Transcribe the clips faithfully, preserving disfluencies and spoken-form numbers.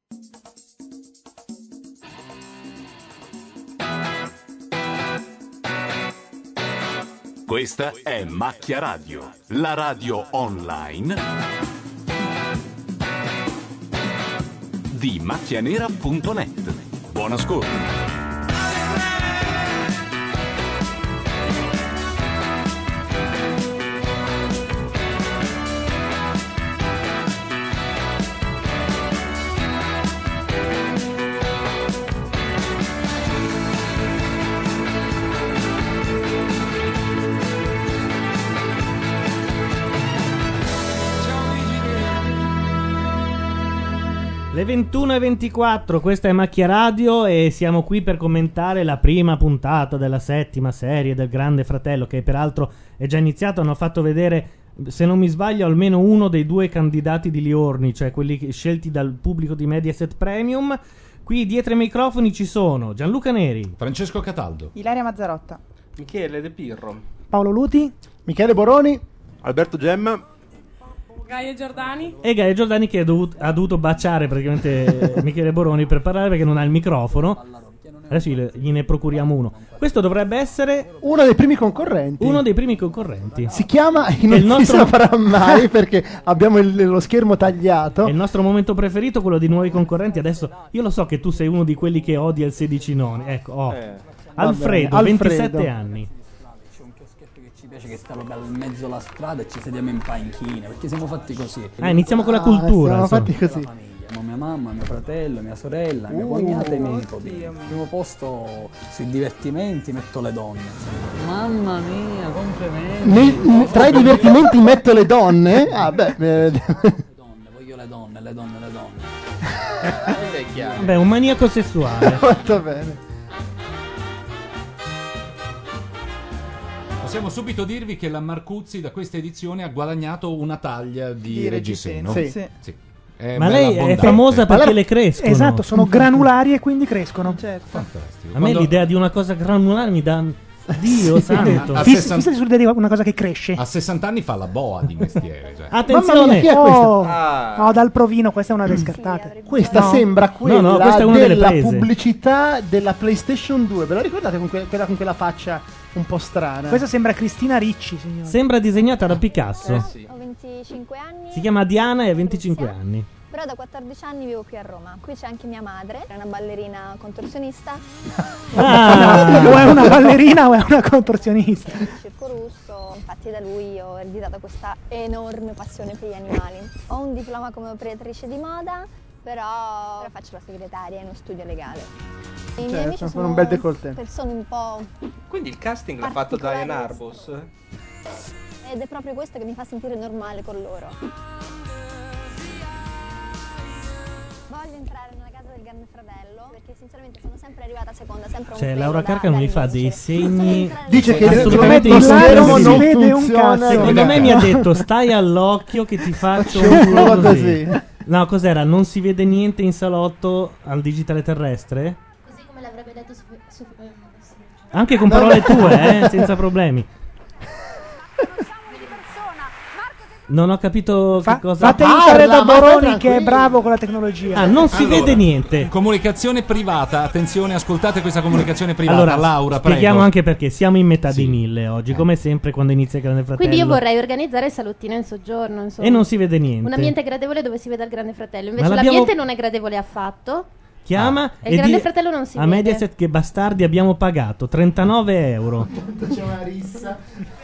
Questa è Macchia Radio, la radio online di macchianera punto net. Buon ascolto. Le ventuno e ventiquattro, questa è Macchia Radio e siamo qui per commentare la prima puntata della settima serie del Grande Fratello, che peraltro è già iniziato. Hanno fatto vedere, se non mi sbaglio, almeno uno dei due candidati di Liorni, cioè quelli scelti dal pubblico di Mediaset Premium. Qui dietro i microfoni ci sono Gianluca Neri, Francesco Cataldo, Ilaria Mazzarotta, Michele De Pirro, Paolo Luti, Michele Boroni, Alberto Gemma, Gaia Giordani e Gaia Giordani, che ha dovuto, ha dovuto baciare praticamente Michele Boroni per parlare perché non ha il microfono. Adesso gliene procuriamo uno. Questo dovrebbe essere uno dei primi concorrenti. Uno dei primi concorrenti. Si chiama e non il si nostro... lo farà mai perché abbiamo il, lo schermo tagliato. È il nostro momento preferito, quello di nuovi concorrenti. Adesso io lo so che tu sei uno di quelli che odia il sedici noni. Ecco, oh. eh. Alfredo, Alfredo, ventisette anni. Ci piace che sta proprio al mezzo della strada e ci sediamo in panchine, perché siamo fatti così. Ah, iniziamo con la cultura. Siamo insomma. fatti così. Famiglia, mia mamma, mio fratello, mia sorella, mia uh, cognata e i miei nipoti. Al primo posto sui divertimenti metto le donne. Mamma mia, complimenti. Ne, tra i divertimenti metto le donne? Ah, beh. Le donne, voglio le donne, le donne, le donne. Beh, un maniaco sessuale. Molto bene. Possiamo subito dirvi che la Marcuzzi da questa edizione ha guadagnato una taglia di, Di reggiseno. Sì. Sì. Sì. È Ma bella lei abbondante. è famosa perché le crescono. Esatto, sono granulari e quindi crescono. Certo. Fantastico. A me Quando- l'idea di una cosa granulare mi dà Dio santo. A Fissa sessanta fissa sull'idea di una cosa che cresce. A sessanta anni fa la boa di mestiere. Cioè. Attenzione. Mamma mia, chi è questa? Oh, Ah. no, dal provino, questa è una delle scartate. Questa No. sembra quella No, no, questa è una delle della prese. pubblicità della PlayStation due. Ve la ricordate con que- quella con quella faccia un po' strana? Questa sembra Cristina Ricci, signore. Sembra disegnata da Picasso. Eh sì. Ho venticinque anni. Si chiama Diana e ha venticinque anni. Però da quattordici anni vivo qui a Roma. Qui c'è anche mia madre, è una ballerina contorsionista. Ah. O è una ballerina o è una contorsionista. Circo Russo, infatti da lui ho ereditato questa enorme passione per gli animali. Ho un diploma come operatrice di moda, però ora faccio la segretaria in uno studio legale. I miei Certo, amici con sono un bel décolleté. persone un po'... Quindi il casting l'ha fatto Diane Arbus? ed è proprio questo che mi fa sentire normale con loro. Voglio entrare nella casa del Grande Fratello perché sinceramente sono sempre arrivata seconda, sempre un Cioè pelo Laura da- Carcano da mi fa rinvincere. dei segni. Dice che assolutamente lo schermo non incomprensibili. funziona. Secondo me mi ha detto stai all'occhio che ti faccio un Faccio culo un culo così. così. No, cos'era? Non si vede niente in salotto al digitale terrestre? Così come l'avrebbe detto su, su, eh, sì. Anche con parole tue, eh, senza problemi. Non ho capito Fa- che cosa. fate Parla, aiutare da ma stai Boroni che è tranquillo. bravo con la tecnologia. Ah, non si Allora, vede niente. Comunicazione privata, attenzione, ascoltate questa comunicazione privata. Allora, Laura, spieghiamo prego. anche perché siamo in metà Sì. di mille oggi, come sempre quando inizia il Grande Fratello. Quindi io vorrei organizzare il salottino in soggiorno, insomma. E non si vede niente. Un ambiente gradevole dove si veda il Grande Fratello. Invece Ma l'abbiamo- l'ambiente non è gradevole affatto. Chiama E il Grande di- Fratello non si a vede. Mediaset che bastardi abbiamo pagato trentanove euro. C'è una rissa.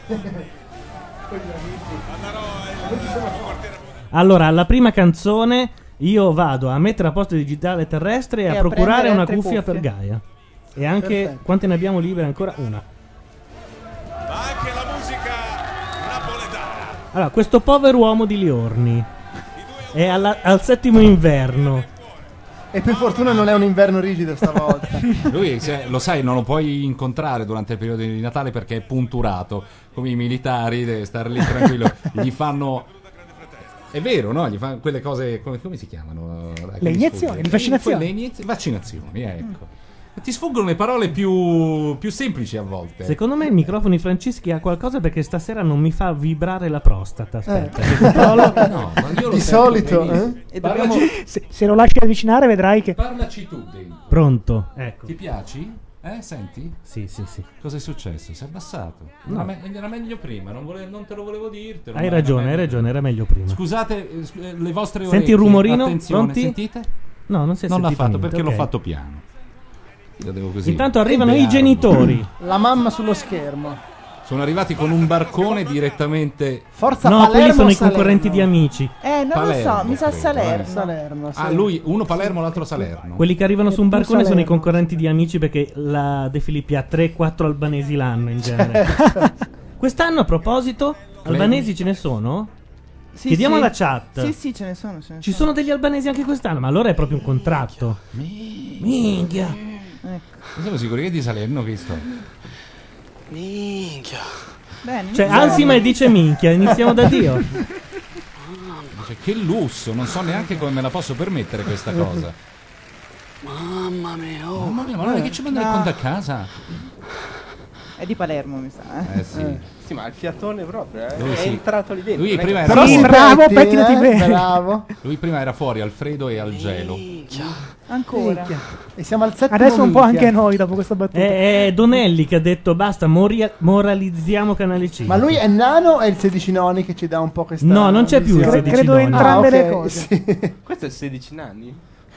Allora, alla prima canzone io vado a mettere a posto il digitale terrestre e, E a a procurare prendere una altre cuffia cuffie. per Gaia. E anche Perfetto. quante ne abbiamo libere ancora? Una. Ma anche la musica napoletana. Allora, questo povero uomo di Liorni è alla- al settimo inverno. E per fortuna non è un inverno rigido stavolta. Lui, se- lo sai, non lo puoi incontrare durante il periodo di Natale perché è punturato. Come i militari, deve stare lì tranquillo. Gli fanno. È vero, no? Gli fanno quelle cose. Come, come si chiamano? Dai, che Le mi iniezioni, sfugge. le vaccinazioni. Quelle iniez- vaccinazioni, ecco. Ti sfuggono le parole più, più semplici a volte. Secondo me il microfono di Francischi ha qualcosa perché stasera non mi fa vibrare la prostata. Aspetta, Eh. che controllo. No, ma io lo Di sento solito, benissimo. eh? E dobbiamo- se, se lo lasci avvicinare vedrai che... Parlaci tu dentro. Pronto? Ecco. Ti piaci? Eh, senti? Sì, sì, sì. Cosa è successo? Si è abbassato? No. Era, me- era meglio prima, non, vole- non te lo volevo dirtelo. Hai ma era ragione, hai meglio ragione, era meglio prima. Scusate, eh, sc- eh, le vostre orecchie. Senti il rumorino? Attenzione, Pronti? sentite? No, non si è Non l'ha sentito fatto niente, perché l'ho ok. fatto piano. Io devo così. Intanto arrivano i Beardo. genitori. La mamma sullo schermo. Sono arrivati con un barcone direttamente. Forza No, Palermo quelli sono i Salerno. concorrenti di Amici. Eh, non Palermo, lo so, mi sa credo, Salerno. eh. Salerno, sì. Ah, lui, uno Palermo, l'altro Salerno. Quelli che arrivano su un più barcone sono i Salerno. concorrenti di Amici perché la De Filippi ha tre quattro albanesi l'anno in genere. Quest'anno a proposito, albanesi ce ne sono? Sì, Chiediamo sì. alla chat. Sì, sì, ce ne sono. Ce ne Ci sono degli albanesi anche quest'anno, ma allora è proprio un contratto. Minchia. Ecco. Non siamo sicuri che è di Salerno che sto. Minchia. Bene. Cioè, mi sa- Ansima e dice minchia, iniziamo da Dio. Dice, che lusso, non so neanche come me la posso permettere questa cosa. Mamma mia, oh. Mamma mia, ma non è che ci manda il No. conto a casa? È di Palermo, mi sa. Eh. Eh sì. Sì, ma il fiatone proprio, eh. Lui È sì. entrato lì dentro. Lui non è prima che- era Però Sì, si bravo, petti, pettinati eh? bene. Bravo. Lui prima era fuori al freddo e al gelo. Ancora. Minchia. E siamo al settimo Adesso un po' minchia. anche noi dopo questa battuta. È, è Donelli che ha detto basta, moria- moralizziamo Canale cinque. Ma lui è nano e il sedici noni che ci dà un po' questa No, non c'è più il visione? sedici Credo noni. entrambe Ah, le ok, cose. sì. Questo è sedici anni?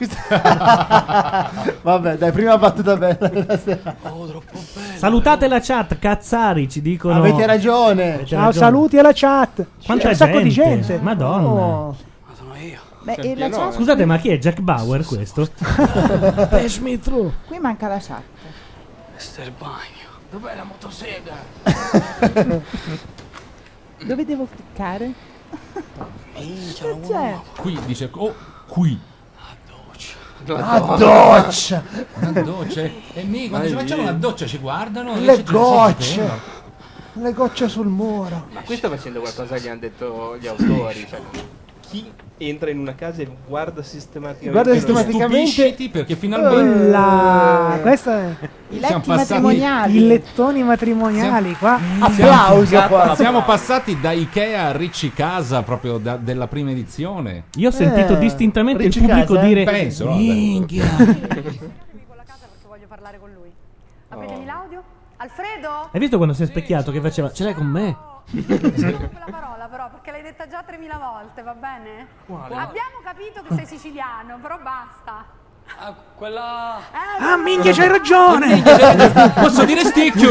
Vabbè, dai, prima battuta bella della sera. Oh, troppo bello. Salutate la chat, cazzari, ci dicono. Avete ragione. Avete Ciao, ragione. saluti alla chat. Quanta C'è un sacco di gente. gente. Madonna. Oh. Ma sono io. Beh, C'è e il la pianone. chat? Scusate, ma chi è Jack Bauer questo? Pass me through. Qui manca la chat. Questo è il bagno. Dov'è la motosega? Dove devo cliccare? Minchia, non C'è. Qui dice, oh, qui. La doccia. Una doccia. E mi quando ci facciamo una doccia ci guardano. Le invece ci gocce. spengono. Le gocce sul muro. Ma qui sta facendo qualcosa che gli hanno detto gli autori. Cioè, chi entra in una casa e guarda sistematicamente. Guarda non- sistematicamente- Stupisciti perché finalmente La... Questo è I Siamo letti passati- matrimoniali. i lettoni matrimoniali qua. Applauso qua. siamo passati da Ikea a Ricci Casa proprio da- della prima edizione. Io ho sentito Eh, distintamente il Ricci pubblico Casa, eh? dire Penso, no? minchia. con la casa perché voglio parlare con lui. Apritemi l'audio. Alfredo? Hai visto quando si è specchiato che faceva ce l'hai con me? Quella parola però perché l'hai detta già tremila volte, va bene? Abbiamo capito che sei siciliano, però basta. Ah, quella. Eh, Ah, minchia, c'hai ragione. Posso dire sticchio?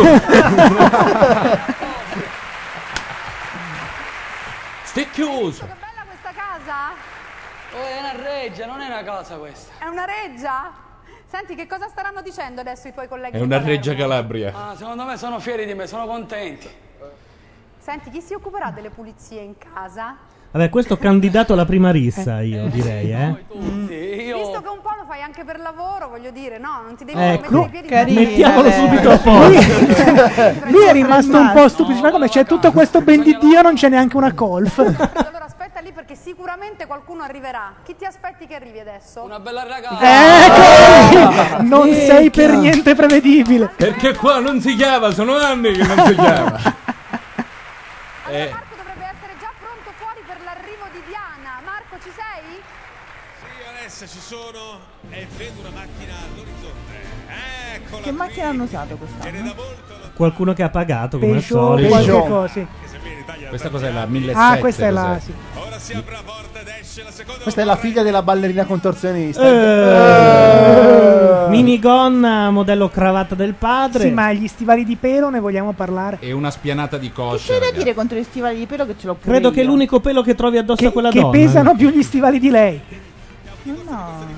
Sticchioso. che bella questa casa? Oh, è una reggia, non è una casa questa. È una reggia? Senti, che cosa staranno dicendo adesso i tuoi colleghi? È di una Palermo? Reggia Calabria. Ah, secondo me sono fieri di me, sono contenti. Senti, chi si occuperà delle pulizie in casa? Vabbè, questo candidato alla prima rissa, io direi, eh. Tutti, io. Visto che un po' lo fai anche per lavoro, voglio dire, no, non ti devi Ecco, mettere i piedi carino. in mettiamolo vabbè. subito a posto. Lui è rimasto un po' stupido. Ma come c'è tutto questo ben di Dio, non c'è neanche una colf. Allora aspetta lì perché sicuramente qualcuno arriverà. Chi ti aspetti che arrivi adesso? Una bella ragazza. Ecco, non sei per niente prevedibile. Perché qua non si chiama, sono anni che non si chiama. Allora Marco dovrebbe essere già pronto fuori per l'arrivo di Diana. Marco, ci sei? Sì, Alessia, ci sono e vedo una macchina all'orizzonte. Eccola Che qui. macchina hanno usato Viene quest'anno? da molto lontano. Qualcuno che ha pagato come al Peugeot, solito. qualche Peugeot. cosa, sì. Che se viene in Italia Questa da cos'è la tanti millesettecento? Ah, questa è la... cos'è? Sì. anni. Ora si apre la porta ed esce la seconda. Questa è la figlia della ballerina contorsionista. Eh. Minigonna modello cravatta del padre. Sì, ma gli stivali di pelo ne vogliamo parlare? E una spianata di Che coscia. c'è da ragazzi. dire contro gli stivali di pelo che ce l'ho pure Credo io? che è l'unico pelo che trovi addosso Che, a quella che donna. pesano più gli stivali di lei. No, no.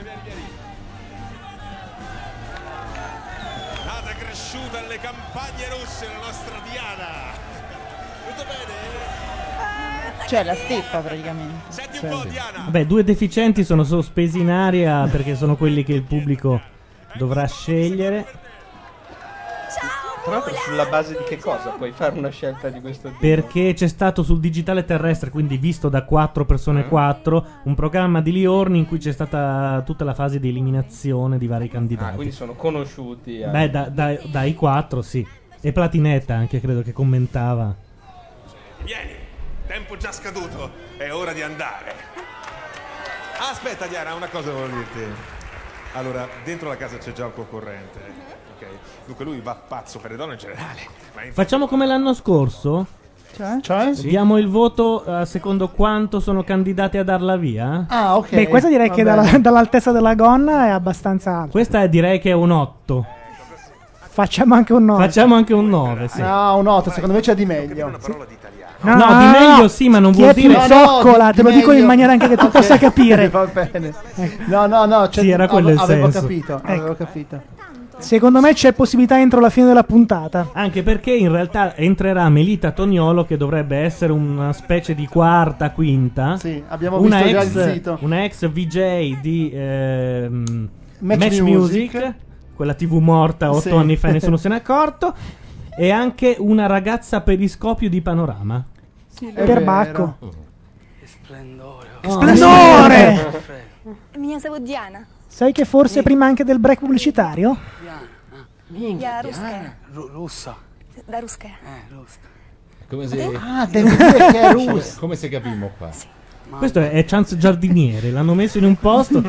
Nata e cresciuta nelle campagne russe la nostra Diana. Tutto bene? Cioè la steppa praticamente. Senti un po' Diana. Vabbè, due deficienti sono sospesi in aria perché sono quelli che il pubblico dovrà scegliere. Tra l'altro sulla base di che cosa puoi fare una scelta di questo tipo? Perché c'è stato sul digitale terrestre, quindi visto da quattro persone quattro, un programma di Liorni in cui c'è stata tutta la fase di eliminazione di vari candidati. Ah, quindi sono conosciuti. eh. Beh, da- da- dai quattro, sì. E Platinetta anche, credo che commentava. Vieni, tempo già scaduto, è ora di andare. Aspetta Diana, una cosa volevo dirti. Allora, dentro la casa c'è già un concorrente. Ok. Dunque lui va pazzo per le donne in generale. Ma in Facciamo come l'anno scorso? Cioè? Cioè? Diamo il voto eh, secondo quanto sono candidati a darla via? Ah, ok. Beh, questa direi che Va dalla- bene. dall'altezza della gonna è abbastanza alta. Questa è- direi che è un otto. Facciamo anche un nove. Facciamo anche un nove, sì. No, un otto, secondo me c'è di meglio. No, di meglio sì, ma non Chi vuol è più dire... zoccola, di te lo dico in meglio. maniera anche che tu Ok. possa capire. Va bene. No, no, no, c'è- Sì, era quello il avevo senso. capito, avevo capito. Secondo me c'è possibilità entro la fine della puntata. Anche perché in realtà entrerà Melita Toniolo, che dovrebbe essere una specie di quarta, quinta. Sì, abbiamo una visto già ex, il sito. Una ex V J di ehm, Match Match, Music. Music, quella tivù morta otto Sì. anni fa e nessuno se n'è accorto. E anche una ragazza periscopio di Panorama. È Perbacco. Splendore. Oh. Splendore! Меня зовут Диана. Sai che forse prima anche del break pubblicitario? Я русская. Ru- russa. Да, русская. Eh, russa. Come se... Ah, devi dire che è russo. Come se capimmo qua. Questo è, è Chance Giardiniere, l'hanno messo in un posto.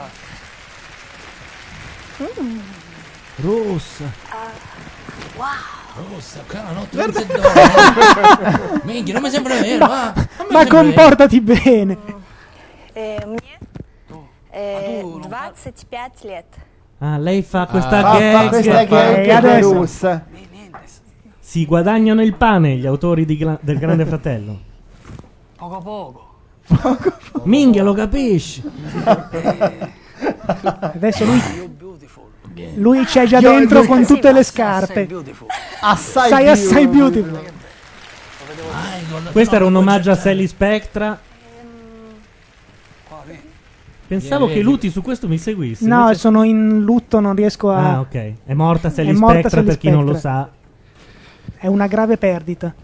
Rossa. Rossa, cara, no, tu non sei donna. Minchia, non mi sembra vero, ah. Non mi Ma sembra comportati bene. Э, Мне э, двадцать пять лет. Ah, lei fa questa Fa- fa gag. questa gag Eh, che è adesso. russa. Si guadagnano il pane gli autori di Gra- del Grande Fratello. Poco poco. Minchia, lo capisci? Adesso lui, lui c'è già dentro con tutte le scarpe. Assai Sei assai beautiful. beautiful. Questo era un omaggio a Sally Spectra. Pensavo Vieni, che vedi. Luti su questo mi seguisse. No, invece- sono in lutto, non riesco a... Ah, ok. È morta Sally È morta Spectra Sally per chi non lo Spectra. sa. È una grave perdita.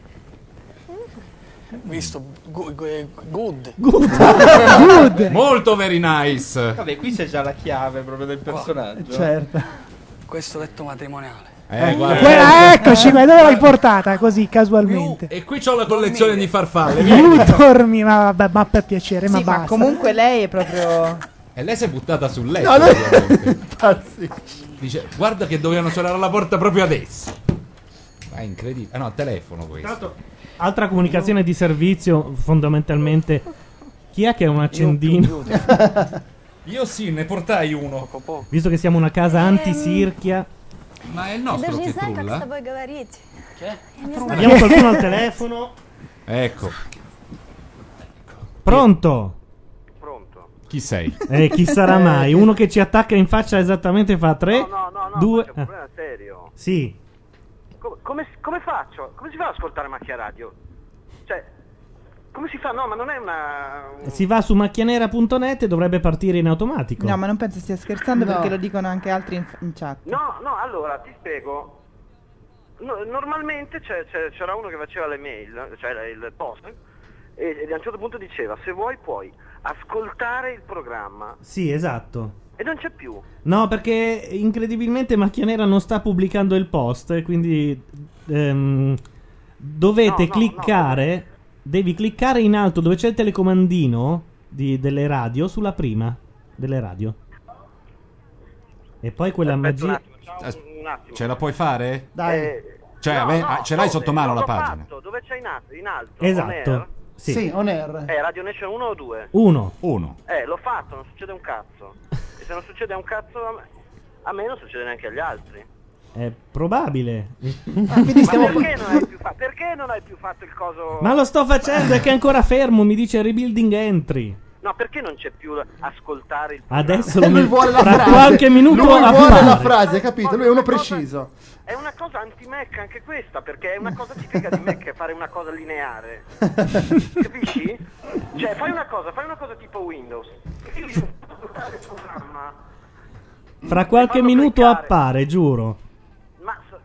Visto gu- gu- good. Good. Molto very nice. Vabbè, qui c'è già la chiave proprio del personaggio. Certo. Questo letto matrimoniale. Eh, guarda. Quella, eccoci, ma dove l'hai portata così casualmente? E qui c'ho la collezione di farfalle. Tu vieni. dormi, ma, vabbè, ma per piacere, ma Sì, ma basta. comunque lei è proprio... E lei si è buttata sul letto. No, no. ovviamente. Pazzi. Dice, guarda che dovevano suonare alla porta proprio adesso. Ma è incredibile. Ah no, telefono questo. Altra comunicazione di servizio, fondamentalmente. Chi è che ha un accendino? Io sì, ne portai uno. Visto che siamo una casa antisirchia. Ma è il Я nostro даже не che знаю, как с trulla? тобой говорить. Я не знаю. Abbiamo qualcuno al telefono? Ecco. Pronto? Chi sei? Eh, chi sarà mai? Uno che ci attacca in faccia esattamente fa tre, No, no, no, no, due... c'è un problema serio. Sì. Co- come, come faccio? Come si fa ad ascoltare Macchia Radio? Cioè, come si fa? No, ma non è una... Si va su macchianera punto net e dovrebbe partire in automatico. No, ma non penso stia scherzando No. perché lo dicono anche altri in, in chat. No, no, allora, ti spiego. No, normalmente c'è- c'è- c'era uno che faceva le mail, cioè il post, e, e a un certo punto diceva, se vuoi puoi ascoltare il programma. Sì, esatto. E non c'è più. No, perché incredibilmente Macchianera non sta pubblicando il post, e quindi ehm, dovete No, no, cliccare, devi cliccare in alto dove c'è il telecomandino di- delle radio, sulla prima delle radio. E poi quella Aspetta un magia... attimo, un attimo. Ce la puoi fare? Dai. Eh, Cioè, no, ave- no, ah, ce l'hai dove? sotto mano la L'ho pagina? fatto, dove c'è in alto? In alto Esatto. on air? Sì. Sì, on air. Eh, Radio Nation uno o due? Uno. Uno. Eh, l'ho fatto, non succede un cazzo. E se non succede un cazzo a me, a me non succede neanche agli altri. È probabile. Ah, quindi Ma stiamo... perché non hai più fatto? Perché non hai più fatto il coso? Ma lo sto facendo, è che è ancora fermo, mi dice rebuilding entry. No, perché non c'è più ascoltare il programma? Adesso Lui mi... vuole la tra frase. qualche minuto Lui vuole appare. la frase, capito? Lui è uno preciso. È una cosa anti-Mac anche questa, perché è una cosa tipica di Mac, è fare una cosa lineare. Capisci? Cioè, fai una cosa, fai una cosa tipo Windows. Io devo ascoltare il programma. Fra qualche Fallo minuto cliccare. appare, giuro. Ma,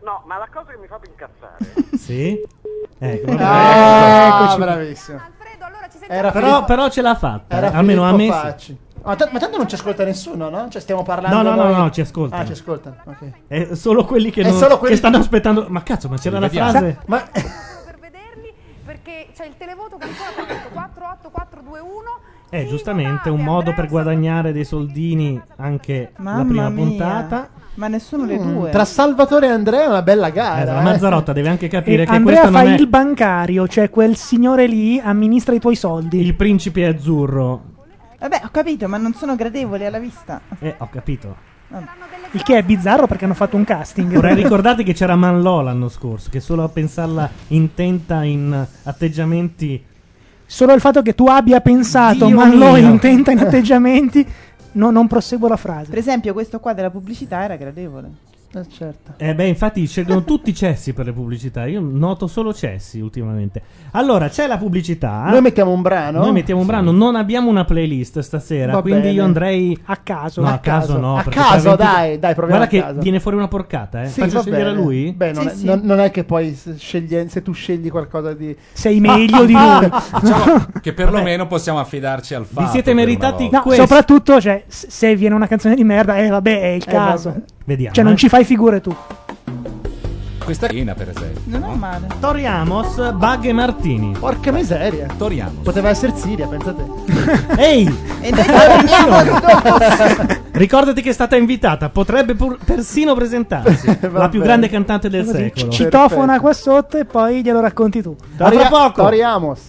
No, ma la cosa che mi fa più incazzare. Sì? Ecco, Ah, eccoci. bravissimo. Però, Filippo- però ce l'ha fatta, era eh, almeno a me Filippo sì. Facci. Ma, t- ma tanto non ci ascolta nessuno, no? Cioè stiamo parlando No, no, no, noi- no, ci ascoltano. Ah, ci ascoltano, ok. È solo quelli che, È non- solo quelli che stanno che- aspettando. Ma cazzo, ma c'era la Vediamo. frase. Ma Perché c'è il televoto che ancora aperto quattro otto quattro due uno. È giustamente un modo per guadagnare dei soldini anche la Mamma prima mia. puntata. Ma nessuno le Mm, due. tra Salvatore e Andrea è una bella gara. Eh, la eh. Mazzarotta deve anche capire E che Andrea questo fa non è il bancario, cioè quel signore lì amministra i tuoi soldi. il principe azzurro. Vabbè, ho capito, ma non sono gradevoli alla vista. Eh, ho capito. Il che è bizzarro perché hanno fatto un casting. Vorrei ricordate che c'era Manlò l'anno scorso, che solo a pensarla intenta in atteggiamenti. Solo il fatto che tu abbia pensato, Dio ma lo mio. intenta in atteggiamenti, no- non proseguo la frase. Per esempio, questo qua della pubblicità era gradevole. Eh, certo. Eh beh, infatti scelgono tutti cessi per le pubblicità. Io noto solo cessi ultimamente. Allora, c'è la pubblicità. Noi mettiamo un brano. Noi mettiamo un brano, non abbiamo una playlist stasera, Va quindi bene. io andrei a caso. No, a, A caso, caso. no. A perché caso, tra dai, dai, proviamo Guarda a che caso. viene fuori una porcata, eh. Sì, Faccio va scegliere bene. a lui? Beh, non, Sì, è, sì. non- non è che poi se, scegli- se tu scegli qualcosa di. Sei meglio di lui. Diciamo che perlomeno possiamo affidarci al fatto. siete per una meritati volta. No, questo. soprattutto, cioè, s- se viene una canzone di merda, eh vabbè, è il Eh, caso. vabbè. Vediamo. Cioè, non eh. ci fai figure tu. Questa è per esempio. Non è male. Tori Amos, Bug e Martini. Porca miseria. Toriamo. Poteva essere Siria, pensate. Ehi! E noi torniamo dopo. Ricordati che è stata invitata, potrebbe pur- persino presentarsi. la più bene. grande cantante del Così, secolo. ci citofona qua sotto e poi glielo racconti tu. A tra poco. Tori Amos.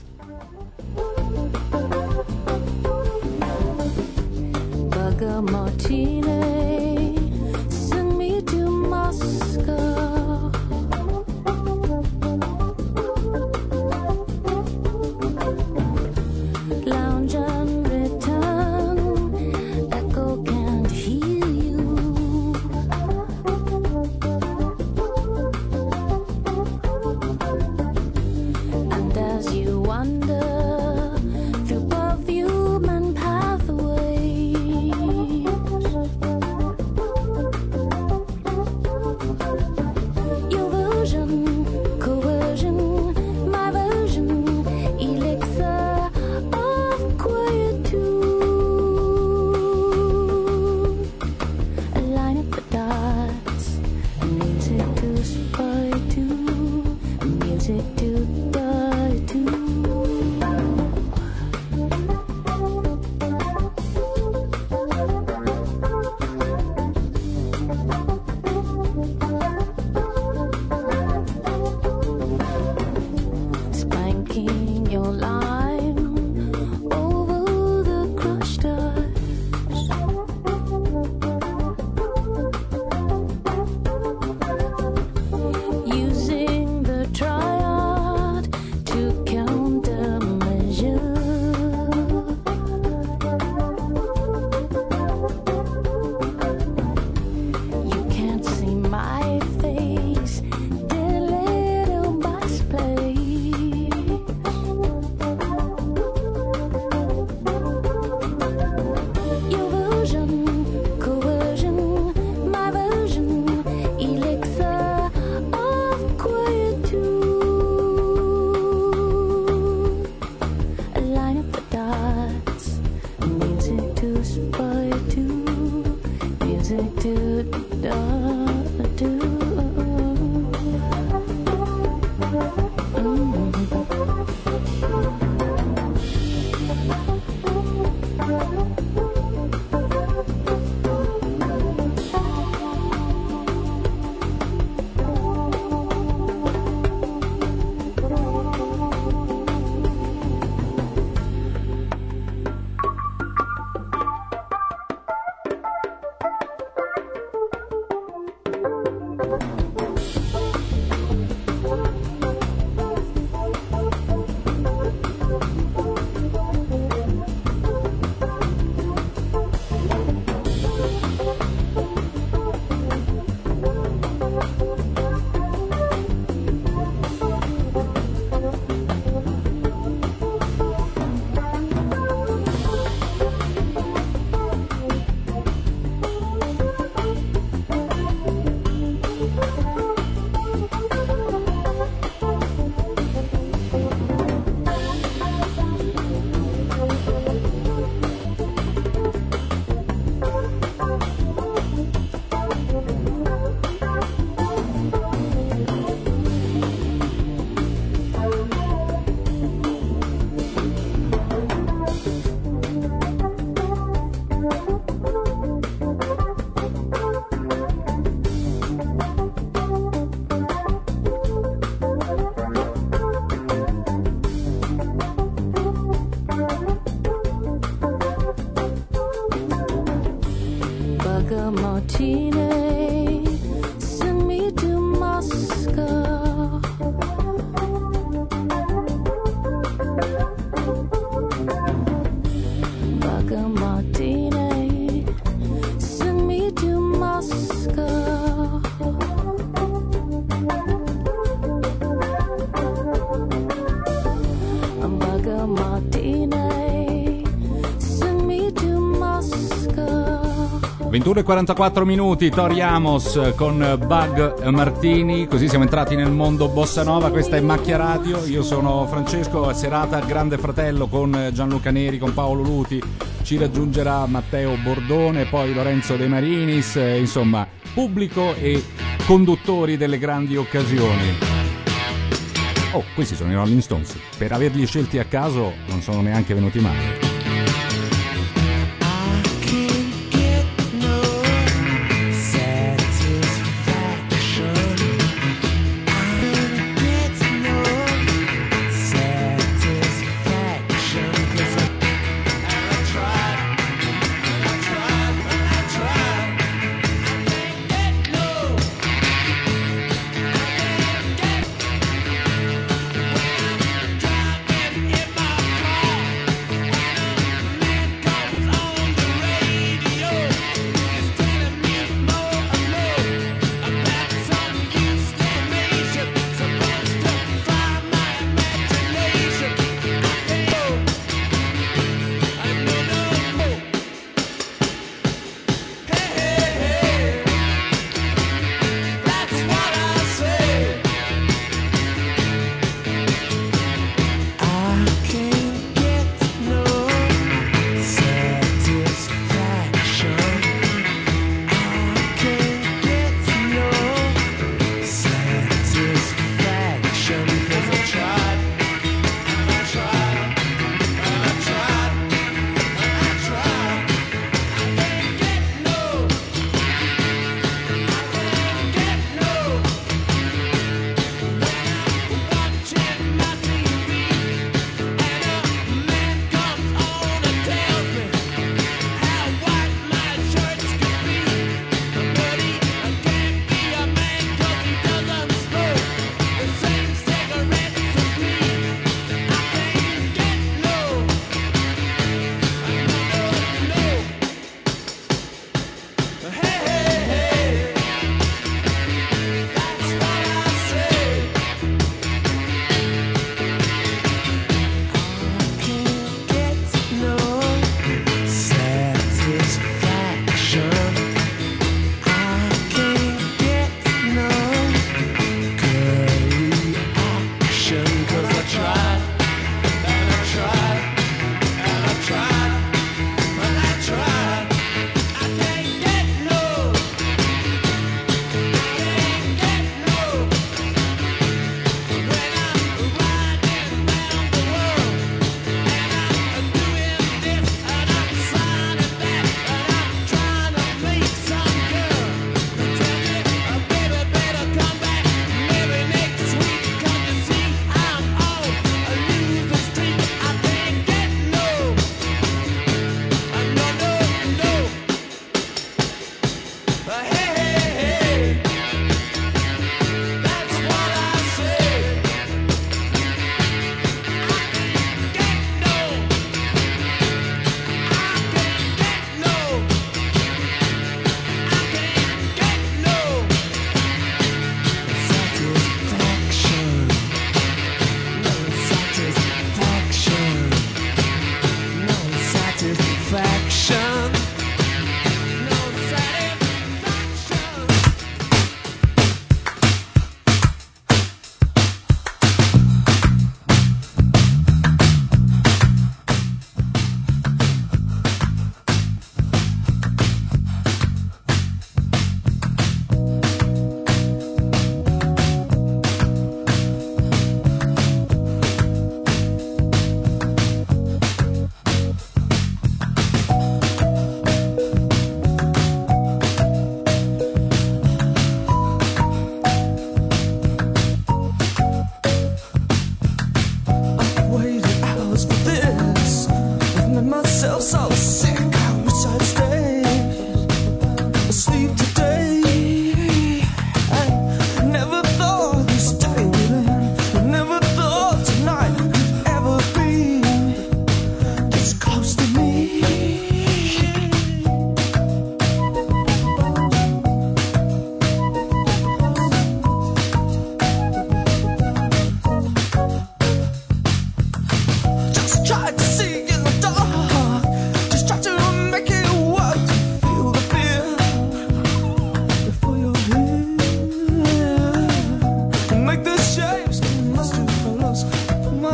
Burger martini, send me to Moscow. Lounge and return, echo can't hear you. And as you wander through perfume and pathways, your version, coercion, my version, elixir of quietude. A line of the dots, music to spy to, music to die to. Spanking your line over the crushed ice. Using the triad to countermeasure. You can't see my face, dear little box place. Your version, coercion, my version, elixir of quietude. A line of the dots, music to spy to, music to die to. martini, send me to Moscow. Vodka martini, send me to Moscow. Vodka martini, send me to Moscow. ventuno e quarantaquattro minuti, Tori Amos con Bug Martini, così siamo entrati nel mondo bossa nova. Questa è Macchia Radio, io sono Francesco, serata Grande Fratello con Gianluca Neri, con Paolo Luti, ci raggiungerà Matteo Bordone, poi Lorenzo De Marinis, eh, insomma pubblico e conduttori delle grandi occasioni. Oh, questi sono i Rolling Stones, per averli scelti a caso non sono neanche venuti male.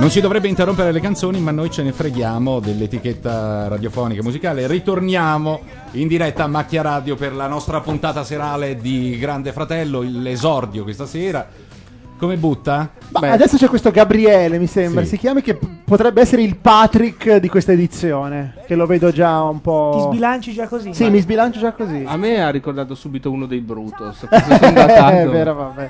Non si dovrebbe interrompere le canzoni, ma noi ce ne freghiamo dell'etichetta radiofonica musicale. Ritorniamo in diretta a Macchia Radio per la nostra puntata serale di Grande Fratello, l'esordio questa sera. Come butta? Ma adesso c'è questo Gabriele, mi sembra, Sì. si chiama, che p- potrebbe essere il Patrick di questa edizione, che lo vedo già un po'... Ti sbilanci già così? Sì, mi sbilancio già così. A me ha ricordato subito uno dei Brutus. Questo sono datato. È vero, vabbè.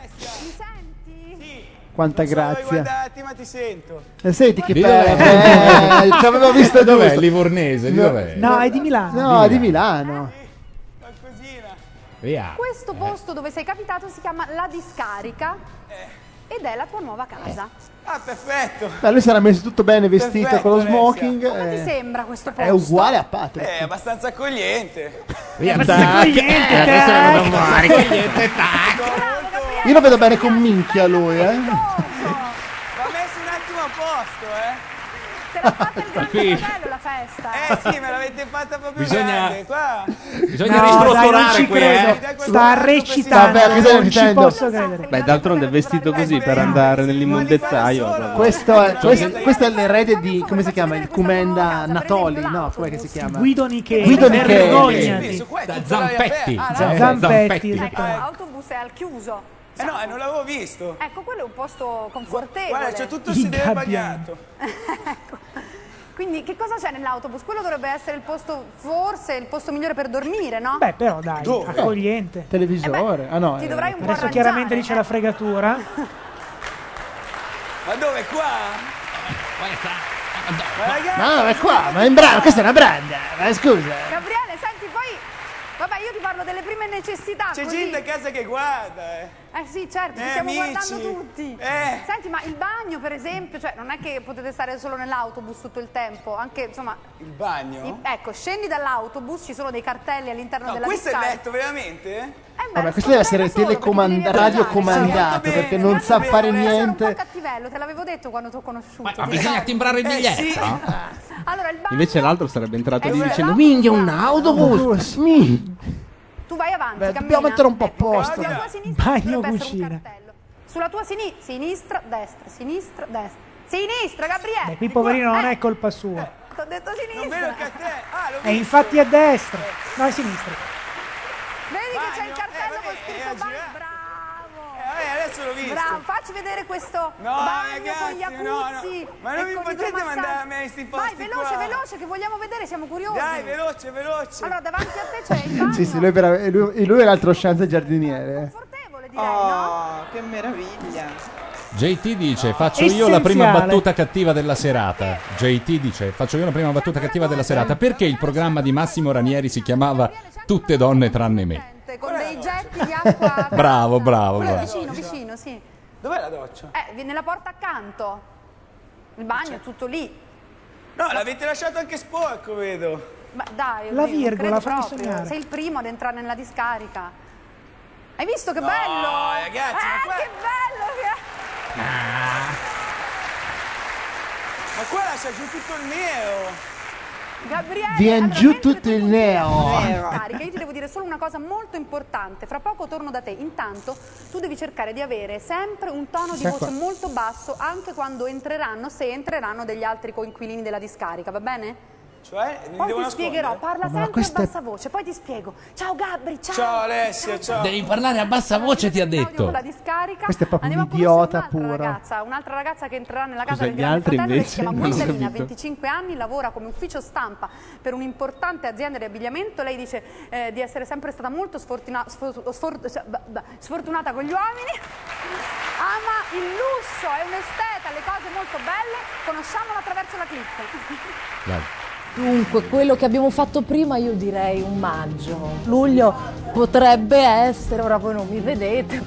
Quanta grazia. Guardati, ma ti sento. E senti che Di bello. dov'è? Eh, ci avevo visto Dov'è? giusto. Livornese, di No. dov'è? No, è di Milano. No, di Milano. Via. Questo posto dove sei capitato si chiama La Discarica ed è la tua nuova casa. Ah, perfetto. Beh, lui sarà messo tutto bene vestito Perfetto, con lo Alessia. smoking. Come eh, ti sembra questo posto? È uguale a Patrick. È abbastanza accogliente. Via, abbastanza tac. accogliente, Eh, adesso tac. è venuto fuori, accogliente, Io lo vedo bene con minchia lui, eh. Va messo un attimo a posto, eh. Te l'ha fatta il grande Qui. fratello la festa. Eh sì, me l'avete fatta proprio Bisogna- grande, qua. Bisogna No, ristrutturare dai, non ci qui, credo. eh. Sta recitando. Vabbè, cosa stai non ci dicendo? posso credere. Beh, d'altronde è vestito così per andare nell'immondezzaio. Questo è, questo, questo è l'erede di, come si chiama? Il Cumenda Natoli, no? Com'è che si chiama? Guido Nicheli. Guido Nicheli. Vergognati. Da Zampetti. Ah, Zampetti, Zampetti. esattamente. L'autobus è al chiuso. Eh no, eh, non l'avevo visto. Ecco, quello è un posto confortevole. Guarda, c'è tutto il sedere Ingabbiano. bagnato. Quindi che cosa c'è nell'autobus? Quello dovrebbe essere il posto, forse il posto migliore per dormire, no? Beh, però dai, Dove? accogliente. Televisore. Ah no. Ti eh, dovrai un po' Adesso arrangiare. chiaramente lì c'è la fregatura. Ma dove, qua? Ma ragazzi, No, è qua, ma è in branda, questa è una branda. Ma scusa. Gabriele, senti, poi... Vabbè, io ti parlo delle prime necessità. c'è così. gente a casa che guarda, eh. Eh sì, certo, ci Eh, stiamo amici. guardando tutti. Eh. Senti, ma il bagno, per esempio, cioè non è che potete stare solo nell'autobus tutto il tempo, anche, insomma... Il bagno? i- ecco, scendi dall'autobus, ci sono dei cartelli all'interno No, della questo è il discarica. letto, veramente? Eh, beh, Vabbè, questo deve essere solo, perché telecomand- devi radiocomandato, Sì, perché molto non bene, sa molto fare bene. Sono un po' niente. cattivello, te l'avevo detto quando ti ho conosciuto. Ma, ma ti bisogna ricordi? timbrare il Eh, biglietto? sì. Allora, il bagno... Invece l'altro sarebbe entrato Eh, lì sì, dicendo: l'altro- minchia, un autobus! Mi. Tu vai avanti, Beh, cammina. dobbiamo mettere un po' a Ecco, posto. Sulla tua sinistra Bagno dovrebbe essere un cucina. cartello. Sulla tua sini- sinistra, destra, sinistra, destra. Sinistra, Gabriele! Beh, qui di qua. poverino non Eh, è colpa sua. Ti ho detto Non sinistra. vedo il cartello. Ah, l'ho E visto. infatti a destra. No, a sinistra. Vedi che c'è il Bagno? cartello Eh, con vabbè, scritto era bagno. girato. Bravo! Eh, adesso l'ho visto. Bravo, facci vedere questo No, bagno ragazzi, con gli no, no. acuzzi. Ma non e mi con potete idromassaggi. mandare a me in sti Vai, posti veloce, qua? veloce, che vogliamo vedere, siamo curiosi. Dai, veloce, veloce. Allora, davanti a te c'è il bagno. Sì, sì, lui, per, e lui, e lui è l'altro chance giardiniere. eh. Confortevole, direi, no? Oh, che meraviglia. J T dice faccio io la prima Essenziale. battuta cattiva della serata. J T dice faccio io la prima battuta cattiva della serata. Perché il programma di Massimo Ranieri si chiamava Tutte donne tranne me? Con dei getti di acqua. Bravo, bravo, Quello bravo. vicino, vicino, sì. Dov'è la doccia? Eh, vi- nella porta accanto. Il bagno è tutto lì. No, l'avete lasciato anche sporco, vedo. Ma dai, La oddio, non virgola, credo fammi proprio. sognare. Sei il primo ad entrare nella discarica. Hai visto che No, bello? ragazzi, ma eh, qua- che bello che è. Ma qua lascia giù tutto il nero. Gabriele, Viene allora, giù mentre tutto tu il continui neo. a fare la discarica, io ti devo dire solo una cosa molto importante. Fra poco torno da te. Intanto tu devi cercare di avere sempre un tono di Sai voce qua- molto basso anche quando entreranno, se entreranno degli altri coinquilini della discarica, va bene? Cioè, mi Poi devo ti nascondere? spiegherò, parla Ma sempre questa a è- bassa voce, poi ti spiego. Ciao Gabri, ciao. Ciao Alessia, ciao. Devi parlare a bassa voce, ti ha Claudio detto. con la discarica. Questo è proprio Andiamo un a conoscere idiota un'altra puro. Ragazza, un'altra ragazza che entrerà nella casa Scusa, del gli Grande altri Fratello, che invece? si chiama Non ho Guidalina, capito. venticinque anni, lavora come ufficio stampa per un'importante azienda di abbigliamento. Lei dice eh, di essere sempre stata molto sfortuna- sfor- sfor- cioè, b- b- sfortunata con gli uomini. Ama il lusso, è un'esteta, le cose molto belle. Conosciamola attraverso la clip. Dai. Dunque, quello che abbiamo fatto prima io direi un maggio. Luglio potrebbe essere, ora voi non mi vedete.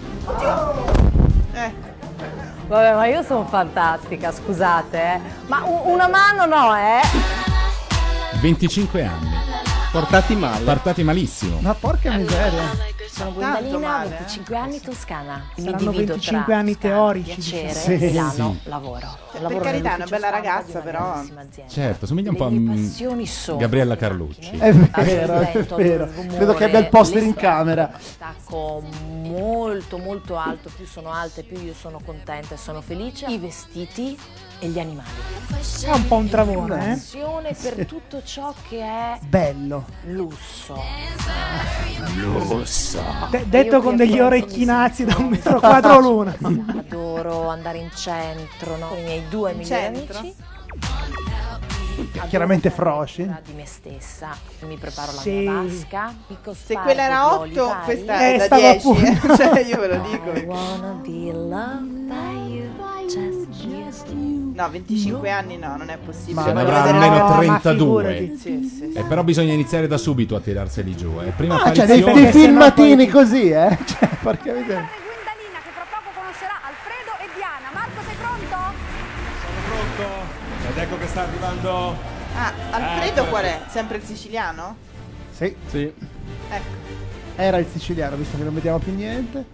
Vabbè, ma io sono fantastica, scusate, eh. Ma u- una mano no, eh? venticinque anni. Portati male. Portati malissimo. Ma porca miseria. Sono Tanto Gwendalina, male, eh? venticinque anni, toscana. Mi Saranno divido venticinque tra anni Toscana, teorici, piacere, diciamo. Sì. Milano, Sì. lavoro. Per Lavoro carità, è una nell'ufficio bella stampa ragazza, di una però. grandissima azienda. Certo, somiglia un Le po' a mie mm, passioni sono Gabriella le Carlucci. macchine, È il vero, è vento, vero. il rumore, Credo che abbia il poster le in strade. camera. Stacco molto molto alto, più sono alte più io sono contenta e sono felice. I vestiti e gli animali. È un po' un travone, eh? Passione per tutto ciò che è Bello. lusso. Lusso. De- detto Io con che degli affronto orecchinazi da un metro quadro l'una. Adoro andare in centro, no? Con i miei due In migliori centro? amici. Chiaramente Adoro Froci. fare di me stessa, mi preparo la Sì. mia vasca, picco Se spargo quella era di otto, olivai. questa Eh, è da stavo dieci. appunto. Cioè, io ve lo I dico. wanna be loved by you, just you. No, venticinque anni no, non è possibile. Ma Ne Voglio avrà vedere- almeno no, ma trentadue. figurati. Sì, sì, sì. Eh, però bisogna iniziare da subito a tirarseli giù. Eh. Prima Ah, cioè dei, apparizione. dei perché sennò filmatini poi- così, eh? Cioè, porca miseria. Gwendalina che fra poco conoscerà Alfredo e Diana. Marco, sei pronto? Sono pronto. Ed ecco che sta arrivando. Ah, Alfredo Ecco. qual è? Sempre il siciliano? Sì, Sì. Ecco. era il siciliano, visto che non vediamo più niente.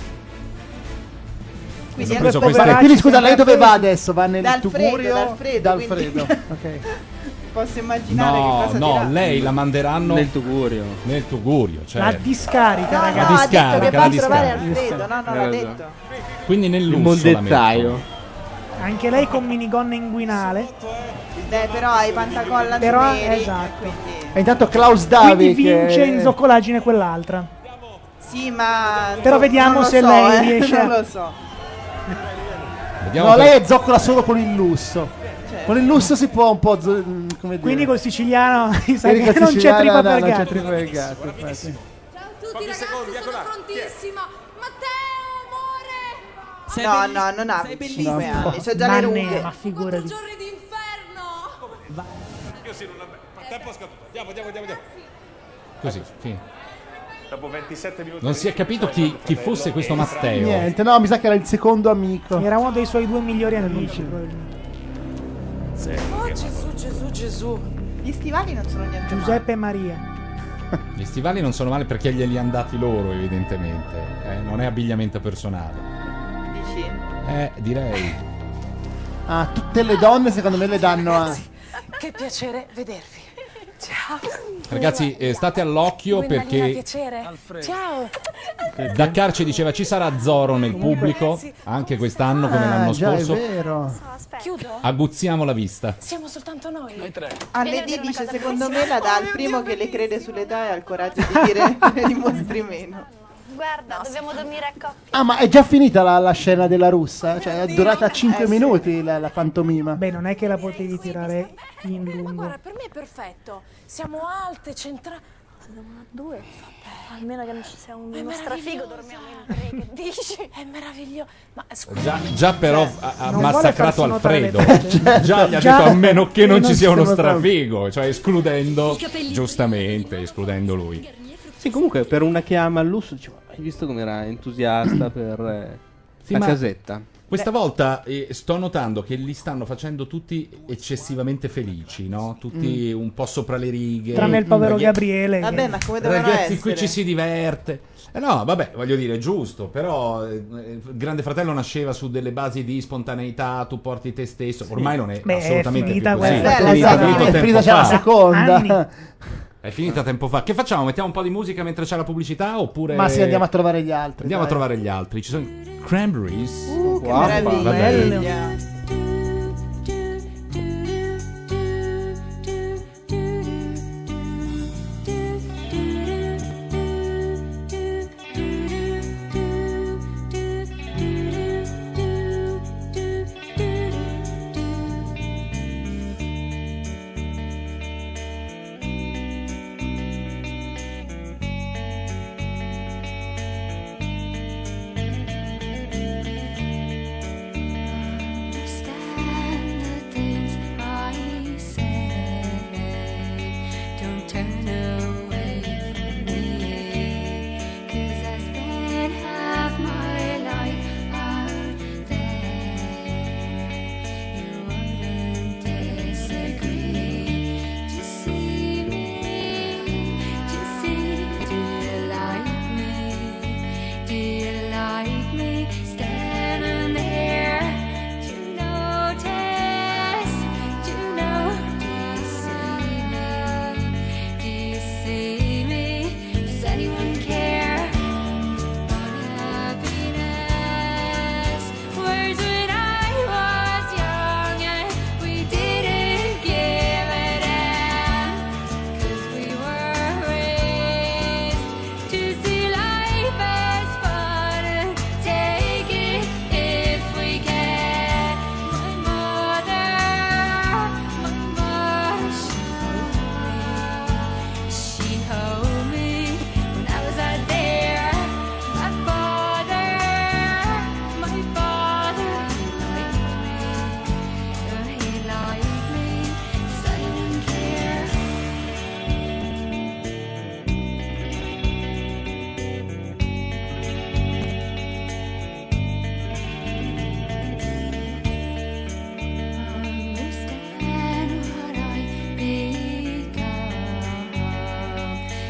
Quindi Ho preso Alfredo- queste- Eh, quindi scusa, lei dove va adesso? Va nel Da Alfredo, Tugurio? da Alfredo, Da quindi- Alfredo, ok. Posso immaginare che No, cosa no, dirà. lei la manderanno Nel Tugurio. nel Tugurio. Cioè, La discarica, No, ragazzi. no, La ha detto discarica, che la va a trovare discarica. Alfredo. No, no, l'ha Hai ragione. detto. quindi nel Il lusso mondettaio. la metto. Anche lei con minigonna inguinale. Eh, però ha i pantacolla Però, neri. esatto. Quindi... E intanto Klaus Davi Quindi vince che... in zoccolaggine quell'altra. Sì, ma... Però vediamo non lo se so, lei eh, riesce a- Non lo so. Vediamo No, per- lei è zoccola solo con il lusso. Cioè, Con il lusso si può un po'... zo- mm, come dire... Quindi col siciliano mi sa Quindi che col non c'è siciliano, trippa no, per non c'è gatti. trippa per gatti, infatti. Ciao a tutti Pochi ragazzi, secondi, sono eccola. prontissima. Matteo, amore! No, no, non ha venticinque anni. C'ha già Ma le ne- rughe. ma figurati. Giorni d'inferno! Io sì, non la... Ma il tempo è scaduto. Andiamo, andiamo, andiamo. andiamo. Così, finito. Dopo ventisette minuti. Non si è capito chi, chi fosse questo Matteo. Niente, no, mi sa che era il secondo amico. Era uno dei suoi due migliori amici, probabilmente. Oh Gesù, Gesù, Gesù! Gli stivali non sono niente male. Giuseppe e Maria. Gli stivali non sono male perché glieli hanno dati loro, evidentemente. Eh, non è abbigliamento personale. Dici? Eh, direi. Ah, tutte le donne secondo me le danno a... Che piacere vedervi. Ciao. Ragazzi, eh, state all'occhio Gwendalina, perché piacere. Ciao. Daccarci diceva ci sarà Zoro nel pubblico anche quest'anno come Ah, l'anno già, scorso. è vero. Chiudo? Aguzziamo la vista. Siamo soltanto noi. Noi tre. A Vieni a Lady vedere una dice cosa secondo me bellissima. la dà al primo che le crede sull'età e ha il coraggio di dire che ne dimostri meno. Guarda, dobbiamo dormire a coppia. Ah, ma è già finita la, la scena della russa? Cioè, è durata cinque Eh, sì. minuti la, la pantomima. Beh, non è che la potevi tirare in Ma lungo. guarda, per me è perfetto. Siamo alte, centrate. Siamo a due. Almeno che non ci sia un È uno strafigo, meravigliosa. dormiamo in tre. Che dici? È meraviglioso. Ma scusa. Già, già però ha, ha non vuole massacrato farsi notare Alfredo. le palle. Già gli ha Già- detto a meno che non non ci sia ci uno siano troppi. strafigo, cioè escludendo, giustamente, escludendo lui. Sì, comunque per una che ama il lusso, dicevo, hai visto come era entusiasta per eh, Sì, la ma- casetta? Questa volta eh, sto notando che li stanno facendo tutti eccessivamente felici, no? Tutti un po' sopra le righe. Tranne il povero Ragazzi- Gabriele. Vabbè, che- ma come dovevano Ragazzi, essere? qui ci si diverte. Eh no, vabbè, voglio dire, è giusto, però eh, eh, Grande Fratello nasceva su delle basi di spontaneità, tu porti te stesso, ormai non è Beh, è assolutamente finita più così. quella- Beh, la È sa- finito È tempo finita già la fa. seconda. Anni. È finita tempo fa. Che facciamo? Mettiamo un po' di musica mentre c'è la pubblicità oppure Ma sì, andiamo a trovare gli altri. Andiamo a dai. trovare gli altri. Ci sono i Cranberries. Uh, che Wow, meraviglia.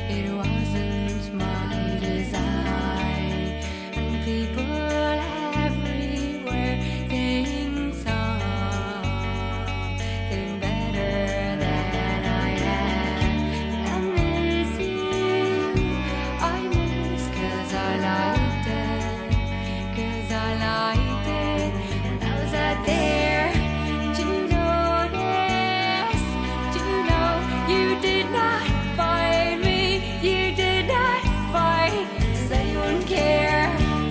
It wasn't my design. And people everywhere think something better than I am. I miss you, I miss 'cause I liked it, 'cause I liked it. And I was out there, do you know this? Do you know you did not find me? You did not find, does anyone care?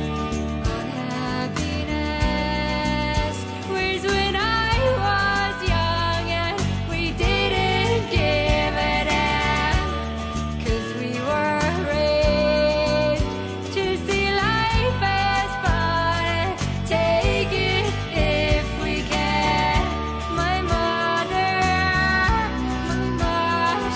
Unhappiness was when I was young and we didn't give a damn, 'cause we were raised to see life as fun and take it if we can. My mother, my mother,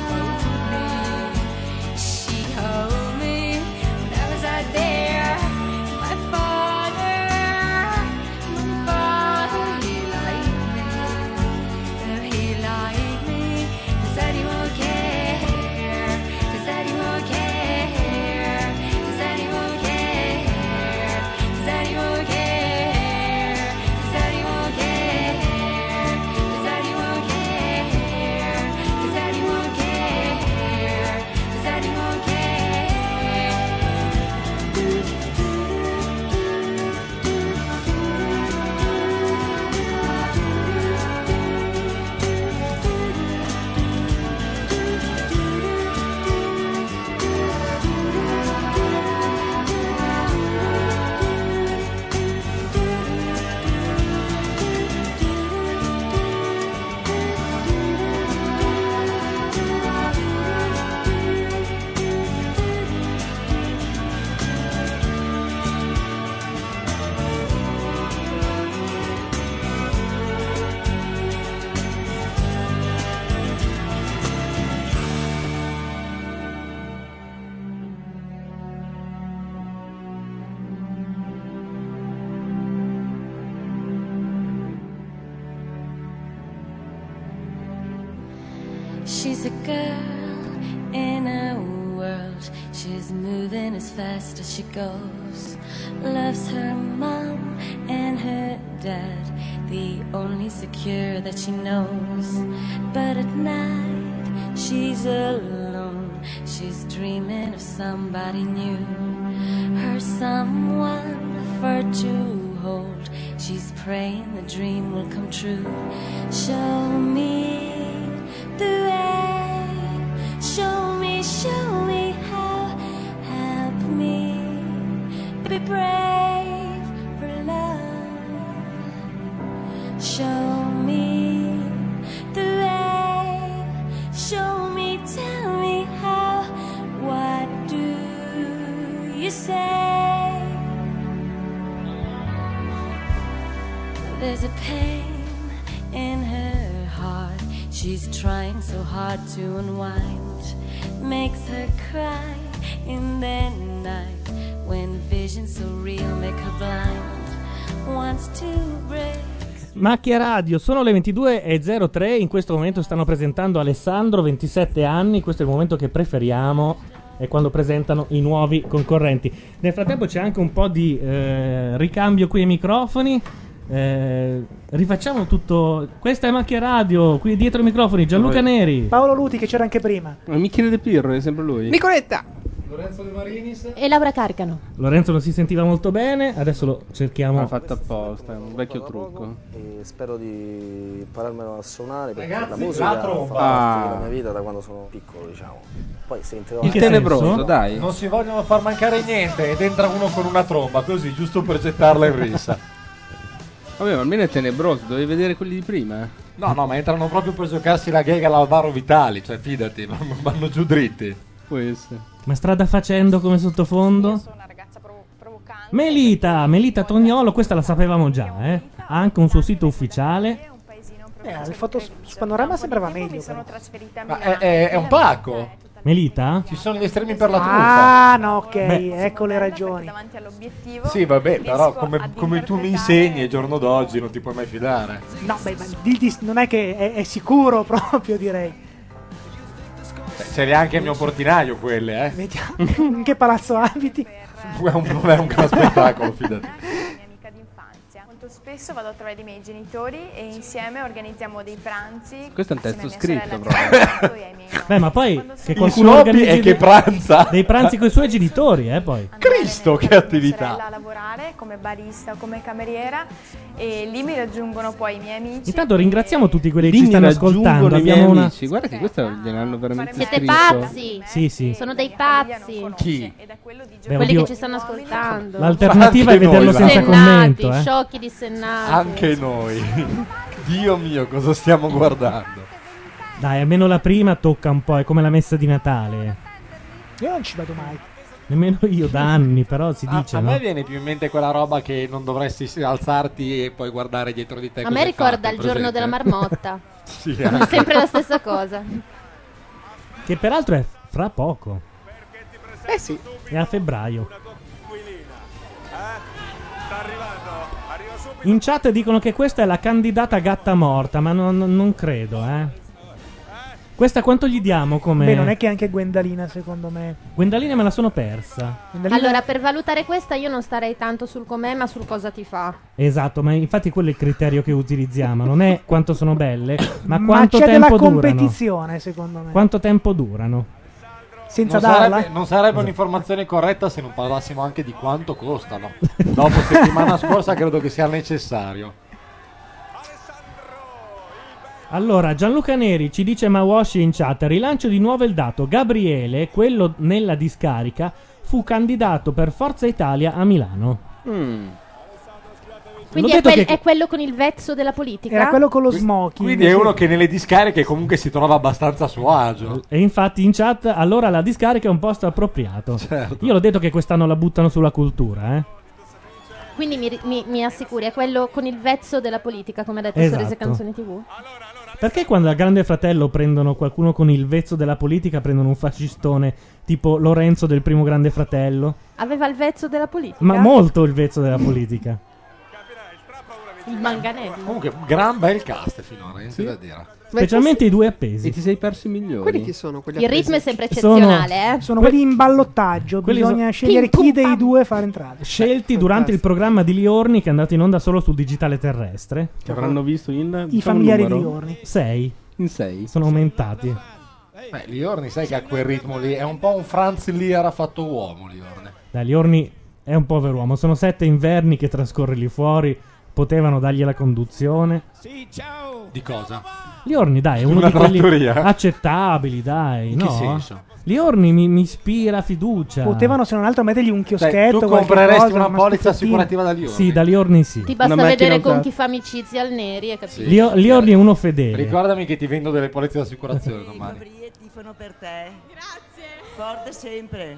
she held me, she held me when I was out there. My father, my father, he liked me, oh, he liked me. Does anyone care? Does anyone care? Does anyone care? Does anyone care? Does anyone care? Does anyone care? Does anyone care? Does anyone She's a girl in a world. She's moving as fast as she goes. Loves her mom and her dad, the only secure that she knows. But at night she's alone. She's dreaming of somebody new. Her someone for to hold. She's praying the dream will come true. Show me the way, show me, show me how, help me be brave for love. Show me the way, show me, tell me how, what do you say? There's a pain in her heart. She's trying so hard to unwind. Makes her cry in the night when visions so real make her blind. Wants to break. Macchia Radio, sono le ventidue e zero tre. In questo momento stanno presentando Alessandro, ventisette anni. Questo è il momento che preferiamo, è quando presentano i nuovi concorrenti. Nel frattempo c'è anche un po' di eh, ricambio qui ai microfoni. Eh, rifacciamo tutto. Questa è Macchia Radio. Qui dietro i microfoni Gianluca Neri, Paolo Luti, che c'era anche prima. Michele De Pirro, è sempre lui. Nicoletta, Lorenzo De Marinis e Laura Carcano. Lorenzo non si sentiva molto bene. Adesso lo cerchiamo. L'ha fatto apposta, è un vecchio trucco. E spero di impararmelo a suonare, perché Ragazzi, la musica la tromba. fa parte Ah. della mia vita da quando sono piccolo, diciamo. Poi sentirò Il anche- tenebroso, dai. Non si vogliono far mancare niente ed entra uno con una tromba, così, giusto per gettarla in rissa. Vabbè, ma almeno è tenebroso, dovevi vedere quelli di prima. No, no, ma entrano proprio per giocarsi la gag all'Alvaro Vitali, cioè fidati, vanno, vanno giù dritti. Può essere. Ma strada facendo come sottofondo? Melita, Melita Tognolo, questa la sapevamo già, eh. Ha anche un suo sito ufficiale. Eh, le foto su su Panorama sembrava meglio. però. Ma è, è- è un pacco. Melita? Ci sono gli estremi per la truffa. Ah, no, ok, Beh. ecco le ragioni. davanti all'obiettivo. Sì, vabbè, però riesco come, ad come tu mi interpretare- insegni il giorno d'oggi non ti puoi mai fidare. No, beh, ma di- di- non è che è, è sicuro proprio, direi. Ce li ha anche il mio portinaio quelle, eh. Vediamo in che palazzo abiti. È un, non è un gran spettacolo, fidati. Molto spesso vado a trovare i miei genitori e insieme organizziamo dei pranzi. Questo è un assieme testo a mia scritto, sorella proprio. Taranto e ai miei nonni. Beh, ma poi che Il qualcuno suo hobby organizzi è che dei- pranza. dei pranzi con i suoi genitori, eh, poi. Cristo, che sorella attività. a lavorare come barista o come cameriera e lì mi raggiungono poi i miei amici. Intanto ringraziamo tutti quelli che Lì ci mi stanno raggiungono ascoltando. i miei Abbiamo una amici. Guarda che questo gliel'hanno veramente Siete scritto. pazzi. Sì, sì. Sono dei pazzi. Chi? Beh, Quelli oddio, che ci stanno ascoltando. l'alternativa è Anche vederlo noi, senza Dissennati, commento, eh. sciocchi dissennati. Anche noi. Dio mio, cosa stiamo guardando? Dai, almeno la prima tocca un po', è come la messa di Natale. Io non ci vado mai. Nemmeno io da anni, però si A, dice, a no? me viene più in mente quella roba che non dovresti s- alzarti e poi guardare dietro di te. A cosa me hai ricorda fatto, il giorno presente? della marmotta. Sì, È anche. sempre la stessa cosa. Che peraltro è fra poco. Eh sì. È a febbraio. In chat dicono che questa è la candidata gatta morta, ma non, non credo, eh. Questa quanto gli diamo come... Beh, non è che anche Gwendalina, secondo me. Gwendalina me la sono persa. Gwendalina- Allora, per valutare questa io non starei tanto sul com'è, ma sul cosa ti fa. Esatto, ma infatti quello è il criterio che utilizziamo. Non è quanto sono belle, ma Ma quanto c'è della tempo durano. competizione, secondo me. Quanto tempo durano. Senza non darla? sarebbe, non sarebbe un'informazione corretta se non parlassimo anche di quanto costano. Dopo settimana scorsa credo che sia necessario. Allora, Gianluca Neri ci dice Mawashi in chat, rilancio di nuovo il dato. Gabriele, quello nella discarica, fu candidato per Forza Italia a Milano. Mm. Quindi L'ho è, detto quel- che- è quello con il vezzo della politica? Era quello con lo smoking. Quindi è uno che nelle discariche comunque si trova abbastanza a suo agio. E infatti in chat, allora la discarica è un posto appropriato. Certo. Io l'ho detto che quest'anno la buttano sulla cultura, eh. Quindi mi, mi- mi assicuri, è quello con il vezzo della politica, come ha detto Esatto. Sorrisi e Canzoni tivù? Perché quando al Grande Fratello prendono qualcuno con il vezzo della politica, prendono un fascistone tipo Lorenzo del primo Grande Fratello? Aveva il vezzo della politica? Ma molto il vezzo della politica. Il manganello. Comunque, gran bel cast finora, niente da dire. Specialmente i due appesi. E ti sei perso i migliori. Quelli chi sono? Quelli Il ritmo è appesi? sempre eccezionale, eh. Sono quelli in ballottaggio. Quelli Bisogna sono- scegliere Pim, chi pum, dei pam. due far entrare. Scelti durante il programma di Liorni che è andato in onda solo sul digitale terrestre. Che avranno visto in... I familiari di Liorni. Sei. In sei. Sono aumentati. Beh, Liorni, sai che a quel ritmo lì è un po' un Franz Liera fatto uomo, Liorni. Dai, Liorni è un pover'uomo. Sono sette inverni che trascorre lì fuori. Potevano dargli la conduzione. Di cosa? Liorni, dai, è uno Una di quelli trattoria? accettabili, dai. In che no? senso? Liorni mi, mi ispira fiducia. Potevano, se non altro, mettergli un chioschetto. tu qualche compreresti cosa, una polizza spezzettina. assicurativa da Liorni? Sì, da Liorni sì. Ti basta Una macchina vedere con usata. chi fa amicizia al Neri e capisci. Lio- Liorni è uno fedele. Ricordami che ti vendo delle polizze di assicurazione domani. tifano per te. Grazie. Forte sempre.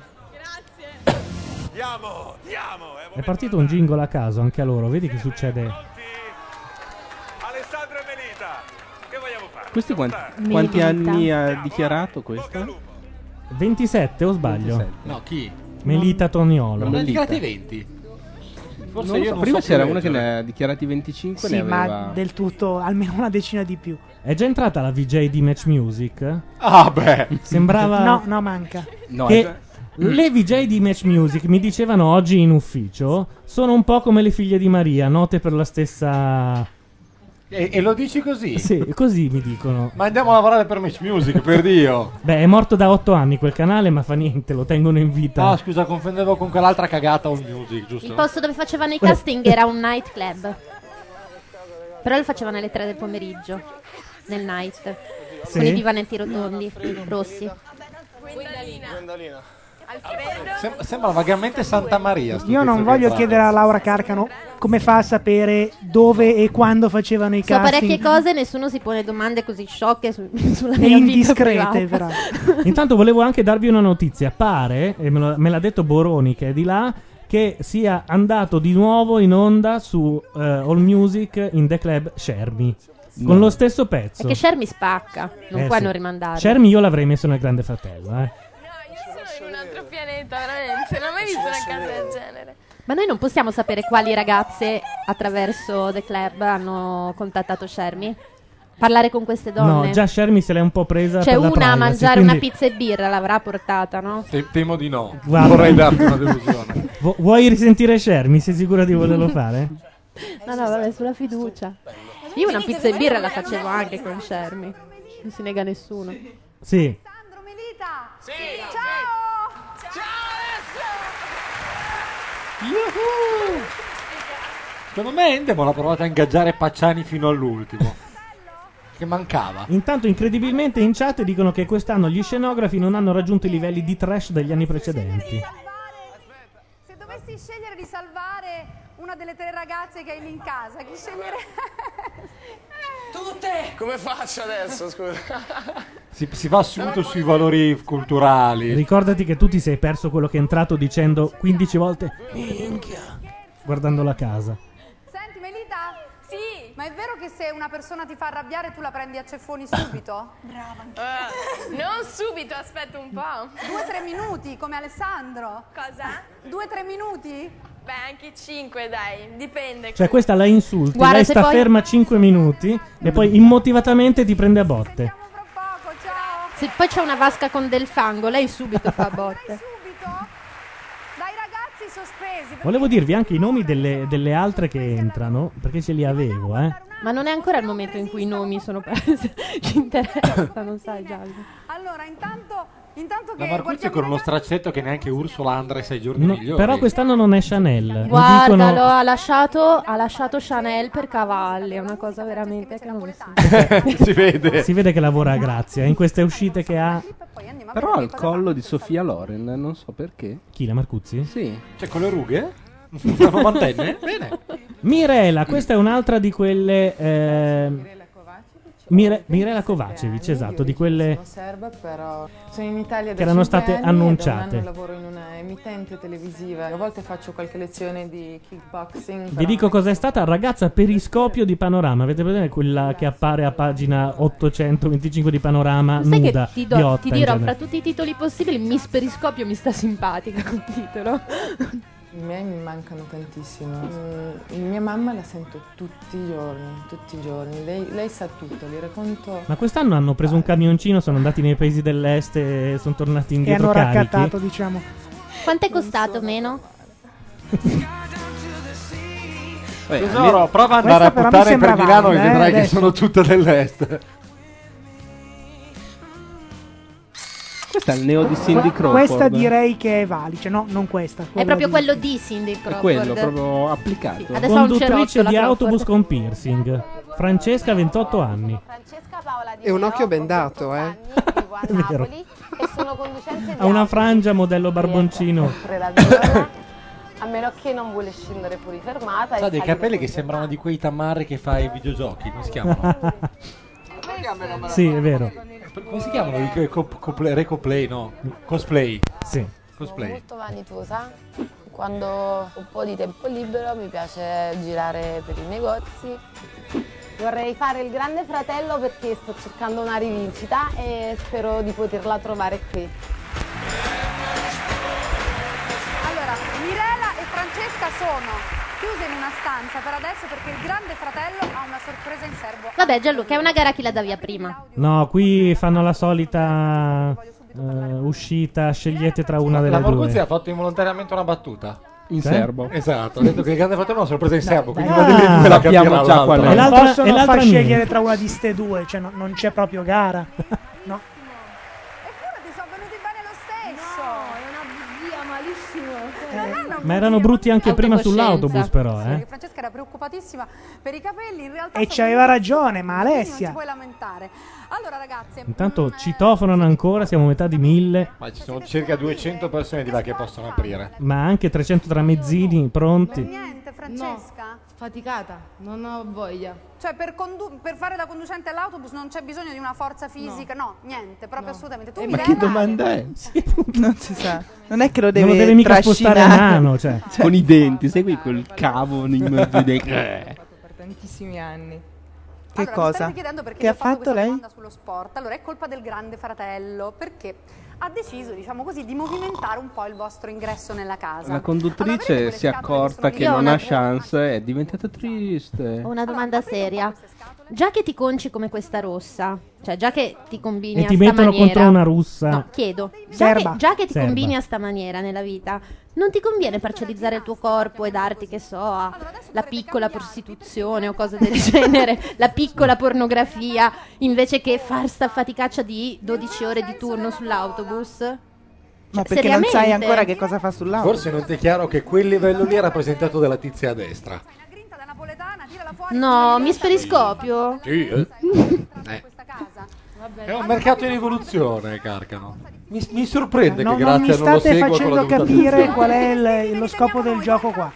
Diamo, diamo. È partito un jingle a caso anche a loro. Vedi che succede. Alessandro e Melita. Che vogliamo fare? Questi quanti, Melita. quanti anni ha dichiarato questo? ventisette o sbaglio? No, chi? Melita Toniolo. Non ne ha Melita. dichiarati venti? Forse Non lo io so, non prima so c'era più una che leggere. ne ha dichiarati venticinque, Sì, ne ma aveva... del tutto almeno una decina di più. È già entrata la V J di Match Music? Ah, beh. Sembrava No, no, manca. No, che è- le V J di Match Music mi dicevano oggi in ufficio sono un po' come le figlie di Maria, note per la stessa... E, e lo dici così? Sì, così mi dicono. Ma andiamo a lavorare per Match Music, per Dio. Beh, è morto da otto anni quel canale, ma fa niente, lo tengono in vita. Ah, scusa, confondevo con quell'altra cagata All Music, giusto? Il posto dove facevano i casting era un nightclub. Però lo facevano alle tre del pomeriggio. Nel night. Sì? Con i divanetti rotondi, rossi. Sem- sembra vagamente Santa Maria. sto Io tizio non che voglio entra. chiedere a Laura Carcano come fa a sapere dove e quando facevano i So casting. parecchie cose, nessuno si pone domande così sciocche su- sulla E mia vita indiscrete, privata. però. Intanto volevo anche darvi una notizia. Pare, e me, lo- me l'ha detto Boroni che è di là, che sia andato di nuovo in onda su eh, All Music in The Club Shermy. Con No. lo stesso pezzo. È che Sher mi spacca, non Eh, puoi sì. non rimandare. Shermy io l'avrei messo nel Grande Fratello, eh. In un altro pianeta, veramente. Non ho mai visto una casa del genere. Ma noi non possiamo sapere quali ragazze attraverso The Club hanno contattato Shermy? parlare con queste donne. No, già Shermy se l'è un po' presa C'è per la una a privacy, mangiare quindi- una pizza e birra, l'avrà portata, no? Te- temo di no. Guarda. Vorrei darti una delusione. Vu- vuoi risentire Shermy? Sei sicura di volerlo fare? No, no, vabbè, sulla fiducia. Io una pizza e birra la facevo anche con Shermy. Non si nega nessuno. Sì. Sì, ciao! Yuhu! Secondo me Endemol ha provato a ingaggiare Pacciani fino all'ultimo. Che mancava. Intanto, incredibilmente, in chat dicono che quest'anno gli scenografi non hanno raggiunto i livelli di trash degli anni precedenti. Se dovessi scegliere di salvare una delle tre ragazze che hai lì in casa, chi sceglierei? Tutte! Come faccio adesso, scusa? Si, si va subito sui valori culturali. Ricordati che tu ti sei perso quello che è entrato dicendo quindici volte minchia, guardando la casa. Senti, Melita? Sì! Ma è vero che se una persona ti fa arrabbiare tu la prendi a ceffoni subito? Brava. Eh, non subito, aspetta un po'. Due o tre minuti, come Alessandro. Cosa? Due o tre minuti? Beh, anche cinque, dai, dipende. Cioè questa la insulti, Guarda, lei se sta poi- ferma cinque minuti e poi immotivatamente ti prende a botte. Se poi c'è una vasca con del fango, lei subito fa botte. Dai ragazzi sospesi. Volevo dirvi anche i nomi delle, delle altre che entrano, perché ce li avevo, eh. Ma non è ancora il momento in cui i nomi sono presi. Ci interessa, non sai Giallo. Allora, intanto, intanto La che Marcuzzi con uno straccetto che neanche Ursula Andres ai giorni No, migliori. però quest'anno non è Chanel. Mi Guardalo, dicono- ha lasciato, ha lasciato Chanel per cavalli. È una cosa veramente che non si si vede. Si vede che lavora a Grazia in queste uscite che ha. Però ha il collo di Sofia Loren, non so perché. Chi, la Marcuzzi? Sì. Cioè con le rughe? Una novantenne? Bene. Mirela, questa è un'altra di quelle. eh, Mire- Mirela Kovacevic, esatto, di quelle. Sono serba, però sono in Italia da che erano cinque state anni e annunciate. da un anno lavoro in una emittente televisiva. A volte faccio qualche lezione di kickboxing. Vi però dico cos'è stata? Ragazza periscopio di Panorama. Avete presente quella che appare a pagina ottocentoventicinque di Panorama Sai nuda? che ti, di do- Otta, ti in dirò, genere. fra tutti i titoli possibili, Miss Periscopio mi sta simpatica col titolo. I miei mi mancano tantissimo. Mm, mia mamma la sento tutti i giorni, tutti i giorni. Lei, lei sa tutto, le racconto. Ma quest'anno hanno preso un camioncino, sono andati nei paesi dell'est e sono tornati E indietro hanno carichi. raccattato, diciamo. Quanto è costato meno? Tesoro, prova ad andare Questa a però mi puttane sembra per Milano e valida, eh, vedrai che adesso. sono tutte dell'est. Questo è il neo di Cindy Crawford. Questa direi che è valida, no, non questa. È quella proprio di- quello di Cindy È Crawford. quello, proprio applicato. Sì, adesso ha un Conduttrice cerotto, la di Crawford. autobus con piercing. Francesca, ventotto anni. E un occhio bendato, eh. È vero. E sono conducente Ha una frangia modello barboncino. a meno che non vuole scendere fuori fermata. Ha e dei salire capelli che fuori sembrano di quei tamarri che fa i videogiochi. Come si chiamano? Sì, è vero. Come si chiamano? I co- co- Recoplay, no? Cosplay. Sì. Cosplay. molto vanitosa. Quando ho un po' di tempo libero mi piace girare per i negozi. Vorrei fare il Grande Fratello perché sto cercando una rivincita e spero di poterla trovare qui. Allora, Mirela e Francesca sono chiuse in una stanza per adesso perché il Grande Fratello ha una sorpresa in serbo. Vabbè, Gianluca, è una gara chi la dà via prima. No, qui fanno la solita eh, uscita, scegliete tra una La delle Marcuzzi due. ha fatto involontariamente una battuta. In Sì? serbo. Esatto, ha detto che il grande fratello è una sorpresa in serbo, quindi Ah. una delle due la Sappiamo capirà già qual è. E Non l'altra- possono e l'altra far niente. scegliere tra una di ste due, cioè no- non c'è proprio gara. No. Eppure ti sono venuti bene lo stesso. No, è una bugia, malissimo. Non hanno Ma erano brutti anche prima Autocoscienza. sull'autobus, però, Sì, eh. che Francesca era preoccupatissima per i capelli, in realtà E sono c'aveva venuti ragione, ma non ci Alessia. puoi lamentare. Allora ragazze, Intanto citofonano ancora, siamo a metà di mille, Ma ci sono circa duecento persone di là che possono aprire. ma anche trecento tramezzini pronti. niente Francesca? Faticata, non ho voglia. Cioè per, condu- per fare da conducente all'autobus non c'è bisogno di una forza fisica, no, niente, proprio assolutamente. Tu Eh, mi ma dai che una- domanda è? Non si sa. Non è che lo Non deve lo deve mica spostare a trascinare. mano, cioè. Con i denti, segui quel cavo in mezzo ai denti. Per tantissimi anni. Che Allora, mi cosa? state chiedendo perché Che vi ha ho fatto fatto questa lei? domanda sullo sport. Allora, è colpa del Grande Fratello, perché ha deciso, diciamo così, di movimentare un po' il vostro ingresso nella casa. La conduttrice si è accorta che non ha chance, è diventata triste. Ho una domanda seria. Già che ti conci come questa rossa, cioè già che ti combini E a ti sta mettono maniera. contro una russa. No, chiedo. Già Serba. che, già che ti Serba. combini a sta maniera nella vita, non ti conviene parcellizzare il tuo corpo e darti, che so, a la piccola prostituzione o cose del genere, la piccola pornografia, invece che far sta faticaccia di dodici ore di turno sull'autobus? Ma Cioè, perché non sai seriamente? ancora che cosa fa sull'auto? Forse non ti è chiaro che quel livello lì è rappresentato dalla tizia a destra. No, mi speriscopio. Sì, eh. Eh. È un mercato in evoluzione, Carcano. Mi, mi sorprende No, che non mi Grazia non lo state segua con la facendo dovuta capire attenzione. qual è il- lo scopo del gioco qua.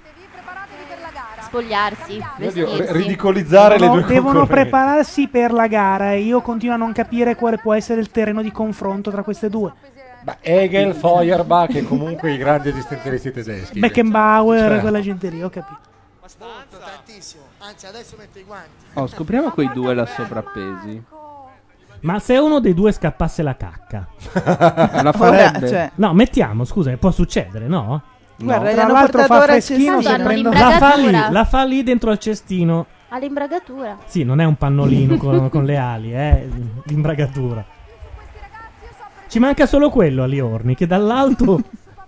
Spogliarsi, Io vestirsi. dico, ridicolizzare le No, due devono concorrenti. prepararsi per la gara e io continuo a non capire quale può essere il terreno di confronto tra queste due. Ma Hegel, Feuerbach e comunque i grandi esistenzialisti tedeschi. Beckenbauer, Cioè, quella gente lì, ho capito. Tantissimo. Anzi, adesso metto i guanti. Oh, scopriamo quei due là soprappesi. Ma se uno dei due scappasse la cacca, La farebbe? Cioè, no, mettiamo, scusa, può succedere, no? guarda, Tra l'hanno l'altro fa portato ora al freschino, cestino. se Hanno prendo- La fa lì, l'imbragatura. la fa lì dentro al cestino. All'imbragatura. Sì, non è un pannolino con, con le ali, è l'imbragatura. Ci manca solo quello a Liorni, che dall'alto... Allora,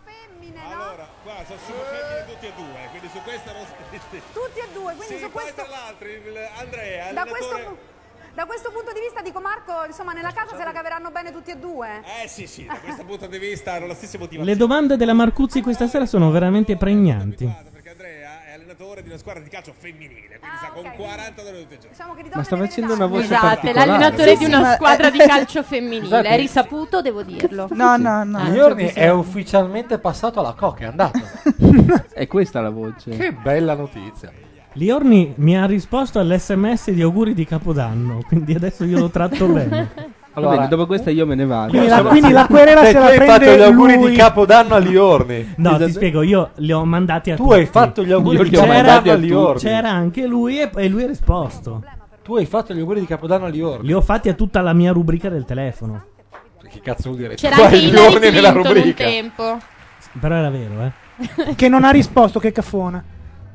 qua sono femmine tutti e due, quindi su questa non Tutti e due, quindi sì, su poi questo... tra l'altro il Andrea, Da allenatore... questo, pu- da questo punto di vista, dico Marco, insomma, nella casa se la caveranno bene tutti e due. Eh sì sì, da questo punto di vista hanno la stessa motivazione. Le domande della Marcuzzi questa sera sono veramente pregnanti. Perché Andrea è allenatore di una squadra di calcio femminile, quindi sa con quaranta ore tutti i giorni. Diciamo che di Ma sta facendo una voce Scusate, particolare. l'allenatore Sì, di sì, una ma- squadra di calcio femminile. Scusate. È risaputo, devo dirlo. No, no, no. Liorni è ufficialmente passato alla coca, è andato. È questa la voce. Che bella notizia. Liorni mi ha risposto all'SMS di auguri di Capodanno, quindi adesso io lo tratto bene. Va bene, dopo questa io me ne vado. Quindi la, quindi la querela Cioè, se tu la hai fatto prende gli auguri lui. di Capodanno a Liorni. No, Esatto. ti spiego, io li ho mandati a Tu tutti. hai fatto gli auguri Io di li ho C'era- Capodanno mandati a a tutti. Liorni. C'era anche lui e, e lui ha risposto. Tu hai fatto gli auguri di Capodanno a Liorni. Li ho fatti a tutta la mia rubrica del telefono. Che cazzo vuol dire? C'era Tu anche hai Hillary Liorni nella Clinton un rubrica. tempo. Però era vero, eh. Che non ha risposto, che caffona.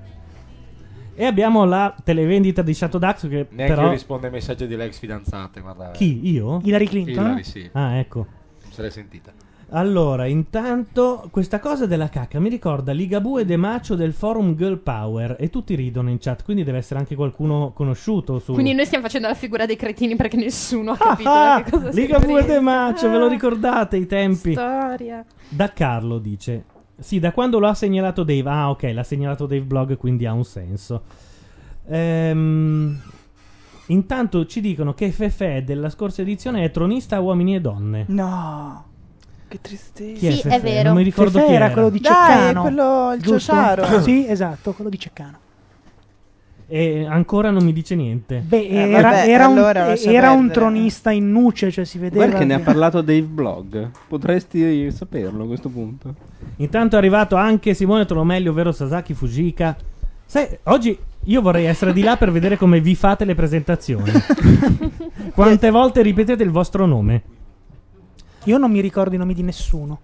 E abbiamo la televendita di Shadow Dax che Neanche però... io rispondo ai messaggi delle ex fidanzate, guarda. Chi? Io? Hillary Clinton? Hillary, sì. Ah, ecco. Non se l'hai sentita. Allora, intanto, questa cosa della cacca mi ricorda Ligabue De Macio del forum Girl Power e tutti ridono in chat, quindi deve essere anche qualcuno conosciuto su... Quindi noi stiamo facendo la figura dei cretini perché nessuno ha capito Ah, da che cosa si Ligabue riferisce. De Macio, ve lo ricordate i tempi? Storia. Da Carlo dice: sì, da quando lo ha segnalato Dave. Ah, ok, l'ha segnalato Dave Blog, quindi ha un senso. Ehm, intanto ci dicono che Fefe della scorsa edizione è tronista a uomini e donne. No, che tristezza. Chi è Sì, Fefe? è vero. Non mi ricordo Fefe chi era era. quello di Dai, Ceccano. è quello- il giusto? Ciociaro. Sì, esatto, quello di Ceccano. E ancora non mi dice niente. Beh, Eh, era, vabbè, era allora un, lascia era un perdere. tronista in nuce, cioè si vedeva. Guarda che ne ha che- parlato Dave Blog. Potresti saperlo a questo punto. Intanto è arrivato anche Simone Tolomelli, ovvero Sasaki Fujika. Sai, oggi io vorrei essere di là per vedere come vi fate le presentazioni. Quante volte ripetete il vostro nome? Io non mi ricordo i nomi di nessuno.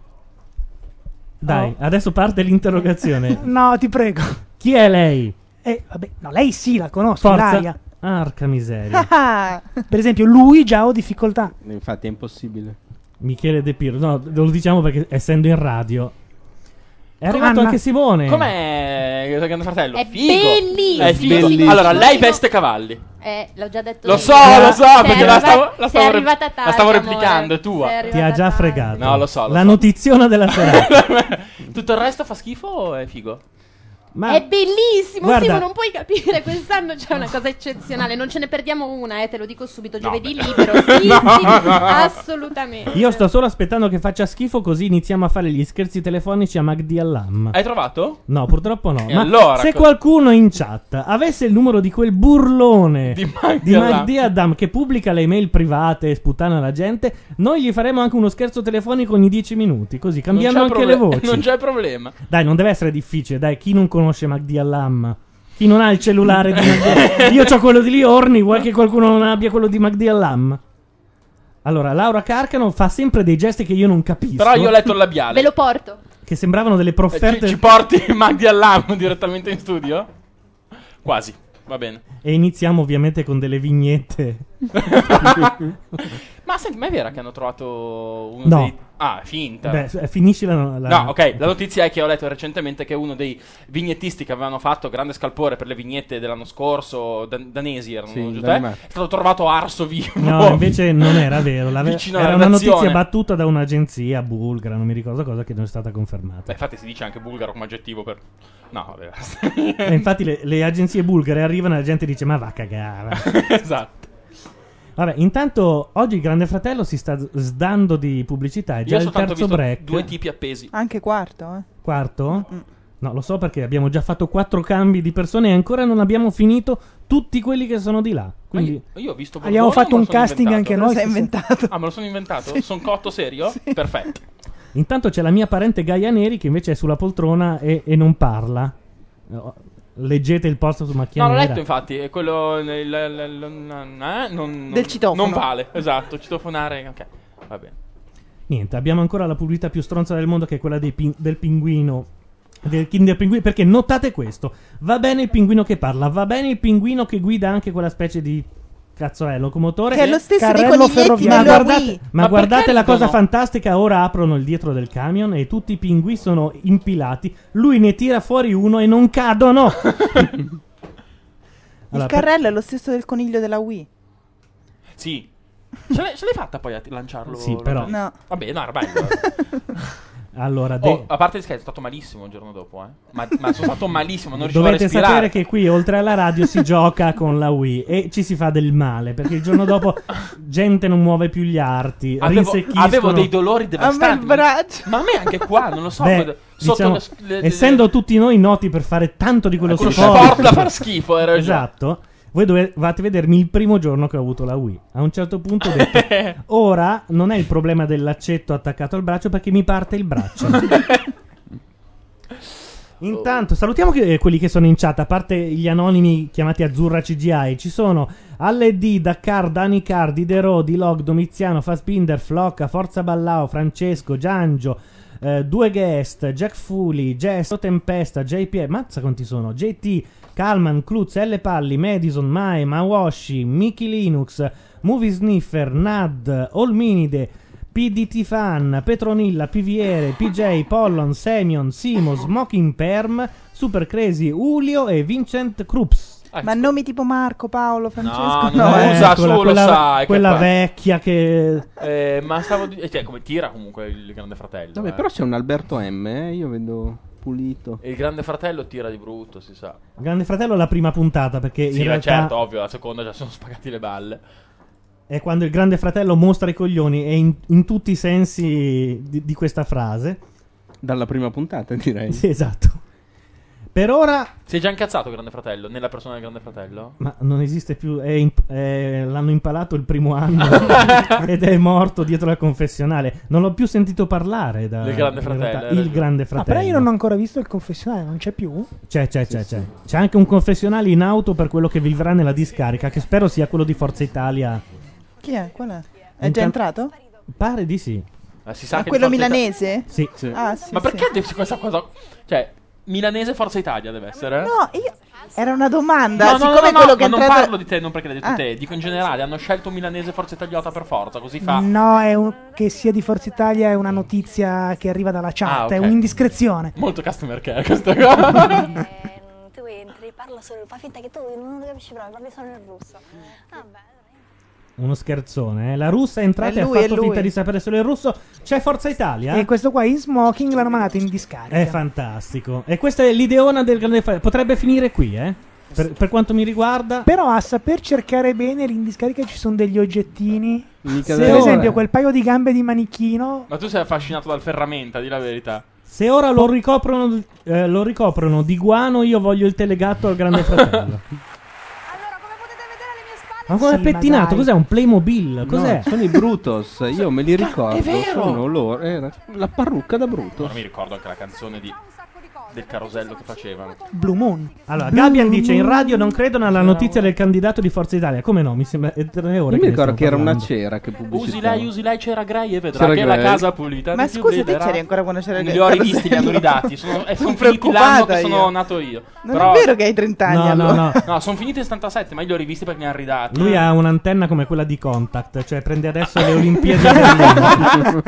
Dai, Oh. adesso parte l'interrogazione. No, ti prego. Chi è lei? Eh, vabbè, no, lei sì, la conosco, Forza. Ilaria. Arca miseria. Per esempio, lui già ho difficoltà. Infatti è impossibile. Michele De Piro. No, lo diciamo perché essendo in radio. È arrivato Anna. anche Simone. Com'è il grande fratello? È Figo. bellissimo. È figo. Bellissimo. Allora, lei veste cavalli. Eh, l'ho già detto Lo io. so, Sei lo so, Sei perché la arriva- stavo, la sei stavo, re- arrivata tardi, la stavo amore. replicando, è tua. Sei Ti ha arrivata già tardi. fregato. No, lo so, lo La so. notiziona della serata. Tutto il resto fa schifo o è figo? Ma È bellissimo, Guarda. Simo, non puoi capire. Quest'anno c'è una cosa eccezionale. Non ce ne perdiamo una, eh, te lo dico subito. No, Giovedì beh. libero. Sì, No, sì, no, no. assolutamente. io sto solo aspettando che faccia schifo, così iniziamo a fare gli scherzi telefonici a Magdi Allam. Hai trovato? No, purtroppo no. E Ma allora, se co- qualcuno in chat avesse il numero di quel burlone Di Magdi di Allam. Magdi Adam che pubblica le email private e sputtana la gente, noi gli faremo anche uno scherzo telefonico ogni dieci minuti, così cambiando Non c'è anche le proble- voci. Non c'è problema. Dai, non deve essere difficile, dai, chi non conosce Magdi Allam? Chi non ha il cellulare di Magdi Io ho quello di Liorni, vuoi che qualcuno non abbia quello di Magdi Allam? Allora, Laura Carcano fa sempre dei gesti che io non capisco. Però io ho letto il labiale. Ve lo porto. Che sembravano delle Eh, profferte. Ci, ci porti Magdi Allam direttamente in studio? Quasi. va bene. E iniziamo ovviamente con delle vignette. Ma senti, ma è vera che hanno trovato uno No. dei... Ah, finta. Beh, s- finisci la, la- No, ok, la notizia è che ho letto recentemente che uno dei vignettisti che avevano fatto grande scalpore per le vignette dell'anno scorso, dan- danesi erano, Sì, giusto? Eh? Danimarca. È stato trovato arso vivo. No, invece non era vero. la ve- Vicino era alla una redazione. notizia battuta da un'agenzia bulgara, non mi ricordo cosa, che non è stata confermata. Beh, infatti si dice anche bulgaro come aggettivo per... No, vabbè. E infatti le, le agenzie bulgare arrivano e la gente dice: ma va a cagare. Esatto. Vabbè, intanto oggi il Grande Fratello si sta sdando di pubblicità. È già Io ho il soltanto terzo visto break. due tipi appesi. Anche quarto, eh. Quarto? No, lo so perché abbiamo già fatto quattro cambi di persone e ancora non abbiamo finito tutti quelli che sono di là. Quindi Ma io, io ho visto Abbiamo Bordone, fatto o me un lo sono casting inventato? anche noi. Lo sei inventato. Ah, me lo sono inventato? Sono cotto serio? Perfetto. intanto c'è la mia parente Gaia Neri che invece è sulla poltrona e, e non parla. No, leggete il post su Macchia No, l'ho Nera. letto infatti, è quello... il- il- il- il- eh, non, Del citofono. Non vale, esatto, citofonare, ok, va bene. Niente, abbiamo ancora la pubblicità più stronza del mondo che è quella dei pin- del pinguino. Del Kinder Pinguino, perché notate questo: va bene il pinguino che parla, va bene il pinguino che guida anche quella specie di cazzo è locomotore, Che è lo stesso dei Carrello coniglietti ferroviario. della ma guardate, Wii. ma Ma guardate perché la cosa ridono? fantastica, ora aprono il dietro del camion e tutti i pinguini sono impilati, lui ne tira fuori uno e non cadono. Il Allora, per- carrello è lo stesso del coniglio della Wii. Sì. Ce l'hai, ce l'hai fatta poi a t- lanciarlo? Sì, però- No. Vabbè, no, era bello. allora de- Oh, a parte il scherzo, è stato malissimo il giorno dopo, eh. Ma, ma sono stato malissimo, non riuscivo a dovete respirare. sapere che qui oltre alla radio si gioca con la Wii e ci si fa del male perché il giorno dopo gente non muove più gli arti, Avevo, rinsecchiscono. avevo dei dolori A me il devastanti. braccio. Ma a me anche qua, non lo so. Beh, vedo- sotto diciamo, le- le- le- essendo tutti noi noti per fare tanto di quello quello sport, sport da far schifo, era già. esatto. Voi dovete vedermi il primo giorno che ho avuto la Wii. A un certo punto ho detto: ora non è il problema del laccetto attaccato al braccio perché mi parte il braccio. Intanto salutiamo che- quelli che sono in chat, a parte gli anonimi chiamati Azzurra C G I. Ci sono Alle D, Dakar, Dani Car, Diderot, Dilog, Domiziano, Fassbinder, Flocca, Forza Ballao, Francesco, Giangio, eh, due guest, Jack Fuli, Gesto Tempesta, J P, mazza quanti sono, J T, Kalman, Klutz, L Palli, Madison, Mae, Mawashi, Mickey Linux, Movie Sniffer, Nad, Olminide, P D T Fan, Petronilla, Piviere, P J, Pollon, Semion, Simo, Smoking Perm, Super Crazy, Ulio e Vincent Krups. Ma nomi tipo Marco, Paolo, Francesco? No, No, non eh. usa quella, solo, quella, sai. quella che poi- vecchia che... Eh, ma stavo di- cioè, come tira comunque il Grande Fratello. Vabbè, eh. però c'è un Alberto M, eh, io vedo pulito. E il Grande Fratello tira di brutto, si sa. Grande Fratello la prima puntata perché Sì, in ma realtà certo, ovvio, la seconda già sono spagati le balle. è quando il Grande Fratello mostra i coglioni e in, in tutti i sensi di, di questa frase. Dalla prima puntata, direi. Sì, esatto. Per ora Si è già incazzato il Grande Fratello, nella persona del Grande Fratello? ma non esiste più, è imp- è- l'hanno impalato il primo anno ed è morto dietro la confessionale. Non l'ho più sentito parlare da Del Grande in Fratello, realtà, hai il ragione. Grande Ah, Fratello. però io non ho ancora visto il confessionale, non c'è più? C'è, c'è, c'è, c'è. C'è anche un confessionale in auto per quello che vivrà nella discarica, che spero sia quello di Forza Italia. Chi è? Qual è? È Un già cal- entrato? Pare di sì. Ma si sa Ma che quello di Forza Ita- milanese? Sì. Sì. Ah, sì, Ma sì. perché deve- questa cosa? Cioè, milanese Forza Italia deve essere? No, io... Era una domanda. No, no, no, Siccome no, quello no, che è ma non entrato... parlo di te, non perché l'hai detto Ah. te, dico in generale, hanno scelto un milanese Forza Italiota per forza, così fa. No, è un- che sia di Forza Italia è una notizia che arriva dalla chat, Ah, ok. è un'indiscrezione. Molto customer care questa cosa. Tu entri, parla solo, fa finta che tu non lo capisci proprio, parli solo in russo. Vabbè. Uno scherzone, eh. La russa è entrata È e ha lui, è fatto lui. finta di sapere solo il russo. C'è Forza Italia? E questo qua in smoking l'hanno mandato in discarica. È fantastico. E questa è l'ideona del Grande Fratello. Potrebbe finire qui, eh. Per, per quanto mi riguarda. Però a saper cercare bene lì in discarica ci sono degli oggettini. Mica Per deve- esempio quel paio di gambe di manichino. Ma tu sei affascinato dal ferramenta, di la verità. Se ora lo ricoprono, eh, lo ricoprono di guano, io voglio il telegatto al Grande Fratello. Ma come è Sì, ma pettinato? dai. Cos'è? Un Playmobil? Cos'è? No, sono i Brutos, io me li ricordo. è vero! Sono loro. Era la parrucca da Brutus. Non mi ricordo anche la canzone di... del carosello che facevano. Blue Moon. Allora, Blue Gabian dice: in Moon. radio non credono alla notizia del candidato di Forza Italia. Come no? Mi sembra è tre ore. Io che mi ne ricordo stiamo che era una parlando. cera che pubblicitava. Usi lei, usi lei, c'era Gray e vedrà C'era che la Gray. casa pulita. Ma di più scusa, te vedrà. c'eri ancora quando c'era il Li ho rivisti, li hanno ridati. Sono, e sono finiti l'anno che sono nato io. Non Però- è vero che hai trenta anni No, no, allora. no. No, sono finiti nel settantasette, ma io li ho rivisti perché li hanno ridati. Lui ha un'antenna come quella di Contact, cioè prende adesso le Olimpiadi a Berlino.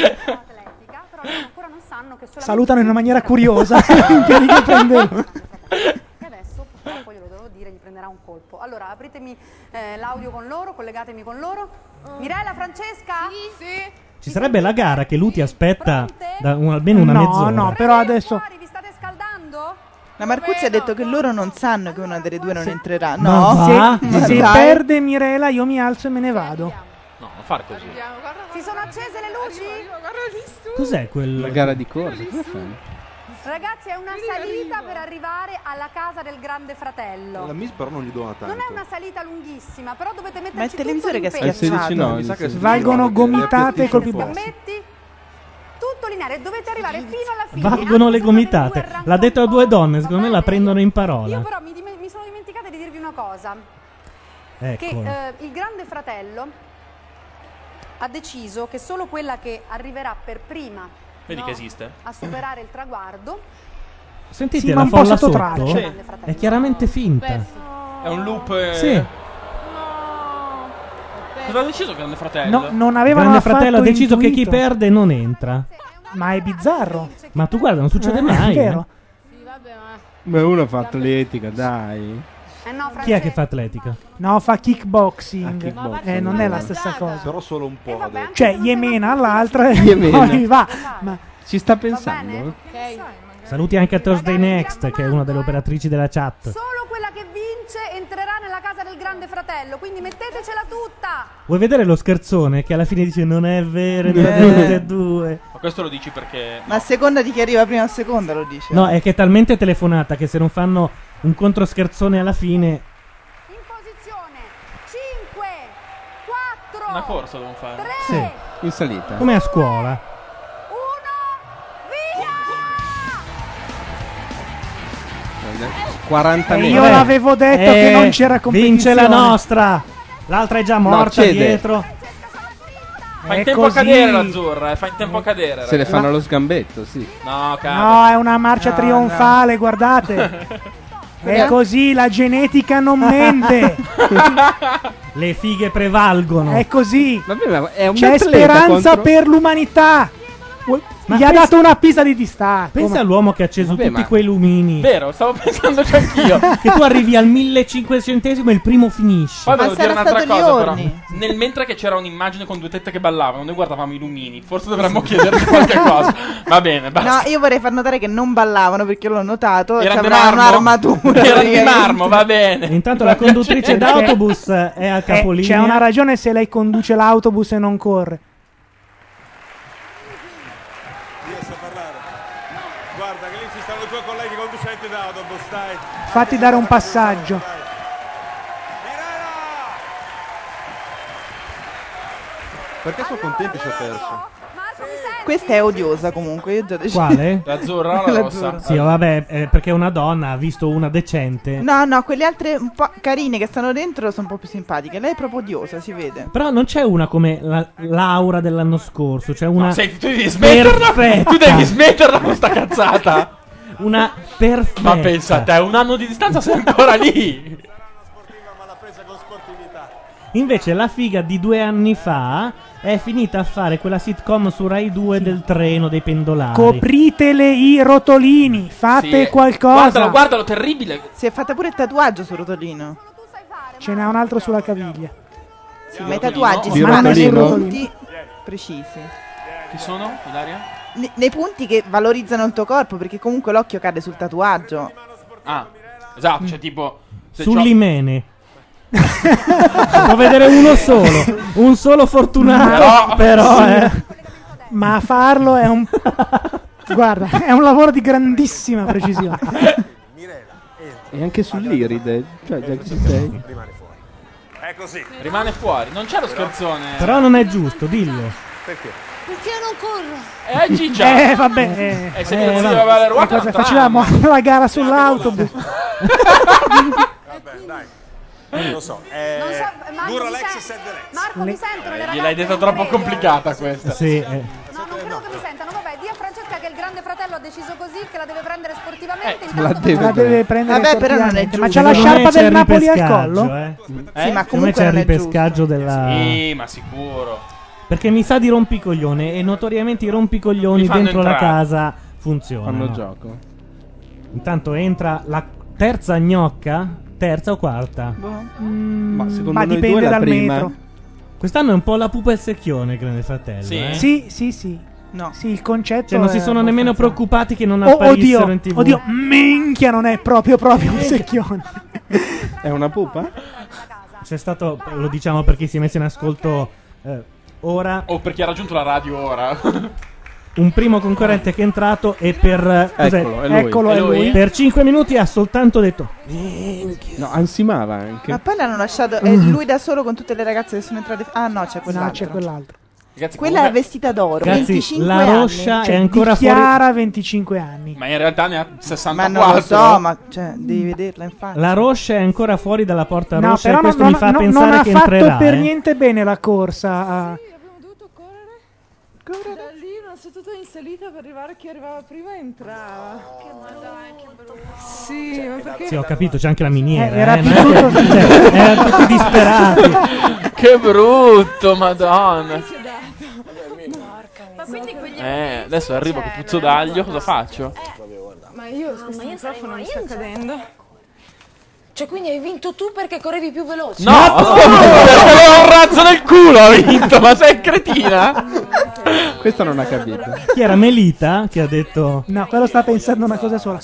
Salutano in una maniera curiosa. Olimpiadi che prendevano. E adesso purtroppo glielo devo dire, gli prenderà un colpo. Allora, apritemi eh, l'audio con loro, collegatemi con loro. Mirella, Francesca? Sì, sì. Ci sarebbe la gara che lui ti aspetta da un- almeno una No, mezz'ora. no, però adesso. La Marcuzzi ha detto che loro non sanno che una delle due non entrerà. Ma No, va? Ma Se dai. perde Mirela, io mi alzo e me ne vado. No, non fare così. Si sono accese le luci? Cos'è quel. La gara di corsa. come fai? Ragazzi, è una salita per arrivare alla casa del grande fratello. La Miss però non gli dona tanto. Non è una salita lunghissima, però dovete metterci Ma il televisore tutto che è l'impegno. sedici no, Mi sa che è Valgono sedici no, perché gomitate le e colpi appiattisce un po'. bossi. Tutto lineare, dovete arrivare fino alla fine. Valgono le gomitate. L'ha detto a due donne, secondo me la prendono in Io parola. però mi, dim- mi sono dimenticata di dirvi una cosa. Ecco. Che eh, il grande fratello ha deciso che solo quella che arriverà per prima Vedi no, che esiste? a superare il traguardo. Sentite Sì, ma la un po' folla sotto sotto? traccia. È chiaramente finta. È un loop. eh, Sì. Cosa ha deciso Grande Fratello? No, non avevano Grande affatto fratello ha deciso che chi intuito. perde non entra. Ma è bizzarro. Ma tu guarda, non succede Eh, mai. è vero. Beh, uno fa atletica, dai. Eh no, Chi è che fa atletica? No, fa kickboxing. Ah, kickboxing. Eh, non è la stessa cosa. Però solo un po'. adesso. Cioè, Yemena all'altra e Yemena. poi va. Ma Ci sta pensando? Saluti anche a Thursday Next, che è una delle operatrici della chat. Solo quella che vince entrerà nella casa del grande fratello, quindi mettetecela tutta. Vuoi vedere lo scherzone che alla fine dice non è vero, ne Eh. abbiamo tutte e due. Ma questo lo dici perché. Ma a seconda di chi arriva prima o seconda lo dice. No, è che è talmente telefonata che se non fanno un controscherzone alla fine. In posizione cinque, quattro, Una corsa devono fare. Sì. In salita. Come a scuola. quaranta E metri. io l'avevo detto Eh, che non c'era competizione. Vince la nostra. L'altra è già morta cede. dietro. Fa in È tempo così. a cadere l'azzurra, eh, fa in tempo a cadere. Se le ragazzi. fanno lo sgambetto, sì. No, cade. No, è una marcia No, trionfale, guardate. È così, la genetica non mente. Le fighe prevalgono. È così. Vabbè, ma è un C'è atleta speranza contro- per l'umanità. Ma Gli ha pensa- dato una pisa di distacco. Pensa ma- all'uomo che ha acceso Vabbè, tutti ma- quei lumini. Vero, stavo pensandoci anch'io. Che tu arrivi al millecinquecentesimo e il primo finisce. Poi Ma devo dire sarà un'altra stato cosa, però. Liorni. Nel mentre che c'era un'immagine con due tette che ballavano, noi guardavamo i lumini. Forse dovremmo chiedergli qualche cosa. Va bene, basta. No, io vorrei far notare che non ballavano perché l'ho notato. Erano di C'avevano marmo? un'armatura. Erano di praticamente. marmo, va bene. Intanto la conduttrice d'autobus è a Eh, capolinea. c'è una ragione se lei conduce l'autobus e non corre. Riesci a parlare? Guarda che lì ci stanno i tuoi colleghi conducenti d'autobus, dai. Fatti dare un passaggio. Perché sono contenti se ha perso? Questa è odiosa comunque. Io già deciso. Quale? L'azzurra o la rossa? L'azzurra. Sì, vabbè, eh, perché una donna ha visto una decente. No, no, quelle altre un po' carine che stanno dentro sono un po' più simpatiche. Lei è proprio odiosa, si vede. Però non c'è una come la, Laura dell'anno scorso. C'è una No, senti, tu devi smetterla. perfetta. Tu devi smetterla con sta cazzata. Una perfetta. Ma pensa a te, un anno di distanza sei ancora lì. Invece la figa di due anni fa è finita a fare quella sitcom su Rai due del treno dei pendolari. Copritele i rotolini. Fate Sì. qualcosa. Guardalo, guardalo, terribile. Si è fatta pure il tatuaggio su Rotolino. Ce n'è un altro sulla caviglia. Sì, ma i tatuaggi Di si fanno sui Rotolino? punti precisi. Chi sono, Ilaria? Ne- nei punti che valorizzano il tuo corpo, perché comunque l'occhio cade sul tatuaggio. Ah, esatto, cioè tipo se c'ho- Sull'imene. Può vedere uno solo. Un solo fortunato. Però- Però, Sì. eh. Ma a farlo è un. Guarda, è un lavoro di grandissima precisione. E anche sull'iride, cioè già che ci sei. È così. Rimane fuori, non c'è lo scherzone. Però non è giusto, dillo. Perché? Perché non corro? Eh, Gigia. Eh, vabbè. Eh, E se eh, mi zio vabbè. va alle E ruote, cosa è un facevamo? La gara sull'autobus. Vabbè, dai. Non lo so. Eh, Non so, Marco, dura mi l'ex sen- sed l'ex. Marco, mi sentono le Eh, ragazze? gliel'hai detta Non troppo credo. complicata questa. Sì, eh. No, non credo che mi sentano. Vabbè, di a Francesca che il grande fratello ha deciso così, che la deve prendere sportivamente. Intanto La deve, La deve prendere Vabbè, però non è sportivamente. Ma giusto. c'ha la Secondo me sciarpa c'è del il Napoli al ripescaggio, collo? eh. Sì, ma Secondo me comunque c'è il non è giusto. ripescaggio della... Sì, ma sicuro. Perché mi sa di rompicoglione e notoriamente i rompicoglioni Mi fanno dentro la entrare. casa funzionano. Fanno gioco. Intanto entra la terza gnocca, terza o quarta? Mm, Ma secondo ma noi dipende due la dal prima. metro. Quest'anno è un po' la pupa e il secchione, Grande Fratello. Sì? eh. Sì, sì, sì. No. Sì, il concetto Cioè non si è sono nemmeno abbastanza- preoccupati che non Oh, apparissero oddio, in tv. oddio, minchia, non è proprio proprio un secchione. È una pupa? C'è stato, lo diciamo per chi si è messo in ascolto eh, ora, O per chi ha raggiunto la radio ora. un primo concorrente che è entrato e per eh, cos'è? Eccolo, è lui. Eccolo, È è lui? lui. Per cinque minuti ha soltanto detto No, ansimava anche. Ma poi l'hanno lasciato. È lui da solo con tutte le ragazze che sono entrate. Ah, no, c'è No, quell'altro. c'è quell'altro. Ragazzi, Quella comunque- è vestita d'oro. Ragazzi, venticinque la anni. Roscia Cioè, è ancora fuori. dichiara venticinque anni. Ma in realtà ne ha Ma sessantaquattro. non lo so, ma cioè, devi vederla infatti. La Roscia è ancora fuori dalla porta No, rossa e però non, questo non- mi fa non- pensare non ha che fatto entrerà. per eh. niente bene la corsa. a- Da lì una seduta in salita per arrivare chi arrivava prima entrava. Ma dai, che brutto. Sì, ma perché? Sì, ho capito, c'è anche la miniera. Eh, era eh, più non è che- brutto- cioè, erano tutti disperati. Che brutto, madonna. Ma quindi quegli Eh, adesso arrivo che puzzo d'aglio, cosa faccio? Ma io su questo microfono mi sta cadendo. Cioè, quindi hai vinto tu perché correvi più veloce? No, perché avevo un razzo nel culo ho vinto, ma sei cretina? Questo non ha capito. Chi era Melita che ha detto No, quello sta pensando una cosa sola.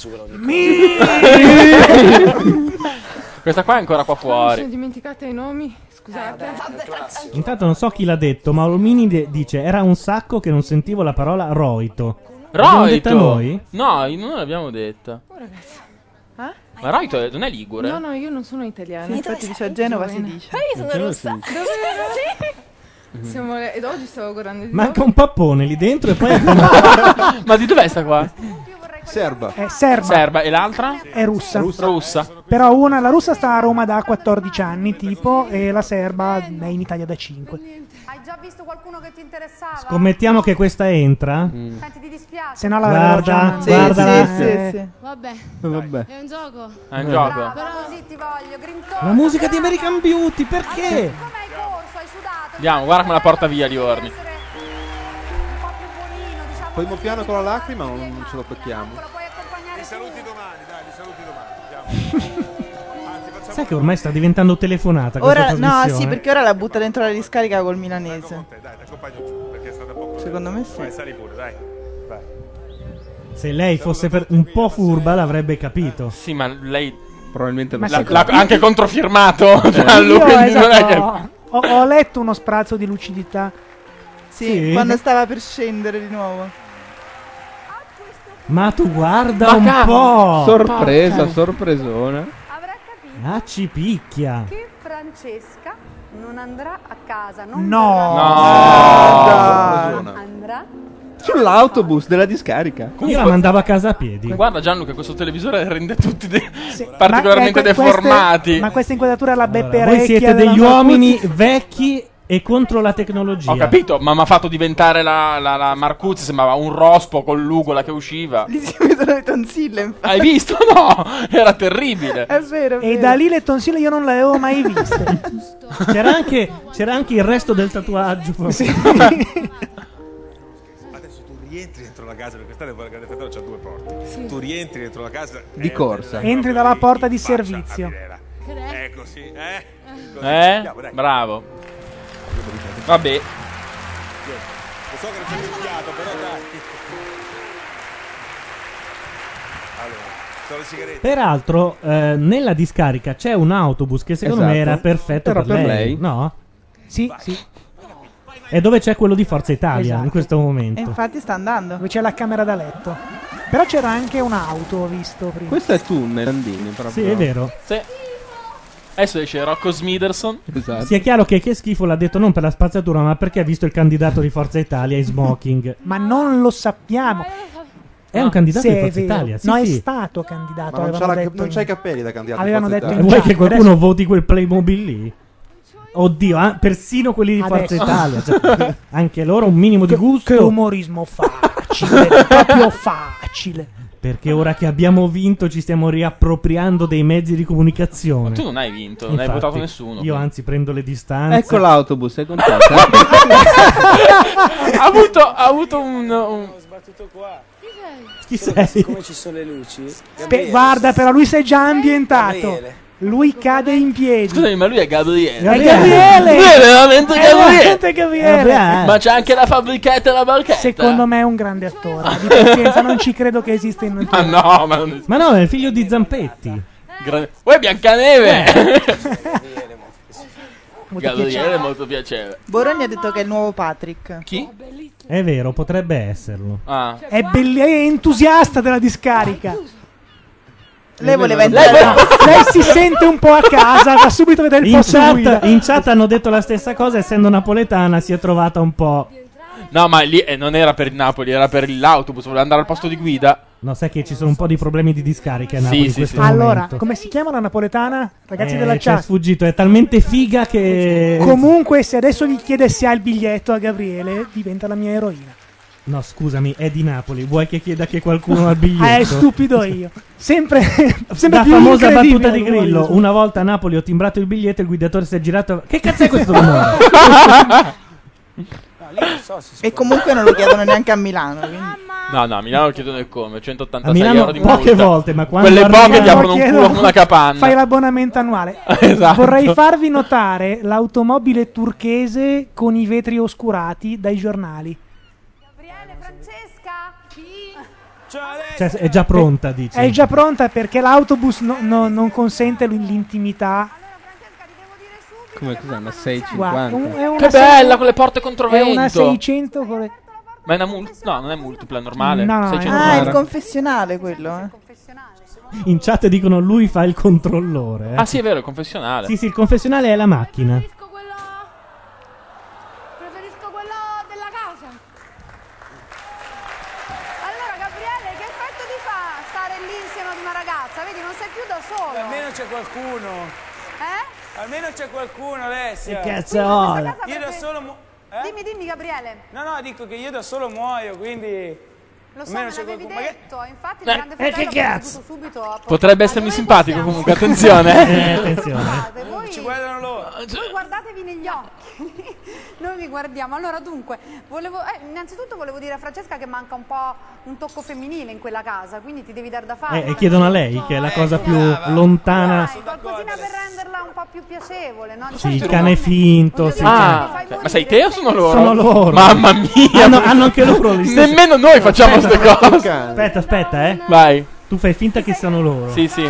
Questa qua è ancora qua Mi sono fuori. dimenticata i nomi, scusate. Intanto non so chi l'ha detto, ma Olmini de- dice era un sacco che non sentivo la parola roito. L'abbiamo detta Roito? noi? No, non l'abbiamo detta. Oh, ragazzi. Ma Roito è- non è ligure? No, no, io non sono italiana. Infatti dice a Genova si dice. Eh, io sono russa. Davvero? Siamo le- Ed oggi stavo guardando di Manca nuovo. un pappone lì dentro e poi Ma di dov'è sta qua? Serba. È serba, Serba. E l'altra? è russa. Russa. Però una, la russa sta a Roma da quattordici anni, tipo, e la serba è in Italia da cinque. Hai già visto qualcuno che ti interessava? scommettiamo che questa entra. Senti, ti dispiace? Se no l'avevo già Guarda, mandato. guarda. Sì, sì, sì. Vabbè, Vabbè. è un gioco. È un gioco. Brava, così ti voglio, Grintone. La musica di American Beauty, perché? Come hai corso, hai sudato? Andiamo, guarda come la porta via Liorni. Essere un po' più buonino, diciamo. Primo piano con la lacrima o non ce lo tocchiamo? Lo puoi accompagnare Li tu. saluti domani, dai, li saluti domani. Andiamo. Anzi, facciamo Sai che ormai sta diventando telefonata questa Ora, no, trasmissione? sì, perché ora la butta dentro la discarica col milanese. con te, dai, ti accompagno giù, perché è stata poco. Secondo me sì. Vai, sali pure, dai. Vai. Se lei fosse per- un po' furba l'avrebbe capito. Sì, ma lei Probabilmente Ma l'ha, secondo- l'ha anche controfirmato Gianlu, Io, quindi non è esatto, che... ho, ho letto uno sprazzo di lucidità. Sì, Sì? quando stava per scendere di nuovo. Ma tu guarda Ma un cavolo. po'. Sorpresa, sorpresona. Avrà capito Ah, ci picchia. che Francesca non andrà a casa, non No. verrà. Sorpresona. Andrà Sull'autobus della discarica. Io la mandavo a casa a piedi. Guarda Gianlu che questo televisore rende tutti de- Sì, particolarmente ma, eh, que- deformati. Queste, ma questa inquadratura è la Beppe Allora, voi Recchia siete della degli Marcuzzi. uomini vecchi e contro la tecnologia. Ho capito, ma mi ha fatto diventare la, la, la Marcuzzi, sembrava un rospo con l'ugola che usciva. Gli si vedono le tonsille, infatti. Hai visto? No, era terribile. È vero, è E vero. da lì le tonsille io non le avevo mai viste. C'era anche, c'era anche il resto del tatuaggio. Adesso tu rientri dentro la casa, perché quest'anno il Grande Fratello c'ha due porte. Tu rientri dentro la casa Di eh, corsa. eh, Entri proprio dalla lì, porta in di faccia a servizio. Pirela. È così, eh? Così. Eh? Andiamo, dai. Bravo. Vabbè. Lo so che non c'è più fiato, però dai. Allora, sono le sigarette. Peraltro, eh, nella discarica c'è un autobus che secondo me Esatto. era perfetto Era per, per lei. lei. No? Sì, sì. E dove c'è quello di Forza Italia Esatto. in questo E momento. infatti sta andando. Dove c'è la camera da letto. Però c'era anche un'auto, ho visto prima. Questo è tunnel, Andini, proprio. Sì, è vero. Sì. Adesso esce Rocco Smiderson. Esatto. Sia chiaro che che schifo l'ha detto non per la spazzatura, ma perché ha visto il candidato di Forza Italia in smoking. Ma non lo sappiamo. È un candidato Se di è Forza vero. Italia, sì, no, sì. è stato candidato. Ma non, avevano c'ha la- detto non in- c'ha i capelli da candidato. di Avevano Forza detto Italia. in Vuoi che chat, qualcuno voti quel Playmobil lì? Oddio, ah, persino quelli di Forza Adesso. Italia. Cioè, anche loro un minimo di gusto. Che umorismo facile, proprio facile. Perché ora che abbiamo vinto ci stiamo riappropriando dei mezzi di comunicazione. Tu non hai vinto, non hai Infatti, votato nessuno. Io anzi prendo le distanze. Ecco l'autobus, è contenta. ha avuto, ha avuto un, un... Chi sei? Come ci sono le luci? Spe- guarda, però lui si è già ambientato. Gabriele. Lui cade in piedi. Scusami, ma lui è Gabriele. È Gabriele! Lui è veramente È Gabriele. veramente Gabriele. Ma c'è anche la fabbrichetta e la barchetta. Secondo me è un grande attore. Di pazienza, non ci credo che esista in Ma no, ma non Ma no, è il figlio di Zampetti. Gra- Uè, Biancaneve! Molto Gabriele, piacere. molto piacere. Borogna ha detto che è il nuovo Patrick. Chi? È vero, potrebbe esserlo. Ah. È, belli- è entusiasta della discarica. Lei voleva Lei, entrare. lei si sente un po' a casa, va subito a vedere il In posto guida. chat, in chat hanno detto la stessa cosa, essendo napoletana si è trovata un po'... No, ma lì eh, non era per il Napoli, era per l'autobus, voleva andare al posto di guida. No, sai che ci sono un po' di problemi di discarica a Napoli Sì, in sì, questo sì. Allora, momento. come si chiama la napoletana? Ragazzi Eh, della ci è chat. sfuggito, è talmente figa che... Comunque, se adesso gli chiede se ha il biglietto a Gabriele, diventa la mia eroina. No, scusami, è di Napoli. Vuoi che chieda che qualcuno ha il biglietto? Ah, è stupido io. Sempre, sempre La più famosa battuta incredibile di lui. Grillo. Una volta a Napoli ho timbrato il biglietto e il guidatore si è girato. Che cazzo è questo rumore? E comunque non lo chiedono neanche a Milano. Quindi. No, no, a Milano chiedono il come, A centottantasei Milano euro di poche multa. volte, ma quando Quelle arriva- poche ti aprono un chiedo- culo come una capanna. Fai l'abbonamento annuale. Esatto. Vorrei farvi notare l'automobile turchese con i vetri oscurati dai giornali. Cioè, è già pronta, dici. È già pronta perché l'autobus no- no- non consente l- l'intimità. Come cos'è? Una Guarda, seicentocinquanta? un- è una Che sei- bella con le porte controvento. È una seicento con le- Ma è una mul- no, non è multipla, è normale. No, no, seicento. Ah, il confessionale quello. Eh. In chat dicono lui fa il controllore. eh. Ah, sì, è vero, il confessionale. Sì, sì, il confessionale è la macchina. Preferisco quello della casa. Allora, Gabriele, che effetto ti fa stare lì insieme ad una ragazza? Vedi, non sei più da solo. Almeno c'è qualcuno. Eh? Almeno c'è qualcuno, Alessia. Che cazzola. Io da solo mu- eh? Dimmi, dimmi, Gabriele. No, no, dico che io da solo muoio, quindi Lo so, almeno me c'è l'avevi qualcuno. Ma che- detto. Infatti, il Eh, grande eh, fratello che mi ha cazzo? dovuto subito a Potrebbe essermi simpatico comunque, attenzione. Eh, attenzione. Guardate, voi, Ci guardano loro. voi guardatevi negli occhi. Noi vi guardiamo. Allora, dunque, volevo, eh, innanzitutto volevo dire a Francesca che manca un po' un tocco femminile in quella casa, quindi ti devi dar da fare. Eh, e chiedono a lei, che è la cosa più lontana. Dai, qualcosina per renderla un po' più piacevole, no? Di Sì, il solito cane le donne- finto. Sì, Ah, cioè- ok. Ma sei te o sono loro? Sono loro. Mamma mia. Hanno, hanno anche loro le stesse- Nemmeno noi facciamo Aspetta, queste cose. Aspetta, aspetta, eh. Vai. Tu fai finta che siano loro. Sì, sì. Non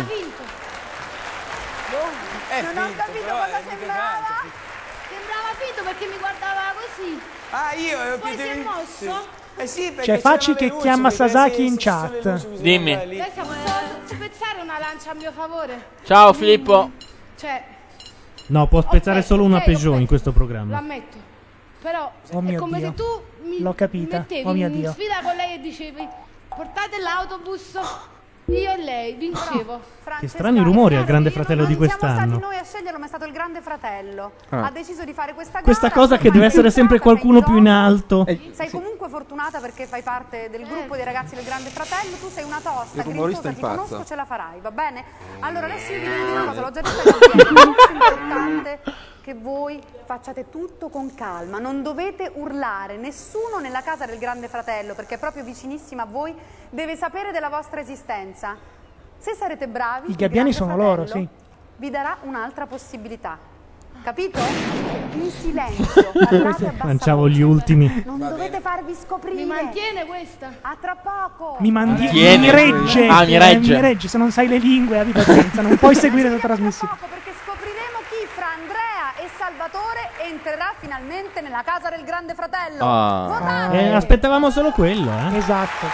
ho capito cosa sembrava. Sembrava finto perché mi guardava così. Ah, io ero Poi più si è di- mosso. Eh sì, perché C'è Facci c'erano che le luci, chiama perché Sasaki se- in se ci sono le chat. luci bisogna Dimmi. andare lì. Noi siamo spezzare una lancia a mio favore. Ciao Filippo. Cioè, No, può spezzare Ok, solo una ok, Peugeot ok. in questo programma. l'ammetto. Però Oh è mio come Dio. se tu mi, L'ho capita. mi mettevi Oh mio in Dio. sfida con lei e dicevi portate l'autobus, io e lei, vincevo. Che strani rumori al grande fratello di Non siamo stati quest'anno. noi a sceglierlo, ma è stato il grande fratello. Ah. Ha deciso di fare questa gara. Questa cosa che deve essere sempre qualcuno più in alto. Sei comunque fortunata perché fai parte del gruppo dei ragazzi del Grande Fratello. Tu sei una tosta, Il rumorista grintosa, ti impazza. conosco, ce la farai, va bene? Allora adesso io vi devo dire una cosa, l'ho già detto agli altri, è molto importante che voi facciate tutto con calma. Non dovete urlare, nessuno nella casa del Grande Fratello, perché è proprio vicinissima a voi, deve sapere della vostra esistenza. Se sarete bravi, I gabbiani il sono Grande loro, Fratello sì. vi darà un'altra possibilità. Capito? In silenzio, parlate a bassa Lanciavo gli voce. ultimi. Non dovete farvi scoprire. Mi mantiene questa? A tra poco. Mi, mandi- Tiene. mi regge. Ah, mi eh, regge. mi regge. Se non sai le lingue, abbi pazienza. Non puoi seguire la trasmissione. Poco, perché scopriremo chi fra Andrea e Salvatore entrerà finalmente nella casa del Grande Fratello. Ah. Votate! Eh, aspettavamo solo quello, eh. Esatto.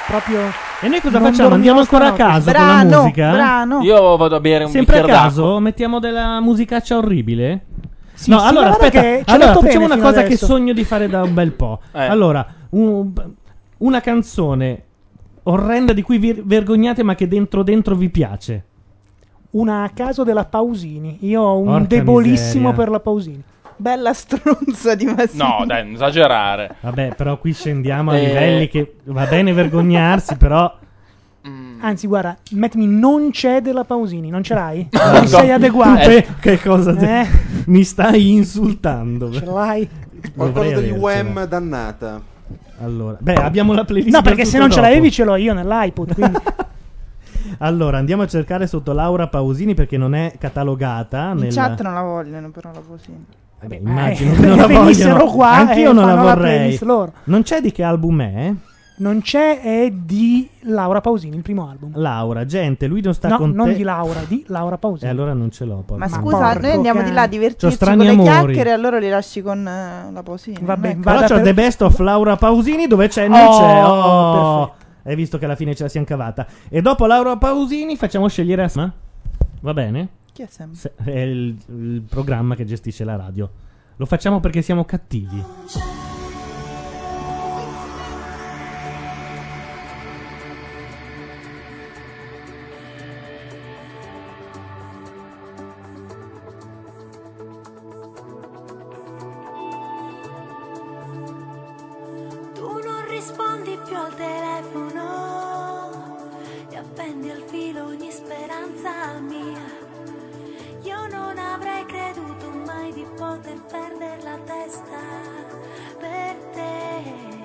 proprio. E noi cosa non facciamo? Andiamo dormiamo ancora a stanotte. caso con la Brano, musica? brano. Io vado a bere un Sempre a bicchiere caso? d'acqua. Mettiamo della musicaccia orribile? Sì, no, sì, allora guarda aspetta, che ci ha allora detto facciamo bene una fino cosa adesso. che sogno di fare da un bel po'. Eh. Allora, un- una canzone orrenda di cui vi vergognate ma che dentro dentro vi piace. Una a caso della Pausini. Io ho un Porca debolissimo miseria. per la Pausini. Bella stronza di Massimo. No, dai, non esagerare. Vabbè, però qui scendiamo a Eh. livelli che va bene vergognarsi, però Anzi, guarda, mettimi non c'è della Pausini, non ce l'hai? No. Non sei adeguato. Eh, che cosa te- Eh? mi stai insultando? Ce l'hai? Dovrei Qualcosa degli avercela. Wham dannata. Allora, beh, abbiamo la playlist. No, per perché se tutto non ce dopo. l'avevi ce l'ho io nell'iPod, quindi Allora, andiamo a cercare sotto Laura Pausini perché non è catalogata. In nel... chat non la vogliono però la Pausini. Vabbè, immagino eh, che non la venissero vogliono. qua Anch'io e non la fanno la vorrei. playlist loro. Non c'è di che album è? non c'è, è di Laura Pausini, il primo album. Laura, gente, lui non sta No, con non te. di Laura, di Laura Pausini. E allora non ce l'ho. porca Ma miseria. scusa, noi andiamo di là a C'ho divertirci strani con le amori. chiacchiere e allora li lasci con eh, la Pausini. Vabbè, Non è- Però c'ho The Best of Laura Pausini dove c'è non Oh, c'è. Oh, perfetto. hai visto che alla fine ce la siamo cavata. E dopo Laura Pausini facciamo scegliere Asma? Va bene? Chi è Sam? Se- è il, il programma che gestisce la radio. Lo facciamo perché siamo cattivi. Tu non rispondi più al telefono e appendi al filo ogni speranza mia. Io non avrei creduto mai di poter perdere la testa per te.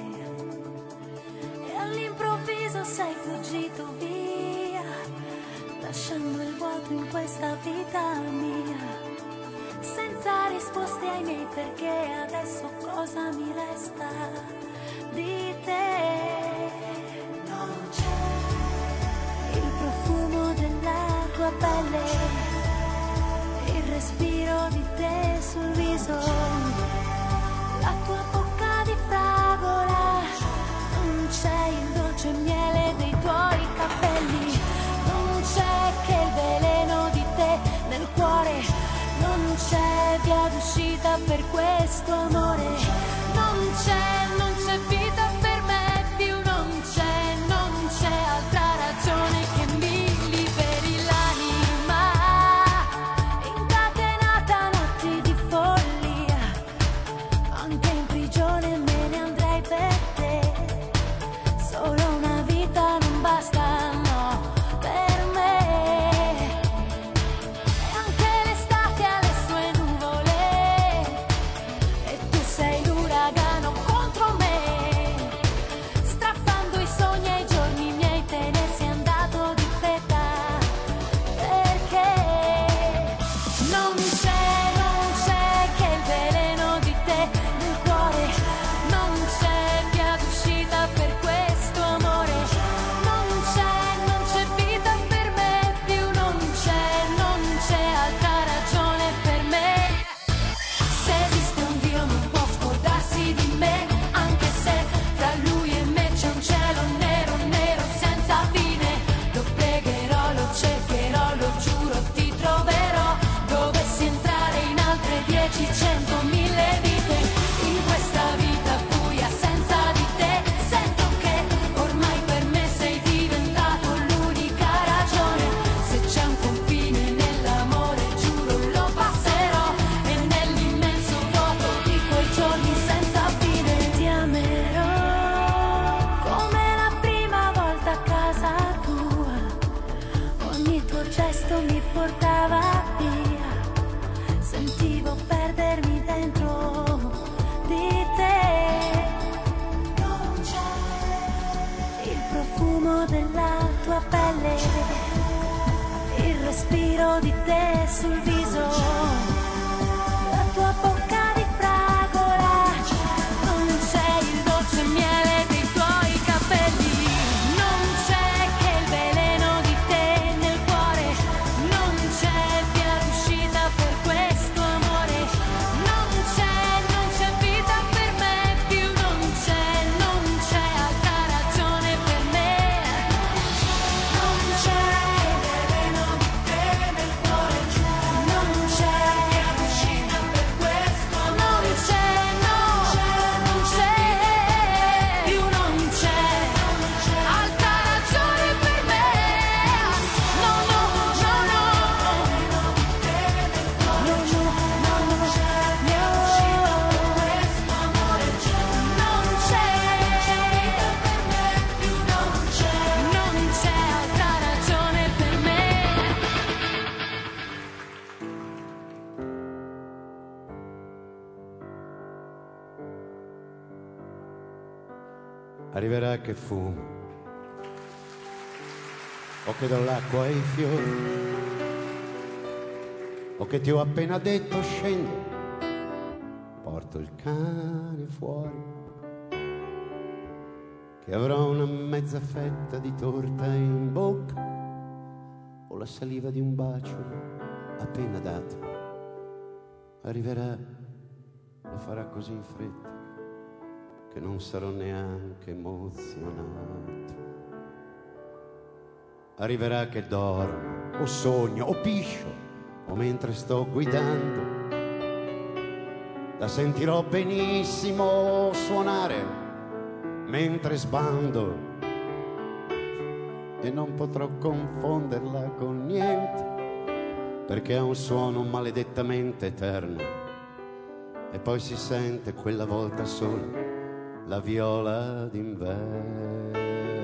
E all'improvviso sei fuggito via, lasciando il vuoto in questa vita mia. Senza risposte ai miei perché adesso cosa mi resta di te? Non c'è il profumo della tua pelle, il respiro di te sul viso, la tua bocca di fragola, non c'è il dolce miele dei tuoi capelli, non c'è che il veleno di te nel cuore. Non c'è via d'uscita per questo amore, non c'è, non c'è vita per me più, non c'è, non c'è altra ragione che mi liberi l'anima, incatenata a notti di follia, anche in prigione me ne andrei per te, solo una vita non basta, no, per me. Gesto mi portava via, sentivo perdermi dentro di te. Non c'è il profumo della tua pelle, il respiro di te sul viso, la tua bocca di fragola, non c'è il dolce miele dei tuoi capelli, non c'è che il veleno di te nel cuore, non c'è via d'uscita per questo amore, non c'è, non c'è vita per me più, non c'è, non c'è altra ragione per me. arriverà che fumo o che do l'acqua ai fiori o che ti ho appena detto scendi, porto il cane fuori, che avrò una mezza fetta di torta in bocca o la saliva di un bacio appena dato. Arriverà, lo farà così in fretta che non sarò neanche emozionato. Arriverà che dormo o sogno o piscio o mentre sto guidando, la sentirò benissimo suonare mentre sbando e non potrò confonderla con niente perché ha un suono maledettamente eterno e poi si sente quella volta sola la viola d'inverno.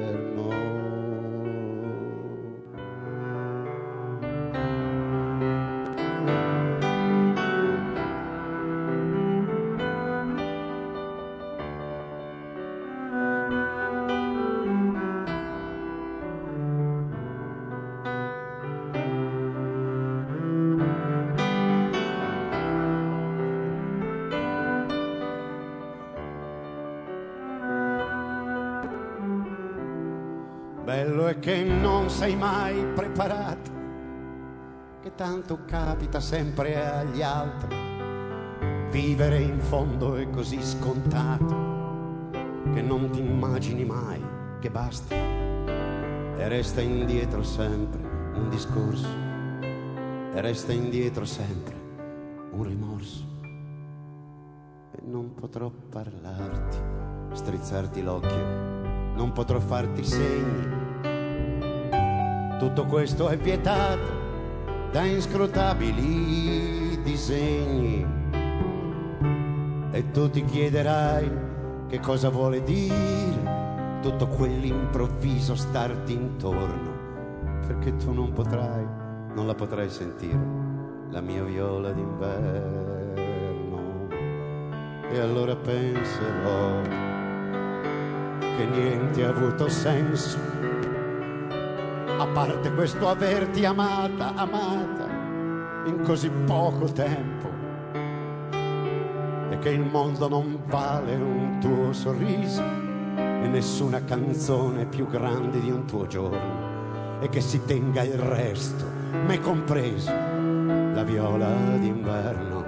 Bello è che non sei mai preparato, che tanto capita sempre agli altri. Vivere in fondo è così scontato che non ti immagini mai che basta e resta indietro sempre un discorso e resta indietro sempre un rimorso e non potrò parlarti, strizzarti l'occhio, non potrò farti segni. Tutto questo è vietato da inscrutabili disegni e tu ti chiederai che cosa vuole dire tutto quell'improvviso starti intorno, perché tu non potrai, non la potrai sentire, la mia viola d'inverno. E allora penserò che niente ha avuto senso a parte questo averti amata, amata in così poco tempo, e che il mondo non vale un tuo sorriso e nessuna canzone più grande di un tuo giorno, e che si tenga il resto, me compreso, la viola d'inverno.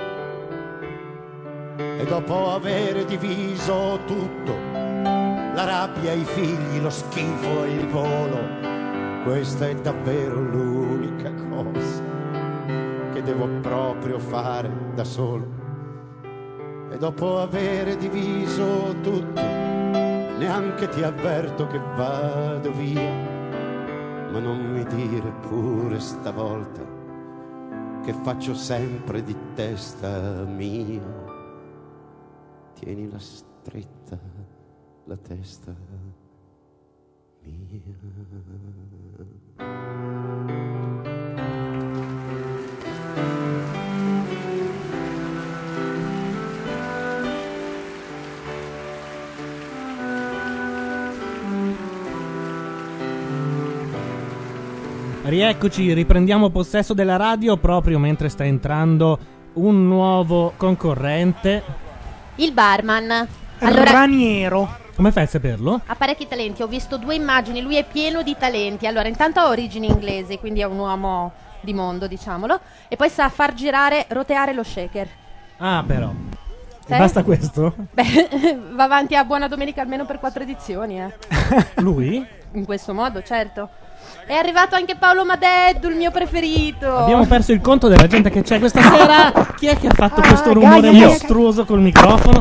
E dopo aver diviso tutto, la rabbia, i figli, lo schifo e il volo, questa è davvero l'unica cosa che devo proprio fare da solo. E dopo aver diviso tutto, neanche ti avverto che vado via, ma non mi dire pure stavolta che faccio sempre di testa mia. Tienila stretta la testa mia. Rieccoci, riprendiamo possesso della radio proprio mentre sta entrando un nuovo concorrente. Il barman. Raniero. Come fai a saperlo? Ha parecchi talenti, ho visto due immagini, lui è pieno di talenti. Allora, intanto ha origini inglesi, quindi è un uomo di mondo, diciamolo. E poi sa far girare, roteare lo shaker. Ah, però. Sì? E basta questo? Beh, va avanti a Buona Domenica almeno per quattro edizioni, eh. Lui? In questo modo, certo. È arrivato anche Paolo Madeddu, il mio preferito. Abbiamo perso il conto della gente che c'è questa sera. Chi è che ha fatto Ah, questo rumore Gaia, mostruoso col microfono?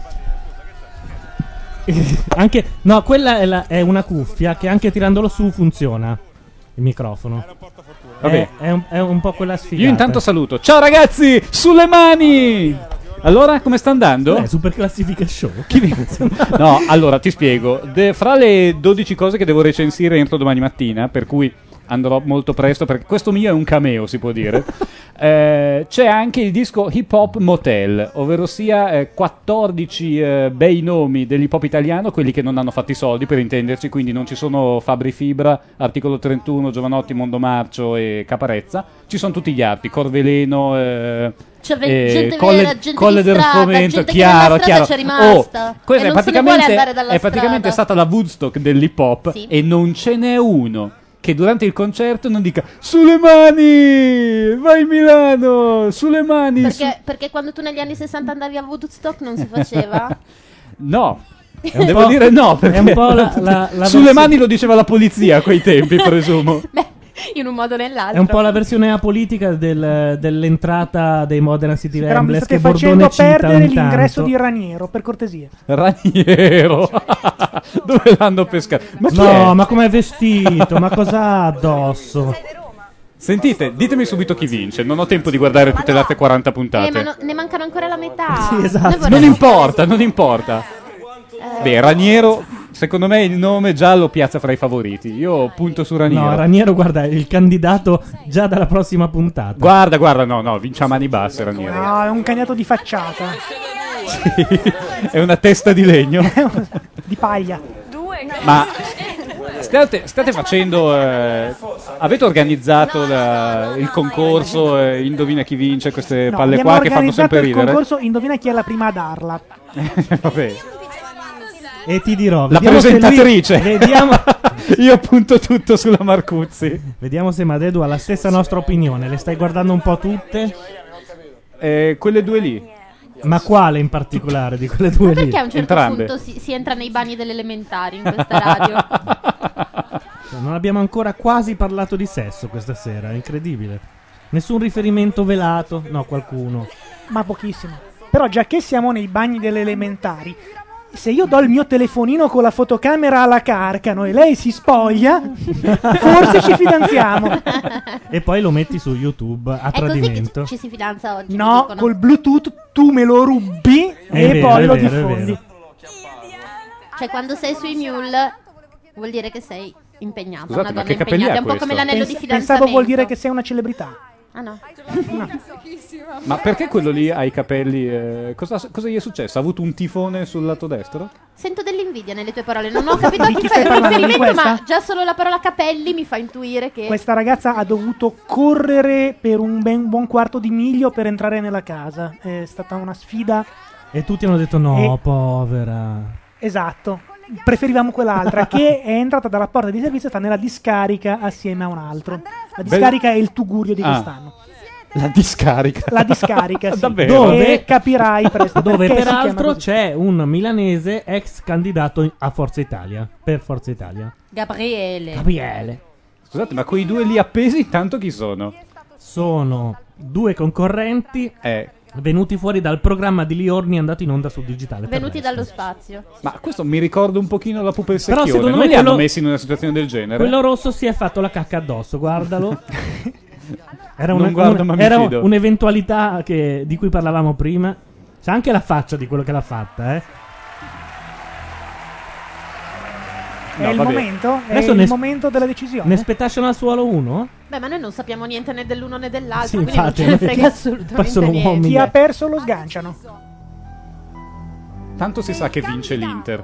Anche no, quella è, la, è una cuffia che anche tirandolo su funziona il microfono. Vabbè. È, è, un, è un po' quella sfigata. Io intanto saluto. Ciao ragazzi, sulle mani! Allora, come sta andando? È super classifica show. No, allora ti spiego. De- fra le dodici cose che devo recensire entro domani mattina, per cui andrò molto presto, perché questo mio è un cameo, si può dire. Eh, c'è anche il disco Hip Hop Motel, ovvero sia eh, quattordici eh, bei nomi dell'hip hop italiano, quelli che non hanno fatto i soldi, per intenderci, quindi non ci sono Fabri Fibra, Articolo trentuno, Giovanotti, Mondomarcio e Caparezza, ci sono tutti gli altri, Corveleno, eh, Cioè, ve- eh, gente Colle, vera, gente Colle di del strada, Fomento, gente che chiaro, nella strada chiaro. c'è rimasta. Oh, questa E è non se ne vuole praticamente, andare dalla è praticamente strada. stata la Woodstock dell'hip hop, Sì. e non ce n'è uno che durante il concerto non dica sulle mani, vai Milano, sulle mani. su-" Perché, perché quando tu negli anni sessanta andavi a Woodstock non si faceva? No. È un Devo po'- dire no, perché è un po' la- la- la sulle versione- mani lo diceva la polizia a quei tempi, presumo. In un modo o nell'altro. È un po' la versione apolitica del- dell'entrata dei Modena City Però mi Ramblers state che Bordone facendo cita perdere ogni l'ingresso tanto. di Raniero, per cortesia. Raniero. Dove l'hanno pescato? Ma chi è? No, ma com'è vestito? Ma cosa ha addosso? Sentite, ditemi subito chi vince. Non ho tempo di guardare tutte le altre quaranta puntate. Eh, ma no- ne mancano ancora la metà. Sì, esatto. Noi Non vorremmo- importa, non importa. Beh, Raniero, secondo me il nome già lo piazza fra i favoriti. Io punto su Raniero. No, Raniero, guarda, è il candidato già dalla prossima puntata. Guarda, guarda, no, no, vince a mani basse Raniero. No, è un cagnato di facciata. È una testa di legno. Di paglia. Ma state, state facendo. eh, avete organizzato la- il concorso? eh, indovina chi vince? Queste No, palle abbiamo qua che fanno organizzato sempre il ridere. concorso, indovina chi è la prima a darla. Vabbè. E ti dirò, La vediamo se lui- presentatrice. vediamo, Io punto tutto sulla Marcuzzi. vediamo se Madedu ha la stessa nostra opinione. Le stai guardando un po' tutte? Eh, quelle due lì. Ma quale in particolare di quelle due lì? Perché a un certo Entrambe. punto si, si entra nei bagni delle elementari in questa radio? Cioè, non abbiamo ancora quasi parlato di sesso questa sera, è incredibile. Nessun riferimento velato, no, qualcuno. Ma pochissimo. Però già che siamo nei bagni delle elementari, se io do il mio telefonino con la fotocamera alla Carcano e lei si spoglia, forse ci fidanziamo. E poi lo metti su YouTube a È così che tradimento. ci, ci si fidanza oggi. mi No, dicono. col Bluetooth tu me lo rubi È e vero, poi è lo vero, è diffondi. vero. Cioè, quando sei sui mule, vuol dire che sei impegnata. Scusate, una ma donna che capelli impegnata. ha È un po' come questo? l'anello Pens- di fidanzamento. pensavo vuol dire che sei una celebrità. Ah, no. Ma perché quello lì ha i capelli? eh, cosa, cosa gli è successo? Ha avuto un tifone sul lato destro? Sento dell'invidia nelle tue parole. Non ho capito a Di chi chi fai stai parlando, di riferimento, questa? ma già solo la parola capelli mi fa intuire che. Questa ragazza ha dovuto correre per un ben buon quarto di miglio per entrare nella casa. È stata una sfida. E tutti hanno detto no, E- povera. Esatto. Preferivamo quell'altra che è entrata dalla porta di servizio e sta nella discarica assieme a un altro. La discarica è il tugurio di Ah. quest'anno. La discarica. La discarica, sì. Davvero? Dove? E capirai presto Dove perché si chiama peraltro così. c'è un milanese ex candidato a Forza Italia. Per Forza Italia. Gabriele. Gabriele. Scusate, ma quei due lì appesi intanto chi sono? Sono due concorrenti Eh, venuti fuori dal programma di Liorni andato in onda sul digitale. Venuti terrestre. dallo spazio. ma questo mi ricorda un pochino la pupa e il Però secchione. secondo Non me li hanno quello- messi in una situazione del genere? Quello rosso si è fatto la cacca addosso, guardalo. Era, Non una- guardo, un- ma mi era fido. un'eventualità che- di cui parlavamo prima. C'ha anche la faccia di quello che l'ha fatta, eh. È No, il vabbè. momento? È Adesso il ne- momento della decisione. Ne spettasciano al suolo uno? Beh, ma noi non sappiamo niente né dell'uno né dell'altro, Sì, quindi infatti, non ce ne noi- frega assolutamente poi sono niente. uomini. Chi ha perso lo sganciano. Tanto si sa che vince l'Inter.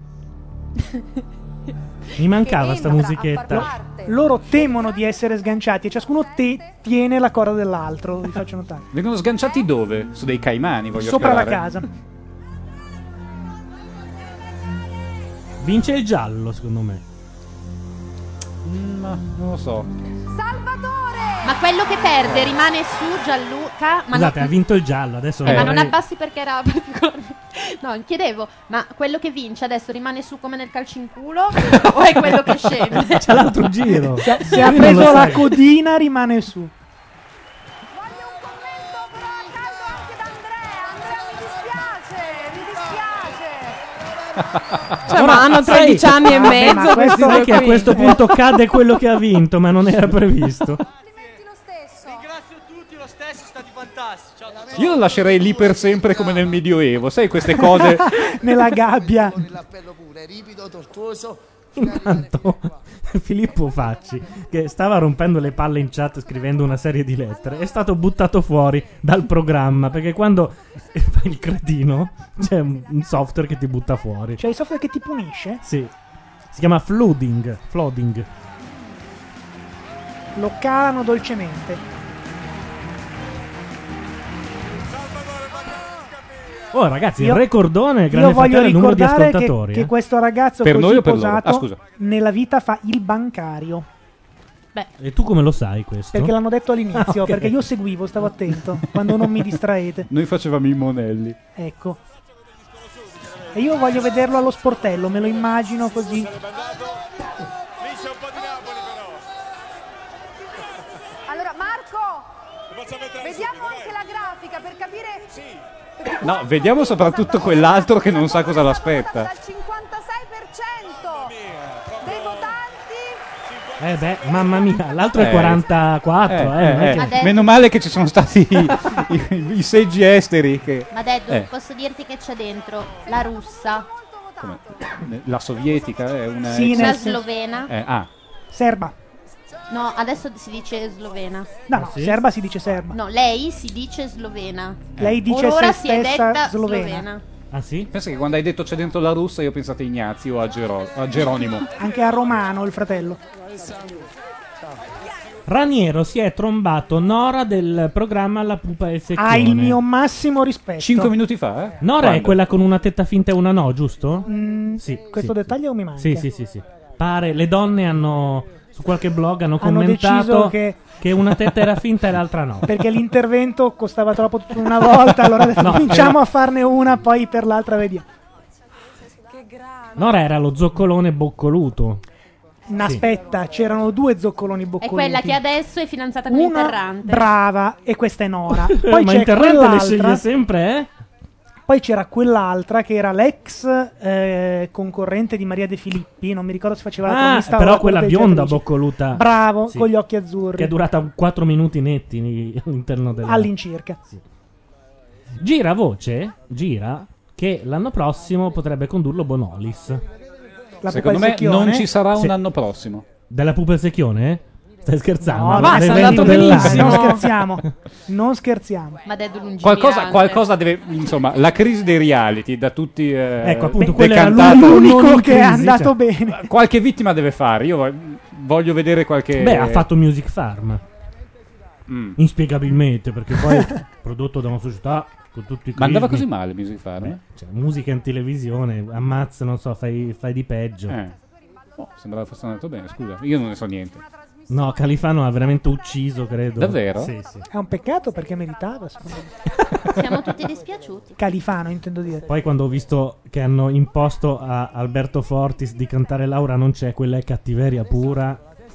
Mi mancava sta musichetta. Loro temono di essere sganciati e ciascuno te tiene la corda dell'altro, vi faccio notare. Vengono sganciati dove? Su dei caimani, voglio Sopra la sperare. casa. Vince il giallo, secondo me. Mm, ma non lo so. Ma quello che perde rimane su Gianluca. Ma, Scusate, no- ha vinto il giallo. Adesso eh, ma vorrei- non abbassi perché era particolarmente. No, chiedevo, ma quello che vince adesso rimane su come nel calcio in culo o è quello che scende? C'è l'altro giro. Se, se Io ha non preso lo la sai. codina rimane su. Cioè, ma hanno tredici anni e Vabbè, mezzo ma questi questo due è che a qui. questo punto cade quello che ha vinto, ma non era previsto. Io lo lascerei lì per sempre come nel Medioevo. Sai queste cose. Nella gabbia. Intanto Filippo Facci, che stava rompendo le palle in chat scrivendo una serie di lettere, è stato buttato fuori dal programma perché quando fai il cretino c'è un un software che ti butta fuori. C'è il software che ti punisce? Sì, si chiama flooding. Flooding. Lo calano dolcemente. Oh ragazzi, Io- il recordone Io Grande voglio Fratello il numero di ricordare che, ascoltatori. che eh. questo ragazzo Per così noi o per loro? posato Ah, scusa. nella vita fa il bancario. E tu come lo sai questo? Perché l'hanno detto all'inizio, Ah, ok. perché io seguivo, stavo attento, quando non mi distraete. Noi facevamo i monelli. Ecco. E io voglio vederlo allo sportello, me lo immagino così. Allora, Marco, vediamo anche la grafica per capire. No, vediamo soprattutto quell'altro che non sa cosa l'aspetta. Dal cinquantasei per cento dei votanti. Eh beh, mamma mia, l'altro è Eh. quarantaquattro. Eh, Eh, non è eh, che- Adesso- Meno male che ci sono stati i, i- i seggi esteri. Che... Ma Deddu, Eh, posso dirti che c'è dentro la russa, come- la sovietica è una. Sì, ex- la nel senso- slovena. Eh, ah, Serba. No, adesso si dice slovena. No, no, serba si dice serba. No, lei si dice slovena. Lei dice Or ora se si è stessa detta slovena. slovena. Ah sì? pensa che quando hai detto c'è dentro la russa, io ho pensato a Ignazio o a, Gero- a Geronimo. Anche a Romano, il fratello. Raniero si è trombato Nora del programma La pupa e il secchione. Ha il mio massimo rispetto. Cinque minuti fa, eh? Nora Quando? è quella con una tetta finta e una no, giusto? Mm, Sì, questo sì, dettaglio mi manca. Sì, sì, sì, sì. Pare, le donne hanno, su qualche blog hanno Hanno deciso commentato che- che una tetta era finta e l'altra no. Perché l'intervento costava troppo tutta una volta, allora adesso No, cominciamo era- a farne una, poi per l'altra vediamo. Nora era lo zoccolone boccoluto. No, aspetta, c'erano due zoccoloni È boccoluti. quella che adesso è fidanzata con Una Interrante. brava, e questa è Nora. Poi Ma c'è Interrante le quell'altra. sceglie sempre, eh? Poi c'era quell'altra che era l'ex eh, concorrente di Maria De Filippi, non mi ricordo se faceva la Ah, cronista o però la quella bionda corteggiatrice. boccoluta. Bravo, Sì. con gli occhi azzurri. Che è durata quattro minuti netti ni- all'interno della... All'incirca. Gira voce, gira, che l'anno prossimo potrebbe condurlo Bonolis. La Secondo pupa me al secchione? non ci sarà un Sì. anno prossimo. Della pupa al secchione? Stai scherzando? No, Ma basta, è l'evento andato dell'anno. benissimo. Non scherziamo. Non scherziamo. Ma Deddu lungimirante. Qualcosa, qualcosa deve. Insomma, la crisi dei reality, da tutti. Eh, Ecco, appunto, de- quello era decantata. L'unico non in che è crisi, andato cioè. bene. Qualche vittima deve fare. Io voglio, voglio vedere qualche. Beh, ha fatto Music Farm. Mm. Inspiegabilmente, perché poi prodotto da una società con tutti i Ma andava crismi. così male Music Farm? Beh, cioè, musica in televisione, ammazza, non so, fai, fai di peggio. Eh. Oh, sembrava fosse andato bene, scusa. Io non ne so niente. No, Califano ha veramente ucciso, credo. Davvero? Sì, sì. È un peccato perché meritava, secondo me. Siamo tutti dispiaciuti. Califano, intendo dire. Poi quando ho visto che hanno imposto a Alberto Fortis di cantare Laura non c'è, quella è cattiveria pura.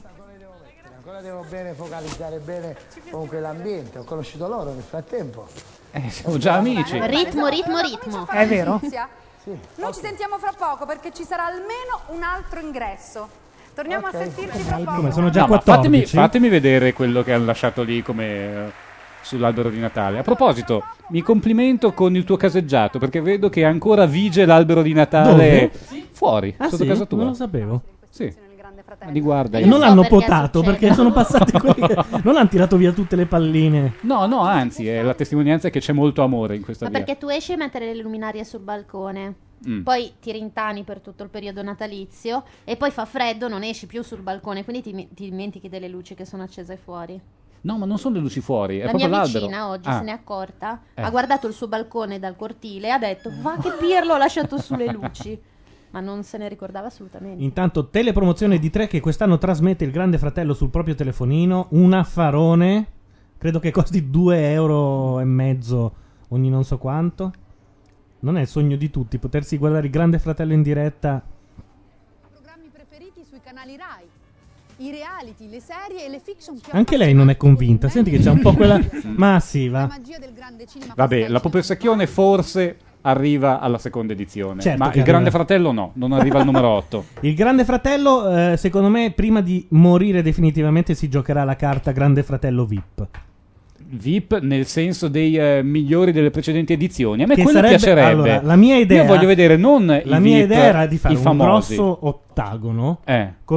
Ancora devo bene focalizzare bene comunque l'ambiente, ho conosciuto loro nel frattempo. Eh, siamo già amici. Ritmo, ritmo, ritmo. È vero? Noi ci sentiamo fra poco perché ci sarà almeno un altro ingresso. Torniamo a sentirci fra poco. Come sono già No, ma quattordici? fatemi, fatemi vedere quello che hanno lasciato lì come eh, sull'albero di Natale. A proposito, mi complimento con il tuo caseggiato perché vedo che ancora vige l'albero di Natale Dove? fuori, Ah, sotto sì? casa tua. Non lo sapevo. Sì. Ma li guarda. E non so l'hanno perché potato succede. perché sono passati quelli che... Non hanno tirato via tutte le palline. No, no, anzi, è la testimonianza che c'è molto amore in questa Ma via. perché tu esci a mettere le luminarie sul balcone, Mm. poi ti rintani per tutto il periodo natalizio e poi fa freddo, non esci più sul balcone, quindi ti, ti dimentichi delle luci che sono accese fuori. No, ma non sono le luci fuori, è La mia proprio l'albero. vicina oggi Ah. se n'è accorta, Eh. ha guardato il suo balcone dal cortile e ha detto va che pirlo ho lasciato sulle luci, ma non se ne ricordava assolutamente. Intanto telepromozione di tre che quest'anno trasmette il Grande Fratello sul proprio telefonino, un affarone, credo che costi due euro e mezzo ogni non so quanto. Non è il sogno di tutti potersi guardare il Grande Fratello in diretta. Programmi preferiti sui canali Rai. I reality, le serie e le fiction più Anche lei non è convinta, senti che c'è un po' quella... Ma sì, va. Vabbè, la Pupa e il Secchione forse arriva alla seconda edizione, Certo ma che il Grande arriva. Fratello no, non arriva al numero otto. Il Grande Fratello, eh, secondo me, prima di morire definitivamente si giocherà la carta Grande Fratello V I P. V I P nel senso dei eh, migliori delle precedenti edizioni. A me Che quello sarebbe- piacerebbe. allora, la mia idea- Io voglio vedere non La i mia V I P, idea era di fare i un famosi. grosso ottagono Eh. con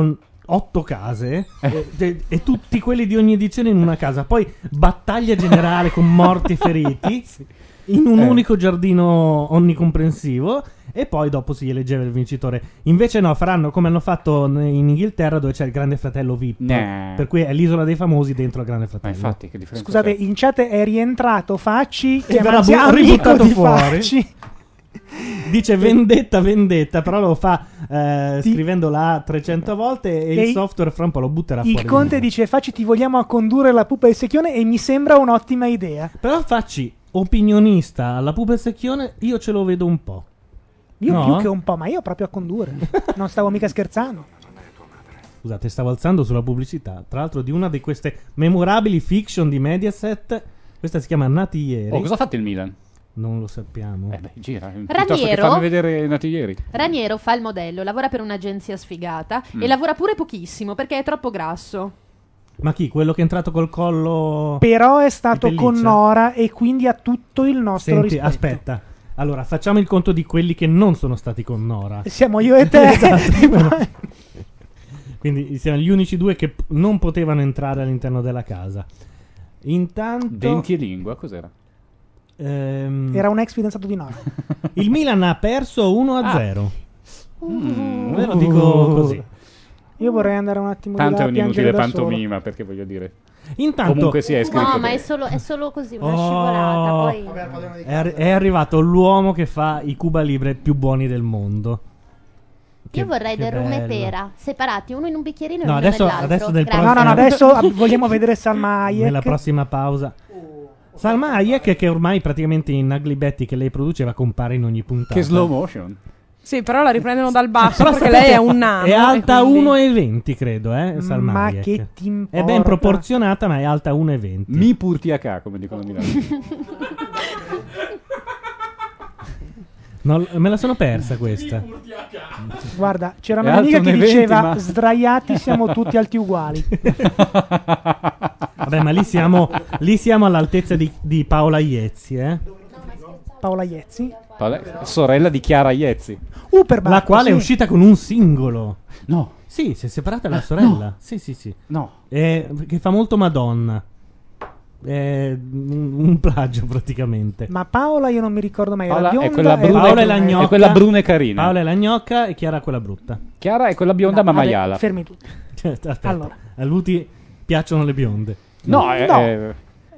otto case e, e- e tutti quelli di ogni edizione in una casa. Poi battaglia generale con morti e feriti in un Eh. unico giardino onnicomprensivo. E poi dopo si eleggeva il vincitore. Invece no, faranno come hanno fatto n- in Inghilterra, dove c'è il Grande Fratello V I P. Nah. Per cui è l'isola dei famosi dentro il Grande Fratello. Ma infatti, che differenza Scusate, in chat è rientrato Facci, E verrà chiamandosi bu- amico ributtato di fuori. Facci. Dice vendetta, vendetta, però lo fa eh, scrivendo la A trecento volte e, E il i- software fra un po' lo butterà fuori. Il di conte nuovo. dice: Facci, ti vogliamo a condurre la pupa e il secchione, e mi sembra un'ottima idea. Però Facci, opinionista alla pupa e secchione, io ce lo vedo un po'. Io No? più che un po', ma io proprio a condurre. Non stavo mica scherzando. Scusate, stavo alzando sulla pubblicità. Tra l'altro di una di queste memorabili fiction di Mediaset. Questa si chiama Nati ieri. Oh, cosa ha fatto il Milan? Non lo sappiamo. Eh beh, gira. Piuttosto che Raniero? farmi vedere nati ieri. Raniero fa il modello, lavora per un'agenzia sfigata Mm. e lavora pure pochissimo perché è troppo grasso. Ma chi? Quello che è entrato col collo. Però è stato di con pelliccia? Nora e quindi ha tutto il nostro Senti, rispetto. aspetta. Allora, facciamo il conto di quelli che non sono stati con Nora. Siamo io e te. Esatto. Quindi siamo gli unici due che p- non potevano entrare all'interno della casa. Intanto. Denti e lingua, cos'era? ehm, Era un ex fidanzato di Nora. Il Milan ha perso uno a Ah. zero. Mm. Ve lo dico così. Io vorrei andare un attimo Tanto di è là a piangere un'inutile da solo. pantomima, perché voglio dire. Intanto- Comunque sia, è scritto No, ma che- è solo, è solo così, una Oh. scivolata. Poi... È, arri- è arrivato l'uomo che fa i Cuba Libre più buoni del mondo. Che- Io vorrei che del rum e bello. pera, separati, uno in un bicchierino e No, uno adesso- nell'altro. adesso del Grazie. No, no, no, adesso ab- vogliamo vedere Salma Hayek. Nella prossima pausa. Salma Hayek, che ormai praticamente in Ugly Betty che lei produceva, compare in ogni puntata. Che slow motion. Sì, però la riprendono dal basso Però perché sapete, lei è un nano. È alta e quindi- uno e venti, credo, eh, Salma Ma Hayek. che ti importa? È ben proporzionata, ma è alta uno e venti. Mi purti a ca, come dicono a Milano. Non- me la sono persa questa. Guarda, c'era È una amica alto che un e diceva: venti, ma- sdraiati siamo tutti alti uguali. Vabbè, ma lì siamo, lì siamo all'altezza di, di Paola Iezzi, eh? Paola Iezzi. Paola- sorella di Chiara Iezzi. Uh, per La Bacco, quale è sì. uscita con un singolo. No. Sì, si è separata dalla sorella. no. Sì, sì, sì. No. Eh, che fa molto Madonna. È un, un plagio praticamente. Ma Paola io non mi ricordo mai. Era Paola è bionda, quella era- bruna- Paola è la gnocca. è quella bruna e carina. Paola è la gnocca e Chiara quella brutta. Chiara è quella bionda No, ma vabbè, maiala. fermi tutti. Cioè, aspetta, Allora. a Luti piacciono le bionde. No, è- No. è-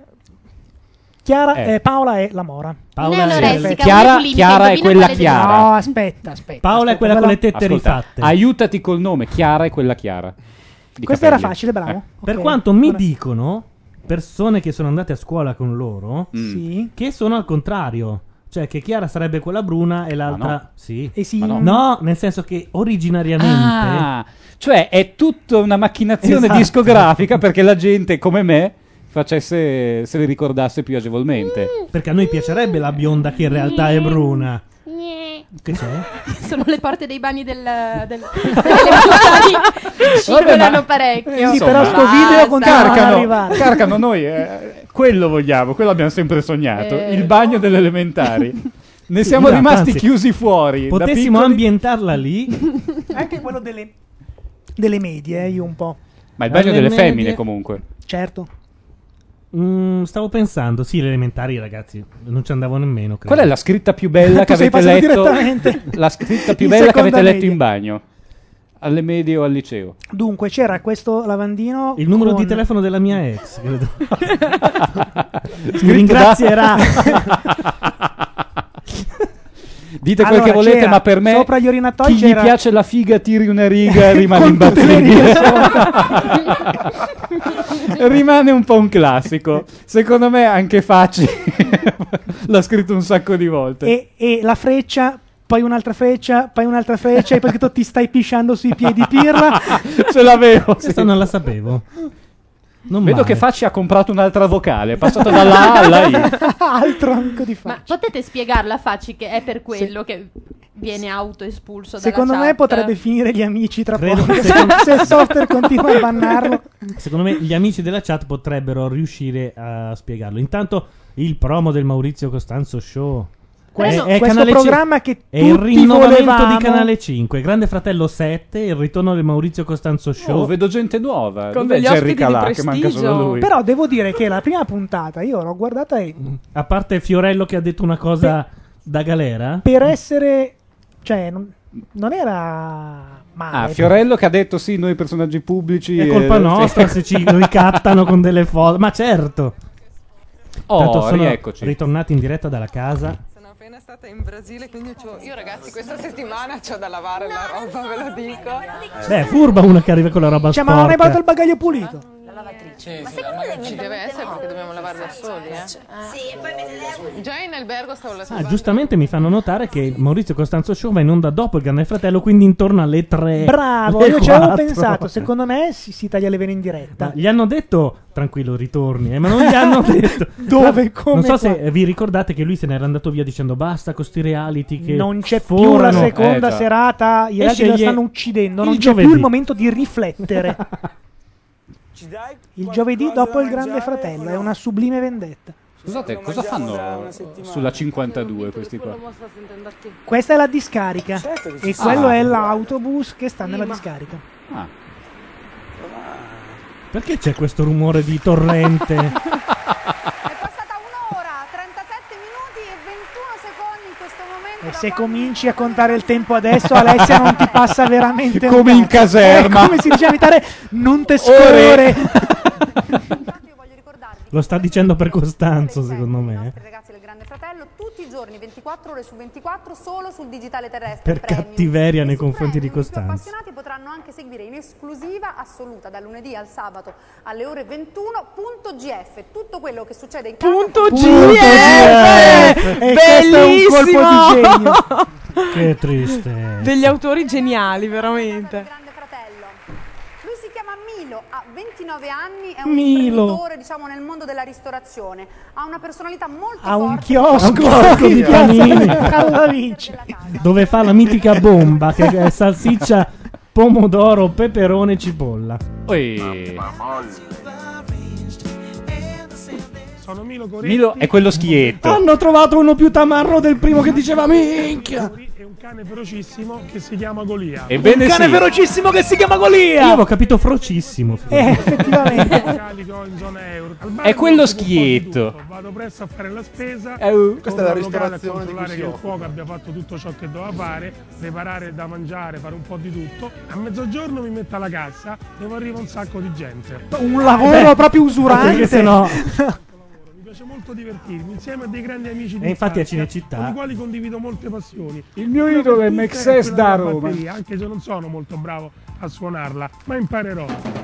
Chiara, Eh. eh, Paola è la mora. Paola Lei è è- anoressica, Chiara- un bulimica, Chiara è indovina quella quale delle chiara. due. No, aspetta, aspetta. Paola è aspetta, quella con le quella- tette Ascolta, rifatte. aiutati col nome. Chiara è quella chiara. Di Questo era capelli. facile, bravo. Eh. Per Ok. quanto mi Ora- dicono persone che sono andate a scuola con loro Mm. Sì. che sono al contrario. Cioè che Chiara sarebbe quella bruna e l'altra no. sì. E sì, Ma no. No, nel senso che originariamente Ah, cioè è tutta una macchinazione Esatto. discografica perché la gente come me facesse se le ricordasse più agevolmente. perché a noi piacerebbe la bionda che in realtà è bruna. Gnè. Che c'è? Sono le porte dei bagni del, del, delle elementari. Scivolano parecchio. Sì, però sto Basta. video continua ad Carcano, arrivare. Carcano, noi eh, quello vogliamo, quello abbiamo sempre sognato, Eh. il bagno delle elementari. Ne siamo Esatto, rimasti anzi, chiusi fuori. da Potessimo piccoli. ambientarla lì. Anche quello delle, delle medie, eh, io un po'. Ma il bagno Alle delle medie- femmine comunque. Certo. Mm, stavo pensando, sì, le elementari, ragazzi, non ci andavo nemmeno. Credo. Qual è la scritta più bella che Tu sei avete passato letto? direttamente La scritta più in bella che seconda avete letto media. in bagno? Alle medie o al liceo? Dunque, c'era questo lavandino. Il numero con- di telefono della mia ex, credo. Mi Scritto ringrazierà. Dite quel Allora, che volete, c'era ma per me sopra gli orinatoi chi c'era- gli piace la figa tiri una riga e rimane Con tutte le righe imbattibile. Rimane un po' un classico. Secondo me anche Facci l'ha scritto un sacco di volte. E, e la freccia, poi un'altra freccia, poi un'altra freccia, e poi scritto ti stai pisciando sui piedi, pirla. Ce l'avevo. sì. Questa non la sapevo. Non Vedo male. che Facci ha comprato un'altra vocale, è passato dalla A alla I. Altro amico di Ma faccia. potete spiegarla a Facci che è per quello che viene autoespulso dalla Secondo me chat? potrebbe finire gli amici tra Credo- poco. Se, se il software continua a bannarlo. Secondo me gli amici della chat potrebbero riuscire a spiegarlo. Intanto il promo del Maurizio Costanzo Show. Questo, è, è questo Canale programma cin- che è il tutti rinnovamento volevamo. di Canale cinque, Grande Fratello sette, il ritorno del Maurizio Costanzo Show. Oh, vedo gente nuova. Con Dov'è degli Jerry ospiti di Calà che manca solo lui? Però devo dire che la prima puntata io l'ho guardata e A parte Fiorello che ha detto una cosa da galera. per essere, cioè, non, non era male. Ah, Fiorello che ha detto sì, noi personaggi pubblici. È colpa eh, nostra sì. se ci ricattano con delle foto. Ma certo. Oh, Tanto sono rieccoci. ritornati in diretta dalla casa. Sono appena stata in Brasile, quindi c'ho- io ragazzi questa settimana c'ho da lavare la roba, ve lo dico. Beh, furba una che arriva con la roba Cioè, sporca. ma non hai portato il bagaglio pulito? La lavatrice. Ma secondo me ci deve essere perché dobbiamo lavare da soli, eh? Sì, e poi già in albergo stavo Ah, lavando. giustamente mi fanno notare che Maurizio Costanzo Show va in onda dopo il Grande Fratello, quindi intorno alle tre. Bravo, alle io ci avevo quattro. pensato. Secondo me si, si taglia le vene in diretta. Ma gli hanno detto tranquillo ritorni, eh, ma non gli hanno detto Dove, come, Non so se qua? vi ricordate che lui se n'era andato via dicendo basta con sti reality che Non c'è più forano". la seconda Eh, già. serata, i E reality lo sceglie stanno uccidendo, il non c'è giovedì. più il momento di riflettere. Il giovedì dopo il Grande Fratello, è una sublime vendetta. Scusate, cosa fanno sulla cinquantadue questi qua? Questa è la discarica e Ah. quello è l'autobus che sta nella discarica. Ah. Perché c'è questo rumore di torrente? E se cominci a contare il tempo adesso, Alessia, non ti passa veramente un Come in cazzo. caserma. È come si dice a Vitale, non te scorrere. Lo sta dicendo per Costanzo, secondo me. Ragazzi del Grande Fratello, tutti i giorni, ventiquattro ore su ventiquattro, solo sul digitale terrestre. Per premium. cattiveria nei confronti di I più Costanzo. appassionati potranno anche seguire in esclusiva assoluta dal lunedì al sabato alle ore ventuno punto G F, tutto quello che succede in casa. Punto con- G F! E questo è un colpo di genio. Che triste. Degli autori geniali, veramente. Lui si chiama Milo, ha ventinove anni, è un Milo. imprenditore, diciamo, nel mondo della ristorazione. Ha una personalità molto Ha un forte. chiosco, Ha un chiosco di in piazza panini. alla Vinci. Dove fa la mitica bomba che è salsiccia, pomodoro, peperone e cipolla. Poi Sono Milo Coretti. Milo è quello schietto. Hanno trovato uno più tamarro del primo che diceva minchia. È un cane ferocissimo che si chiama Golia. Ebbene Un cane sì. ferocissimo che si chiama Io Golia. avevo capito frocissimo. Eh, effettivamente. Calico in zona euro. Al bar È quello faccio un po' di schietto. tutto. Vado presto a fare la spesa. Eh, uh. Questa è la locale a ristorazione di cui controllare si che il occupa. cuoco abbia fatto tutto ciò che doveva fare, preparare da mangiare, fare un po' di tutto. A mezzogiorno mi metto alla cassa, dove arriva un sacco di gente. Un lavoro Beh, proprio usurante. Perché sennò Mi piace molto divertirmi insieme a dei grandi amici di E infatti a infanzia, Cinecittà- con i quali condivido molte passioni. Il mio Una idolo per è tutte Mexes quella da della Roma. batteria, anche se non sono molto bravo a suonarla, ma imparerò.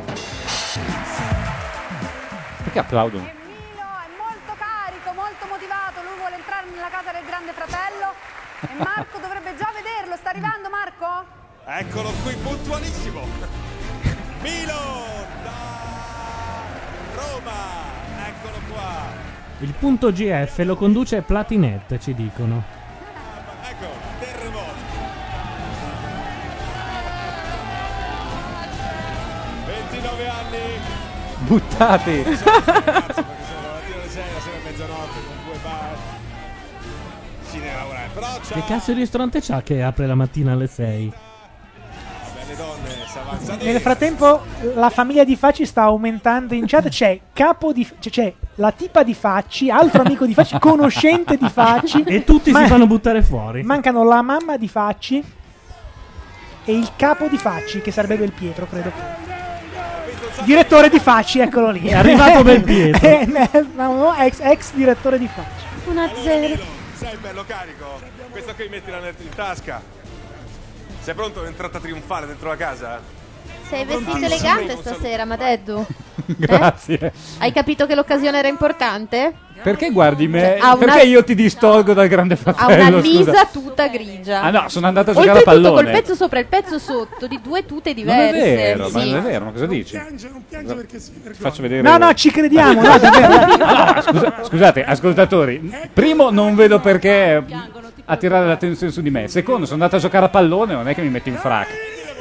Perché applaudono? Milo è molto carico, molto motivato, lui vuole entrare nella casa del Grande Fratello e Marco dovrebbe già vederlo. Sta arrivando Marco? Eccolo qui, puntualissimo. Milo da Roma. Eccolo qua. il punto G F lo conduce Platinet, ci dicono. Ecco, terremoto. ventinove anni. Buttati. Ragazzi, perché sono la mattina alle sei, la sera a mezzanotte con due bar. Si deve lavorare. Però c'ha Che cazzo di ristorante c'ha che apre la mattina alle sei? belle donne, s'avanza Nel frattempo la famiglia di Facci sta aumentando in chat. C'è capo di cioè, c'è la tipa di Facci, altro amico di Facci, conoscente di Facci. E tutti Ma- si fanno buttare fuori. Mancano la mamma di Facci e il capo di Facci, che sarebbe Belpietro, credo. Direttore di Facci, eccolo lì. È arrivato Belpietro. Eh, no, no, ex, ex direttore di Facci. uno a zero. Sei bello carico? Questo qui mettila nel- in tasca. Sei pronto? È entrata trionfale dentro la casa? Sei vestito elegante stasera, Madeddu. Grazie. Hai capito che l'occasione era importante? Perché guardi me? Cioè, ha una- Perché io ti distolgo dal Grande Ha Fratello? una scusa? lisa tuta grigia. Ah no, sono andato a giocare a Oltretutto pallone. col pezzo sopra e il pezzo sotto di due tute Non diverse. è vero, ma Sì. non è vero, ma cosa dici? Non piange perché si Ti faccio vedere. No, no, ci crediamo. No, davvero. No, scusa- scusate, ascoltatori. Primo, non vedo perché attirare l'attenzione su di me. Secondo, sono andato a giocare a pallone, non è che mi metto in frac.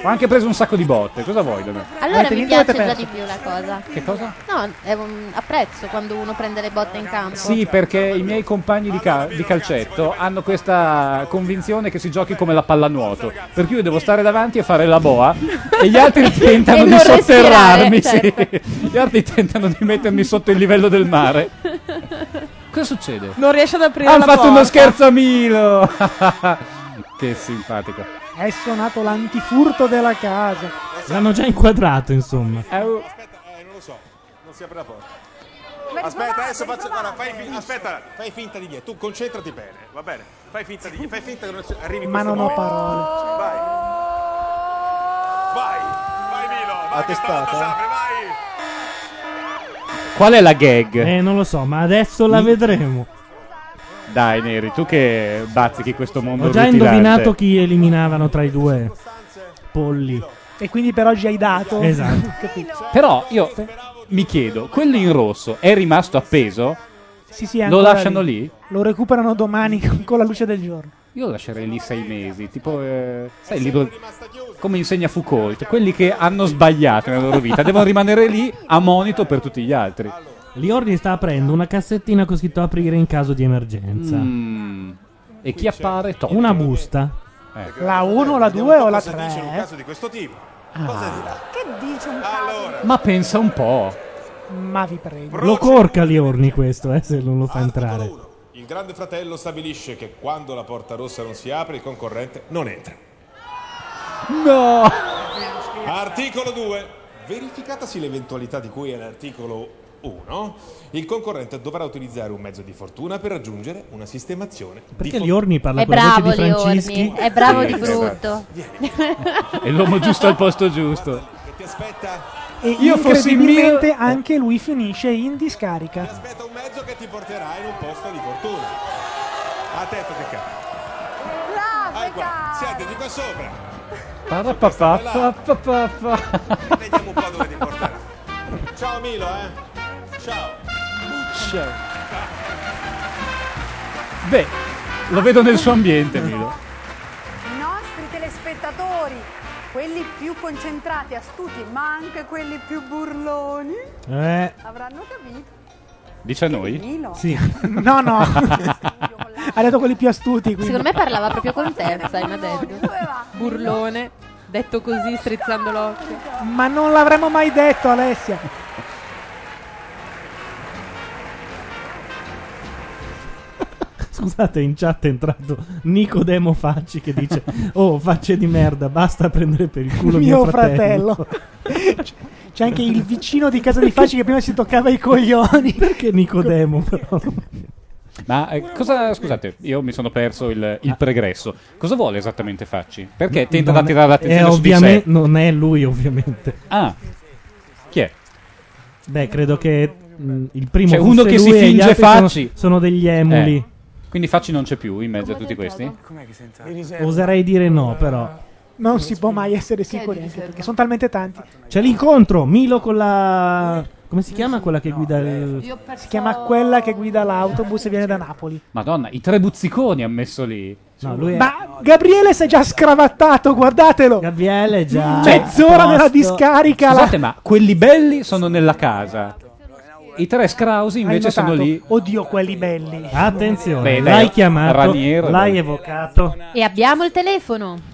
Ho anche preso un sacco di botte, cosa vuoi da me? Allora Avete mi vinto, piace avete già perso. di più la cosa. Che cosa? No, è un apprezzo quando uno prende le botte in campo. Sì, perché i miei compagni di, ca- di calcetto hanno questa convinzione che si giochi come la pallanuoto. Per cui io devo stare davanti e fare la boa e gli altri tentano E di non sotterrarmi. respirare, certo. Sì. Gli altri tentano di mettermi sotto il livello del mare. Cosa succede? Non riesce ad aprire Hanno la fatto porta. uno scherzo a Milo! Che simpatico. È suonato l'antifurto della casa. L'hanno già inquadrato, insomma. Aspetta, eh, non lo so, non si apre la porta. Aspetta, adesso faccio. Guarda, fai, fi- aspetta, fai finta di niente. Tu concentrati bene, va bene? Fai finta di niente, fai finta che non ci- arrivi in Ma questo non ho momento. parole. Vai. Vai, vai Milo, vai A che stavolta testata? si apre, vai. Qual è la gag? Eh, non lo so, ma adesso la vedremo. Dai, Neri, tu che bazzichi questo mondo Ho già rutilante. indovinato chi eliminavano tra i due polli. E quindi per oggi hai dato. Esatto. Capito? Però io mi chiedo, quello in rosso è rimasto appeso? Sì, sì, è Lo ancora lasciano lì? Lo recuperano domani con- con la luce del giorno. Io lo lascerei lì sei mesi, tipo, eh, sai, il libro, come insegna Foucault, quelli che hanno sbagliato nella loro vita devono rimanere lì a monito per tutti gli altri. Liordi sta aprendo una cassettina con scritto aprire in caso di emergenza. Mm. E chi appare? Top. Una busta. Ecco. La uno, la due o la Cosa dice in un tre? caso di questo tipo? Ah. Cosa dirà? Che dice un caso? Ma pensa un po'. Ma vi prego. Lo corca Liorni questo, eh, se non lo fa entrare. Il grande fratello stabilisce che quando la porta rossa non si apre, il concorrente non entra. No! Articolo due. Verificatasi l'eventualità di cui è l'articolo uno, il concorrente dovrà utilizzare un mezzo di fortuna per raggiungere una sistemazione. Perché Liorni parla È con la voce bravo di Francischi? Liorni, è bravo Sì, di esatto. brutto. È l'uomo giusto al posto giusto. Che ti aspetta? E Io fossi in incredibilmente Milo- anche lui finisce in discarica. Aspetta un mezzo che ti porterà in un posto di fortuna. A te tocca. Ah, qua. Siediti qua sopra. Parapapapapapapa. Vediamo un po' dove ti porterà. Ciao Milo, eh. Ciao. Ciao. Beh, lo vedo nel suo ambiente, Milo. I nostri telespettatori, quelli più concentrati, astuti, ma anche quelli più burloni, Eh, avranno capito. Dice a noi? Milo. sì. No, no. Ha detto quelli più astuti. Quindi. Secondo me parlava proprio con te, sai, ma detto. Burlone, detto così, strizzando l'occhio. Ma non l'avremmo mai detto, Alessia. Scusate, in chat è entrato Nicodemo Facci che dice: oh, facce di merda, basta prendere per il culo mio, Mio fratello. C- C'è anche il vicino di casa di Facci che prima si toccava i coglioni. Perché Nicodemo, però? Ma eh, cosa, scusate, io mi sono perso il, il pregresso. Cosa vuole esattamente Facci? Perché tenta Non di è- attirare l'attenzione è su di ovviame- sé? Non è lui, ovviamente. Ah, chi è? Beh, credo che mh, il primo C'è fosse uno che lui si e gli finge altri sono- Facci. Sono, degli emuli. Eh, Quindi Facci non c'è più in mezzo a tutti questi? Oserei dire no, però. Non si può mai essere sicuri, anche perché sono talmente tanti. C'è l'incontro, Milo con la... come si chiama quella che guida il... Si chiama quella che guida l'autobus e viene da Napoli. Madonna, i tre buzziconi ha messo lì. No, lui è... Ma Gabriele si è già scravattato, guardatelo. Gabriele già... Mezz'ora a nella posto. discarica. la- Scusate, ma quelli belli sono nella casa. I tre scrausi invece Hai sono notato? lì. Oddio, quelli belli. Attenzione, Beh, dai, l'hai chiamato, Raniero, l'hai dai. evocato. E abbiamo il telefono.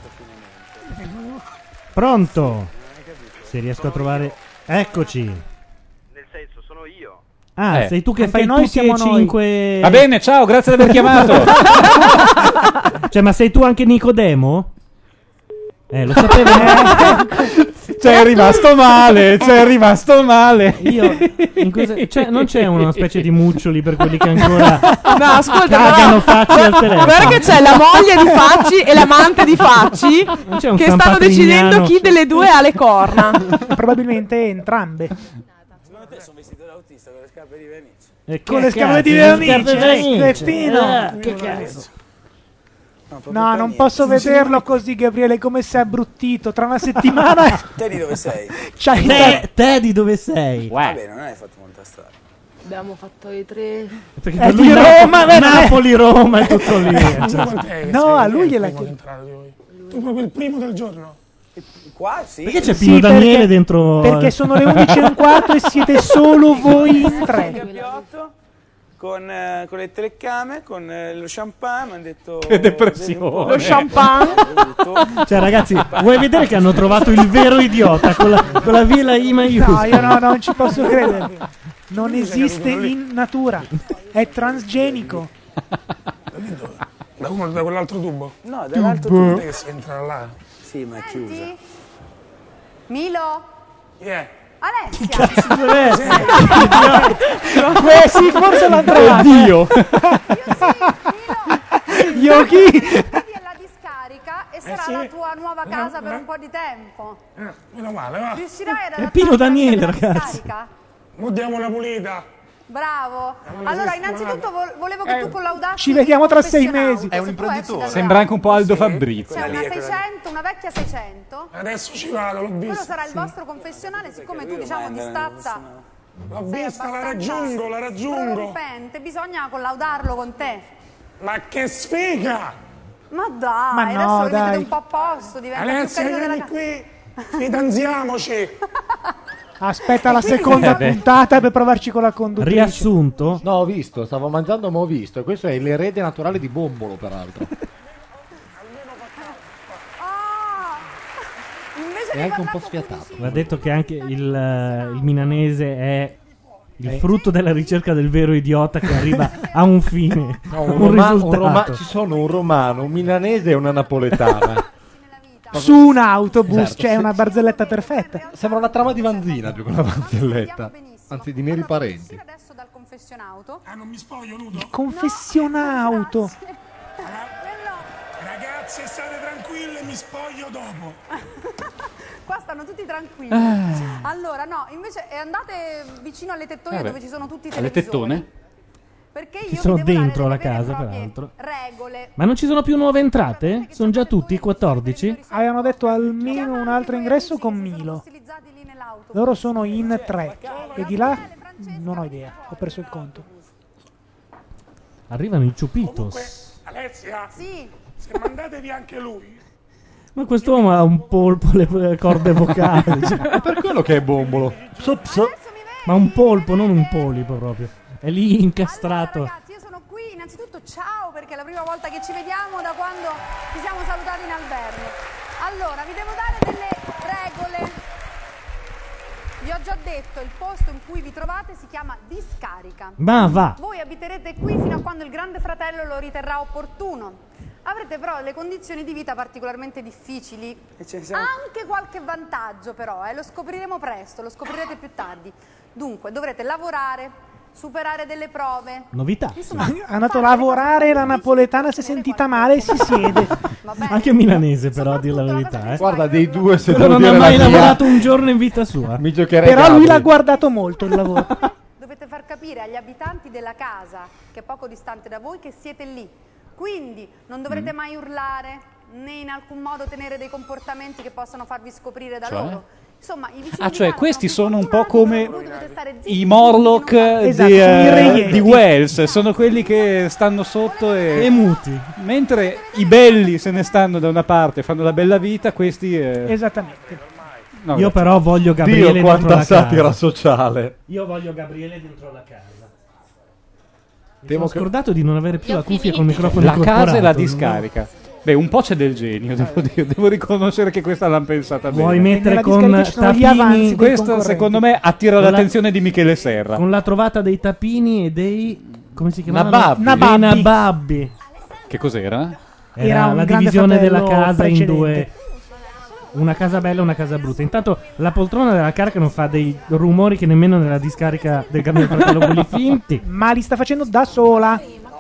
Pronto? Se riesco a trovare... Eccoci. Nel senso, sono io. Ah, Eh. sei tu che Anche fai noi tutti siamo e noi. cinque... Va bene, ciao, grazie di aver chiamato. Cioè, ma sei tu anche Nicodemo? Eh, lo sapevo. C'è rimasto male, c'è rimasto male. Io in questa- cioè, non c'è una specie di muccioli per quelli che ancora No, ascolta, cagano però- Facci al telefono. Guarda che c'è la moglie di Facci e l'amante di Facci Non c'è un che San stanno decidendo Patrignano. chi delle due ha le corna. Probabilmente entrambe. Secondo te sono vestito da autista con le scarpe di Venezia? E Con che le scarpe cazzo, di le Vernice, scarpe di Vernice. Peppino. Eh, che cazzo. No, non posso vederlo così, Gabriele, come sei abbruttito. Tra una settimana Te di dove sei? c'hai Te, te di dove sei? Vabbè, non hai fatto molta strada. Abbiamo fatto i tre. Perché È per lui di Napo- Roma, vero? Napoli, Roma è tutto lì. Tu Cioè, quant'è che No, sei? a lui Chi è il gliela primo chiedo. ad entrare di voi? Tu proprio il primo del giorno? Qua sì. Perché c'è Sì, Pino Daniele perché- dentro? Perché sono le undici e un quarto e siete solo voi in tre. Gabbiotto, con, eh, con le telecamere, con eh, lo champagne, mi hanno detto... Che depressione. Lo champagne? Cioè, ragazzi, vuoi vedere che hanno trovato il vero idiota con la, con la V e la I maiuscola? No, io no, non ci posso credere. Non esiste in natura. È transgenico. Da uno da quell'altro tubo? No, dall'altro tubo. tubo. Che si entra là. Sì, ma è chiusa. Senti? Milo? Yeah. Alessia? Eh sì, forse l'hanno trovato. Oddio. Yogi. La discarica e sarà sì. la tua nuova casa Eh, per eh. un po' di tempo. Eh, meno male, va. Riuscirai ad È adattarti Pino alla Daniele, della ragazzi. discarica? Mo diamo una pulita. Bravo. non Allora, esiste innanzitutto vol- volevo che tu collaudassi Ci vediamo tra il sei confessionauto, mesi. se può essere da Sembra anche un po' Aldo Fabrizio. C'è una seicento, una vecchia seicento. Adesso ci vado, l'ho Quello vista. sarà il vostro confessionale, siccome tu diciamo di stazza L'ho sei vista, la abbastanza raggiungo, la raggiungo. prorompente, bisogna collaudarlo con te. Ma che sfiga! Ma dai, Ma no, adesso lo dai. mettete un po' a posto, diventa Alessia, più carino vieni della qui, fidanziamoci. Aspetta la seconda Eh beh. puntata per provarci con la conduttrice. Riassunto? No, ho visto, stavo mangiando ma ho visto. E questo è l'erede naturale di Bombolo, peraltro. È anche un po' sfiatato. Va detto che anche il, eh, il milanese è il frutto della ricerca del vero idiota che arriva a un fine, No, un, un roma- un risultato. roma- ci sono un romano, un milanese e una napoletana. Su un autobus Certo, c'è sì. una barzelletta perfetta. Sembra una trama di Vanzina più che una barzelletta. Anzi, di neri parenti. adesso dal confessionauto. Ah, non mi spoglio nudo? Confessionauto. Ragazzi, state tranquille, mi spoglio dopo. Qua stanno tutti tranquilli. Ah. Allora, no, invece eh, andate vicino alle tettoie Vabbè. dove ci sono tutti i Alle televisori. tettone? Perché io Che sono vi devo dare dentro la delle vere e casa, proprie peraltro. regole. Ma non ci sono più nuove entrate? Sono già tutti quattordici? Avevano detto almeno un altro ingresso con Milo. Loro sono in tre. E di là non ho idea. Ho perso il conto. Arrivano i Ciupitos. Alessia, sì. se mandatevi anche lui. Ma quest'uomo ha un polpo alle corde vocali. cioè. È per quello che è Bombolo. Pso, pso. Ma un polpo, non un polipo proprio. È lì incastrato. Allora, ragazzi, io sono qui. Innanzitutto, ciao, perché è la prima volta che ci vediamo da quando ci siamo salutati in albergo. Allora, vi devo dare delle regole. Vi ho già detto, il posto in cui vi trovate si chiama discarica. Ma va. Voi abiterete qui fino a quando il grande fratello lo riterrà opportuno. Avrete però delle condizioni di vita particolarmente difficili. Anche qualche vantaggio però, eh, lo scopriremo presto, lo scoprirete più tardi. Dunque, dovrete lavorare, superare delle prove. Novità. Insomma, È andato a lavorare, la napoletana si è sentita male e si siede. Anche milanese però, a dire la verità. Eh. Guarda, dei due se Quello devo non ha dire mai la mia, lavorato un giorno in vita sua. mi giocherei Però lui Gabri. l'ha guardato molto il lavoro. dovete far capire agli abitanti della casa, che è poco distante da voi, che siete lì. Quindi non dovrete Mm. mai urlare, né in alcun modo tenere dei comportamenti che possano farvi scoprire da Cioè? loro. Insomma, i vicini Ah, di cioè casa questi sono sono un po' come dovete stare zitti, i Morlock Esatto, di, sono i eh, reietti. di Wells, sono quelli che stanno sotto e, E muti. mentre i belli se ne stanno da una parte, fanno la bella vita, questi... eh, Esattamente. no, Io grazie. però voglio Gabriele Dio, dentro quanta la satira casa. sociale. Io voglio Gabriele dentro la casa. Mi Temo sono che- scordato di non avere più Io la ho cuffia finito. con il microfono La casa e la incorporato, discarica. Beh, un po' c'è del genio, devo dire. Devo riconoscere che questa l'hanno pensata Vuoi bene. mettere nella con discarica ci sono gli tapini, avanzi dei Questo concorrenti. secondo me attira Con la- l'attenzione di Michele Serra. con la trovata dei tapini e dei... come si chiamavano? Nababbi. Dei Nababbi. nababbi. Che cos'era? Era, Era un la grande divisione della fratello casa in precedente. due. Una casa bella e una casa brutta. Intanto la poltrona della carica non fa dei rumori che nemmeno nella discarica del grande fratello quelli finti. Ma li sta facendo da sola.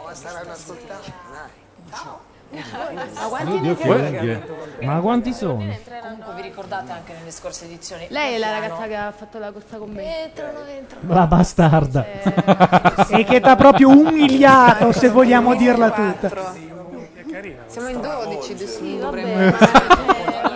Ma quanti Oddio, ne che siete? unghie. Ma quanti sono? Comunque vi ricordate anche nelle scorse edizioni. Lei è la Piano- ragazza che ha fatto la corsa con me. Entrano, entrano. La bastarda. E che t'ha proprio umiliato, se vogliamo dirla tutta. Siamo in dodici, adesso Sì, non vabbè. dovremmo...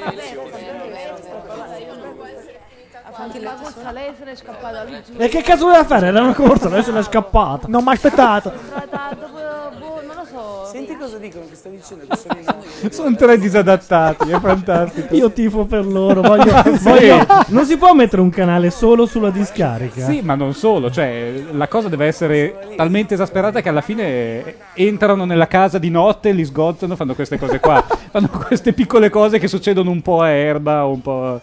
Ha fatto la corsa, lei se n'è scappata lì giù. E che cazzo doveva fare? Era una corsa, adesso l'è scappata. Non mi ha aspettato. È stata dopo, boh, non lo so, molto... Senti cosa dicono, che sta dicendo che sono in Sono tre disadattati, è fantastico. Io tifo per loro, voglio, Sì. voglio- non si può mettere un canale solo sulla discarica. Sì, ma non solo, cioè la cosa deve essere talmente esasperata che alla fine entrano nella casa di notte, li sgozzano, fanno queste cose qua. Fanno queste piccole cose che succedono un po' a Erba, un po'...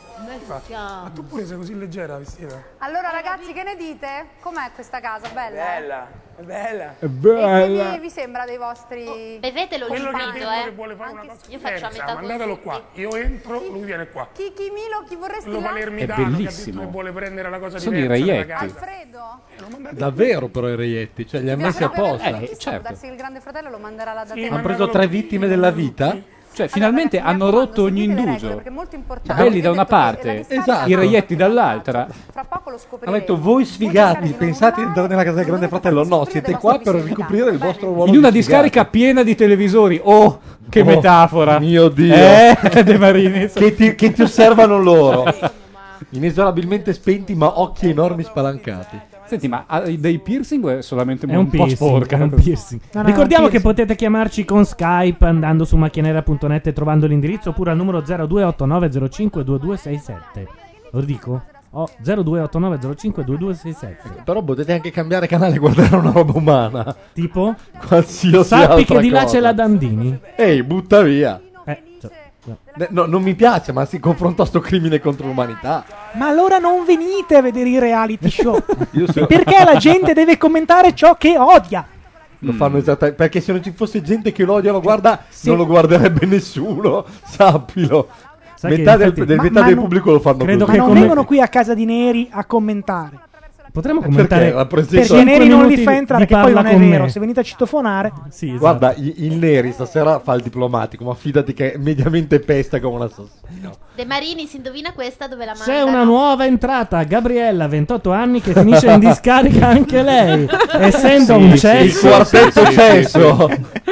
Ma tu pure sei così leggera vestita? Allora ragazzi, che ne dite? Com'è questa casa? Bella? eh? Bella, è bella. È E bella. chi vi sembra dei vostri... Bevetelo Quello che l'invito, vedo eh. che vuole fare una cosa Io faccio a diversa, metà mandatelo così. qua. Io entro, lui viene qua. Chi, chi Milo, chi vorresti Quello là? palermitano È che ha detto bellissimo. che vuole prendere la cosa Sono i diversa della reietti. casa. Alfredo? Davvero però i reietti, cioè li ha messi apposta. Eh, Chissà, certo. può darsi che il grande fratello lo manderà là da Sì, te. hanno preso tre vittime della vita. Cioè, finalmente hanno rotto ogni indugio. perché è molto importante. Belli da una parte, Esatto. i reietti dall'altra. Fra poco lo Ha scopriremo. detto voi sfigati, pensate di entrare nella casa del grande fratello? No, siete qua per ricoprire il vostro ruolo In una di discarica piena di televisori. Oh, che Oh, metafora. mio Dio. Eh, De Marini. che, ti, che ti osservano loro. Inesorabilmente spenti ma occhi enormi spalancati. Senti, ma ha dei piercing o è solamente È un po' piercing, sporca? è un piercing. No, no, Ricordiamo è un che potete chiamarci con Skype andando su macchianera punto net e trovando l'indirizzo oppure al numero zero due otto nove zero cinque due due sei sette. Lo dico? Oh, zero due otto nove zero cinque due due sei sette. Però potete anche cambiare canale e guardare una roba umana. Tipo? Qualsiasi Sappi altra che di là cosa. c'è la Dandini. Ehi, butta via. Eh, cioè, no. Ne- no, non mi piace, ma si confronta a sto crimine contro l'umanità. Ma allora non venite a vedere i reality show. Io so- Perché la gente deve commentare ciò che odia. Lo fanno esattamente. Perché se non ci fosse gente che lo odia, lo guarda, Sì. non lo guarderebbe nessuno. Sappilo. Sai che Metà del, infatti- del- Ma- metà ma del non- pubblico lo fanno credo così. Ma non come- vengono qui a casa di Neri a commentare. Potremmo Perché commentare rappresenta- Perché cinque Neri non li minuti fa entrare, di che poi parla non è con vero. me. Se venite a citofonare, Sì, esatto. Guarda, il, il Neri stasera fa il diplomatico, ma fidati che mediamente pesta come un assassino. De Marini, si indovina questa dove la C'è mandano? una nuova entrata, Gabriella, ventotto anni, che finisce in discarica anche lei. Essendo Sì, un sì, cesso. Il quartetto sì, sì, cesso.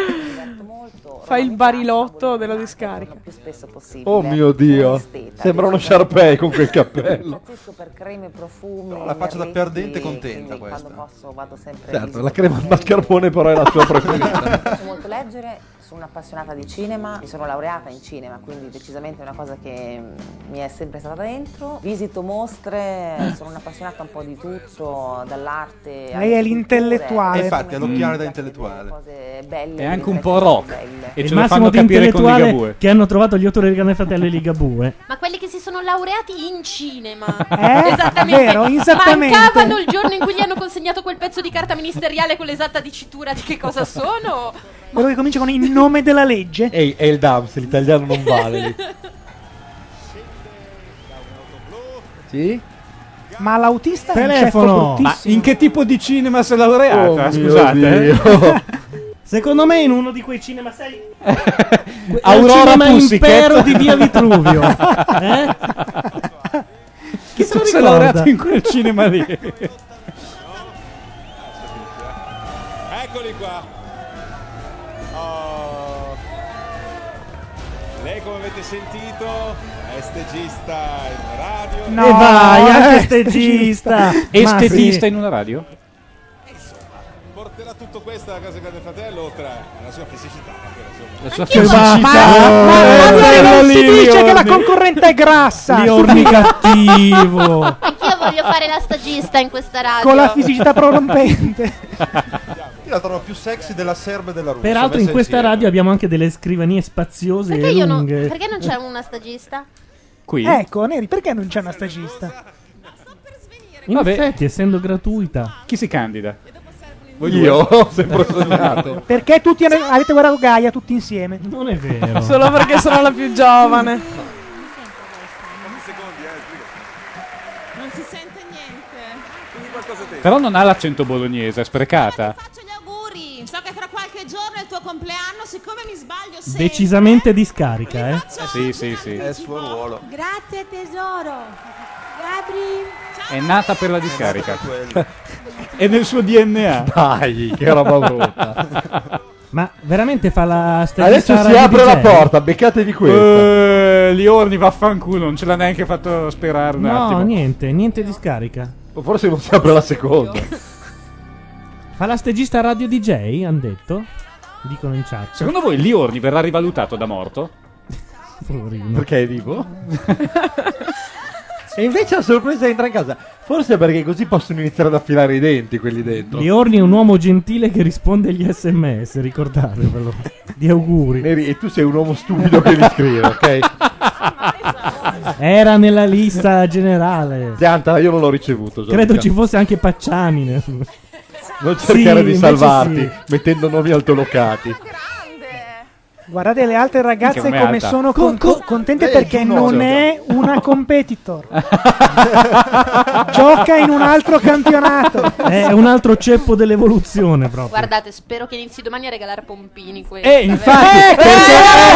Fa il barilotto della discarica. più spesso possibile. Oh mio Dio. Esteta, Sembra uno adesso per- Sharpei con quel cappello. Impazzisco per creme, profumi. Però la faccia da berretti, perdente contenta quindi questa. Quando posso vado sempre Certo, viso la crema al mascarpone però è la sua preferita. Mi piace molto leggere, sono un'appassionata di cinema, mi sono laureata in cinema, quindi decisamente è una cosa che mi è sempre stata dentro. Visito mostre, sono un'appassionata un po' di tutto, dall'arte alle lei è l'intellettuale. E infatti, ha l'occhiale da Mm. intellettuale. cose belle. È anche un riflette po' cose rock. belle. E Il ce lo massimo fanno di capire con intellettuale Ligabue. che hanno trovato gli autori del Grande Fratello e Ligabue. Ma quelli che si sono laureati in cinema. Eh? Esattamente. Vero? Esattamente. Mancavano il giorno in cui gli hanno consegnato quel pezzo di carta ministeriale con l'esatta dicitura di che cosa sono. Quello che comincia con il nome della legge. Ehi, è il Dams, l'italiano non vale lì. Sì? Ma l'autista è un Telefono. ceffo Ma bruttissimo. in che tipo di cinema si è laureata? Oh mio Scusate. eh. Dio. Secondo me in uno di quei cinema sei Aurora cinema Pussycat. impero di via Vitruvio. Eh? Chi se lo Si è ricorda? laureato in quel cinema lì. Eccoli qua. Oh. Lei, come avete sentito, è stagista in radio. No, e vai, eh, anche stegista. Estetista in una radio? Porterà tutto questo alla casa del Grande Fratello, oltre alla sua fisicità. perché, insomma- La sua Che fisicità. Ma, ma, ma Eh, non si lì, dice lì, che la lì. concorrente è grassa. Liorni cattivo. Anch'io voglio fare la stagista in questa radio. Con la fisicità prorompente. Io la trovo più sexy della serba e della russa. Peraltro in messa questa insieme. radio abbiamo anche delle scrivanie spaziose Perché e io non, lunghe. perché non c'è una stagista? Qui? Ecco, Neri, perché non c'è una stagista? In Vabbè. effetti, essendo gratuita. Chi si candida? Io ho sempre sognato. Perché tutti hanno- avete guardato Gaia tutti insieme? Non è vero. Solo perché sono la più giovane. Non si sente niente. Però non ha l'accento bolognese, è sprecata. Faccio gli auguri. So che fra qualche giorno è il tuo compleanno, siccome mi sbaglio sempre. Decisamente di scarica, eh. Sì, sì, sì. È il suo ruolo. Grazie tesoro. Gabri. È nata per la discarica. Quello. È nel suo D N A. Dai, che roba brutta. Ma veramente fa la stagista Adesso si radio apre D J? la porta, beccatevi questo. Eh, Liorni vaffanculo, non ce l'ha neanche fatto sperare un No, attimo. niente, niente di scarica. O forse non si apre la seconda. Fa la stagista radio D J, hanno detto? Dicono in chat. Secondo voi Liorni verrà rivalutato da morto? Poverino. Perché è vivo? E invece la sorpresa entra in casa. Forse perché così possono iniziare ad affilare i denti quelli dentro. Liorni è un uomo gentile che risponde agli sms, ricordatevelo. Di auguri. Neri, e tu sei un uomo stupido che li scrive, ok? Era nella lista generale. Pianta, io non l'ho ricevuto. Gianluca. Credo ci fosse anche Pacciani. nel- Non cercare Sì, di invece salvarti sì. mettendo nomi altolocati. Guardate le altre ragazze Minchia, come com'è alta. sono Co- con- co- contente lei è perché giunosa. non è una competitor. Gioca in un altro campionato. È un altro ceppo dell'evoluzione proprio. Guardate, spero che inizi domani a regalare pompini. Eh, infatti, Eh, perché-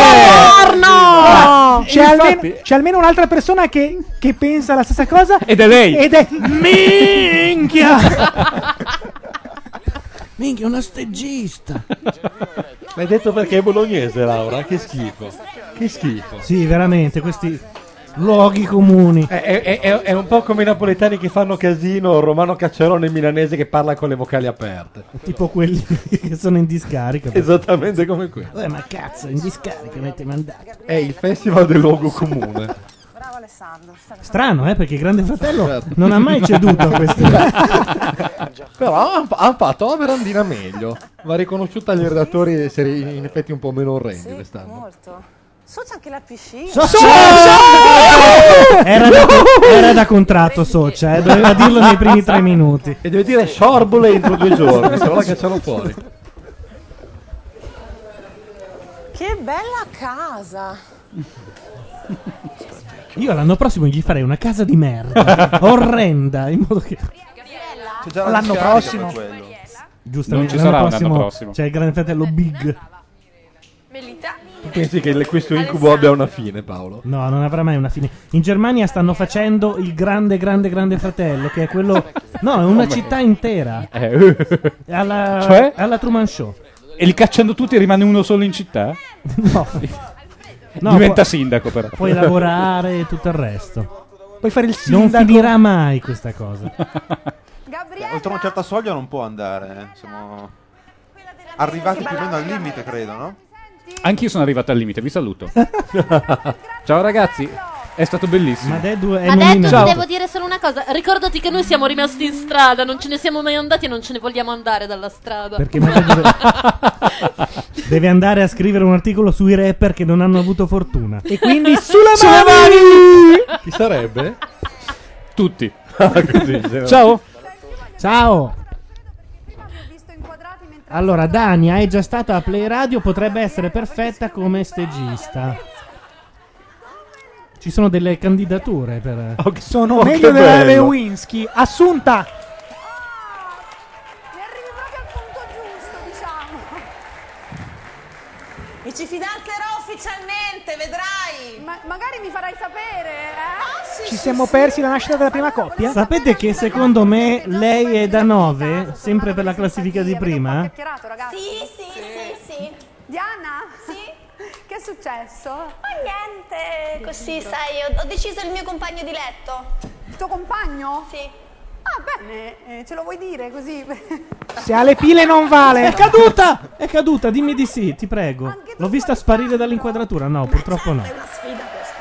no! C'è, Infatti- almeno, c'è almeno un'altra persona che, che pensa la stessa cosa. Ed è lei. Ed è minchia. Minchia, una steggista. L'hai detto perché è bolognese, Laura? Che schifo. Che schifo. Sì, veramente, questi luoghi comuni. È, è- è- è un po' come i napoletani che fanno casino, il romano cacciarone milanese che parla con le vocali aperte. Tipo quelli che sono in discarica. Esattamente come quello. Eh, ma cazzo, in discarica avete mandato. È il festival del luogo comune. Bravo Alessandro. Strano, eh, perché Grande Fratello non ha mai ceduto a queste. Però hanno fatto la verandina meglio. Va riconosciuta agli redattori di essere in effetti un po' meno orrendi quest'anno. Molto. So c'è anche la piscina. Era da, era da contratto, Socia, eh, doveva dirlo nei primi tre minuti. E deve dire Sciorble entro due giorni, se no la cacciano fuori. Che bella casa. Io l'anno prossimo gli farei una casa di merda, orrenda, in modo che... C'è già la L'anno discarica prossimo. per quello. Giustamente, Non ci sarà un anno prossimo. c'è il Grande Fratello Big. Tu pensi che le- questo incubo abbia una fine, Paolo? No, non avrà mai una fine. In Germania stanno facendo il grande, grande, grande fratello, che è quello... No, è una Come? città intera. Eh. Alla, Cioè? alla Truman Show. E li cacciando tutti e rimane uno solo in città? No. No, Diventa pu- sindaco però. Puoi lavorare e tutto il resto. Puoi fare il Non sindaco. finirà mai questa cosa. Oltre una certa soglia non può andare. eh. Siamo arrivati più o meno al limite, credo, no? Anch'io sono arrivato al limite, vi saluto. Ciao ragazzi, è stato bellissimo. Ma Dedu è Ma detto, nominato. ti devo dire solo una cosa. Ricordati che noi siamo rimasti in strada, non ce ne siamo mai andati e non ce ne vogliamo andare dalla strada. Perché magari deve... deve andare a scrivere un articolo sui rapper che non hanno avuto fortuna. E quindi sulle Sulle mani! Chi sarebbe? Tutti. Così, se- Ciao. Ciao. Allora, Dania è già stata a Play Radio, potrebbe essere perfetta come stagista. Ci sono delle candidature per... Sono Oh, meglio che della bello. Lewinsky. Assunta. Mi ci fidanzerò ufficialmente, vedrai. Ma magari mi farai sapere, eh? Ci siamo persi la nascita della prima coppia? Sapete che secondo me lei è da nove, sempre per la classifica di prima? Chiacchierato, ragazzi? Sì, sì, sì, sì. Diana? Sì? Che è successo? Ma niente, così sai, ho, ho deciso il mio compagno di letto. Il tuo compagno? Sì. Ah, bene, eh, ce lo vuoi dire così? Se ha le pile non vale. È caduta! È caduta, dimmi di sì, ti prego. L'ho vista sparire dall'inquadratura. No, purtroppo no. È una sfida questa.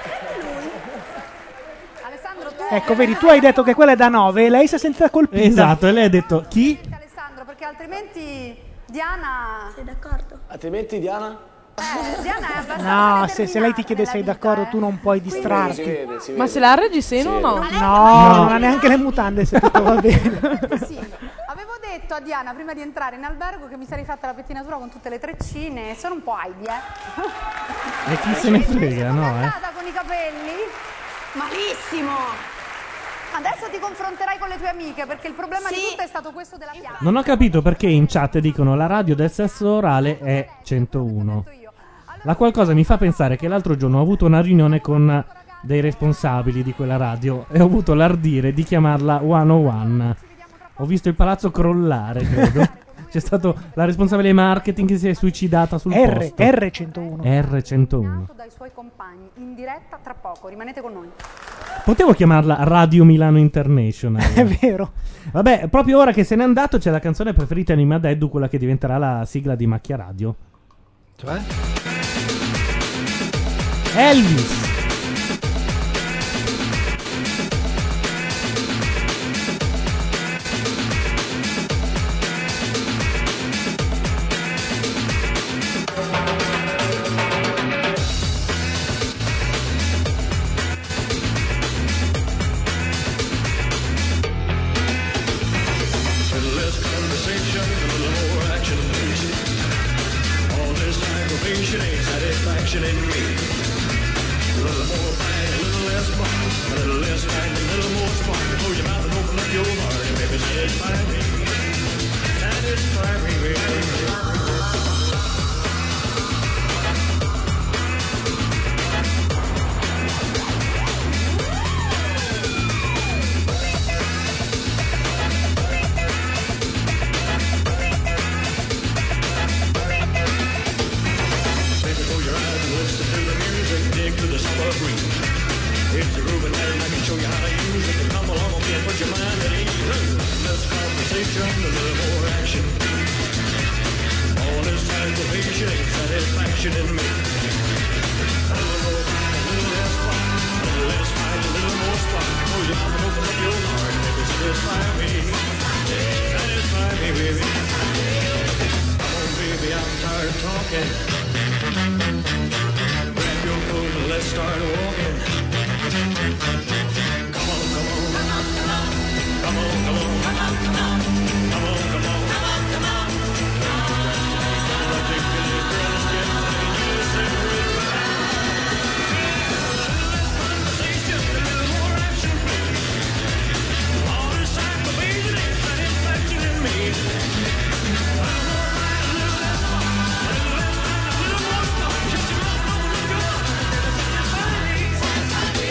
Alessandro, tu... Ecco, vedi, tu hai detto che quella è da nove e lei si è sentita colpita. Esatto, e lei ha detto chi? Alessandro, perché altrimenti Diana... Sei d'accordo? Altrimenti Diana? Eh, Diana è abbastanza... No, se, se lei ti chiede sei d'accordo tu non puoi distrarti. Si vede, si Ma vede. se l'ha Reggiseno o no? No, non ha neanche le mutande se tutto va bene. Sì, avevo detto a Diana prima di entrare in albergo che mi sarei fatta la pettinatura con tutte le treccine. Sono un po' Heidi, eh. E chi se ne frega, no, eh? Nata con i capelli? Malissimo! Adesso ti confronterai con le tue amiche perché il problema di tutto è stato questo della pianta. Non ho capito perché in chat dicono la radio del sesso orale è centouno. La qualcosa mi fa pensare che l'altro giorno ho avuto una riunione con dei responsabili di quella radio e ho avuto l'ardire di chiamarla centouno. Ho visto il palazzo crollare, credo. c'è stato la responsabile marketing che si è suicidata sul R, posto. R centouno. R centouno. dai suoi compagni in diretta tra poco, rimanete con noi. Potevo chiamarla Radio Milano International. È vero. Vabbè, proprio ora che se n'è andato c'è la canzone preferita di Madeddu, quella che diventerà la sigla di Macchia Radio. Cioè? Elvis. Little less conversation, a little more action, please. All this aggravation ain't satisfaction in me. A little more fight, a little less fun. A little less fight, a little more spark. Close your mouth and open up your heart and baby satisfy me. Satisfy me, baby. Baby, close your eyes and listen to the music. Dig to the summer breeze. It's a grooving night and I can show you how to use it. Come along with me and put your mind at ease. Less conversation, a little more action. All this aggravation ain't satisfaction in me. A little more fight, a little less fun. A little less fight, a little more spark. Close your mouth and open up your heart. Baby, satisfy me. Satisfy me, baby. Come on, baby, I'm tired of talking. Grab your coat and let's start walking. Come on, come on. Come on, come on. Come on, come on. Come on, come on. Come on, come on. Take me to the girl and get money. You separate me. Less conversation, a little more action. All this aggravation ain't satisfaction in me. A little more fight, a little less fun. A little less fight, a little more spark. Shut your mouth and open up your heart. Satisfy me. Satisfy me.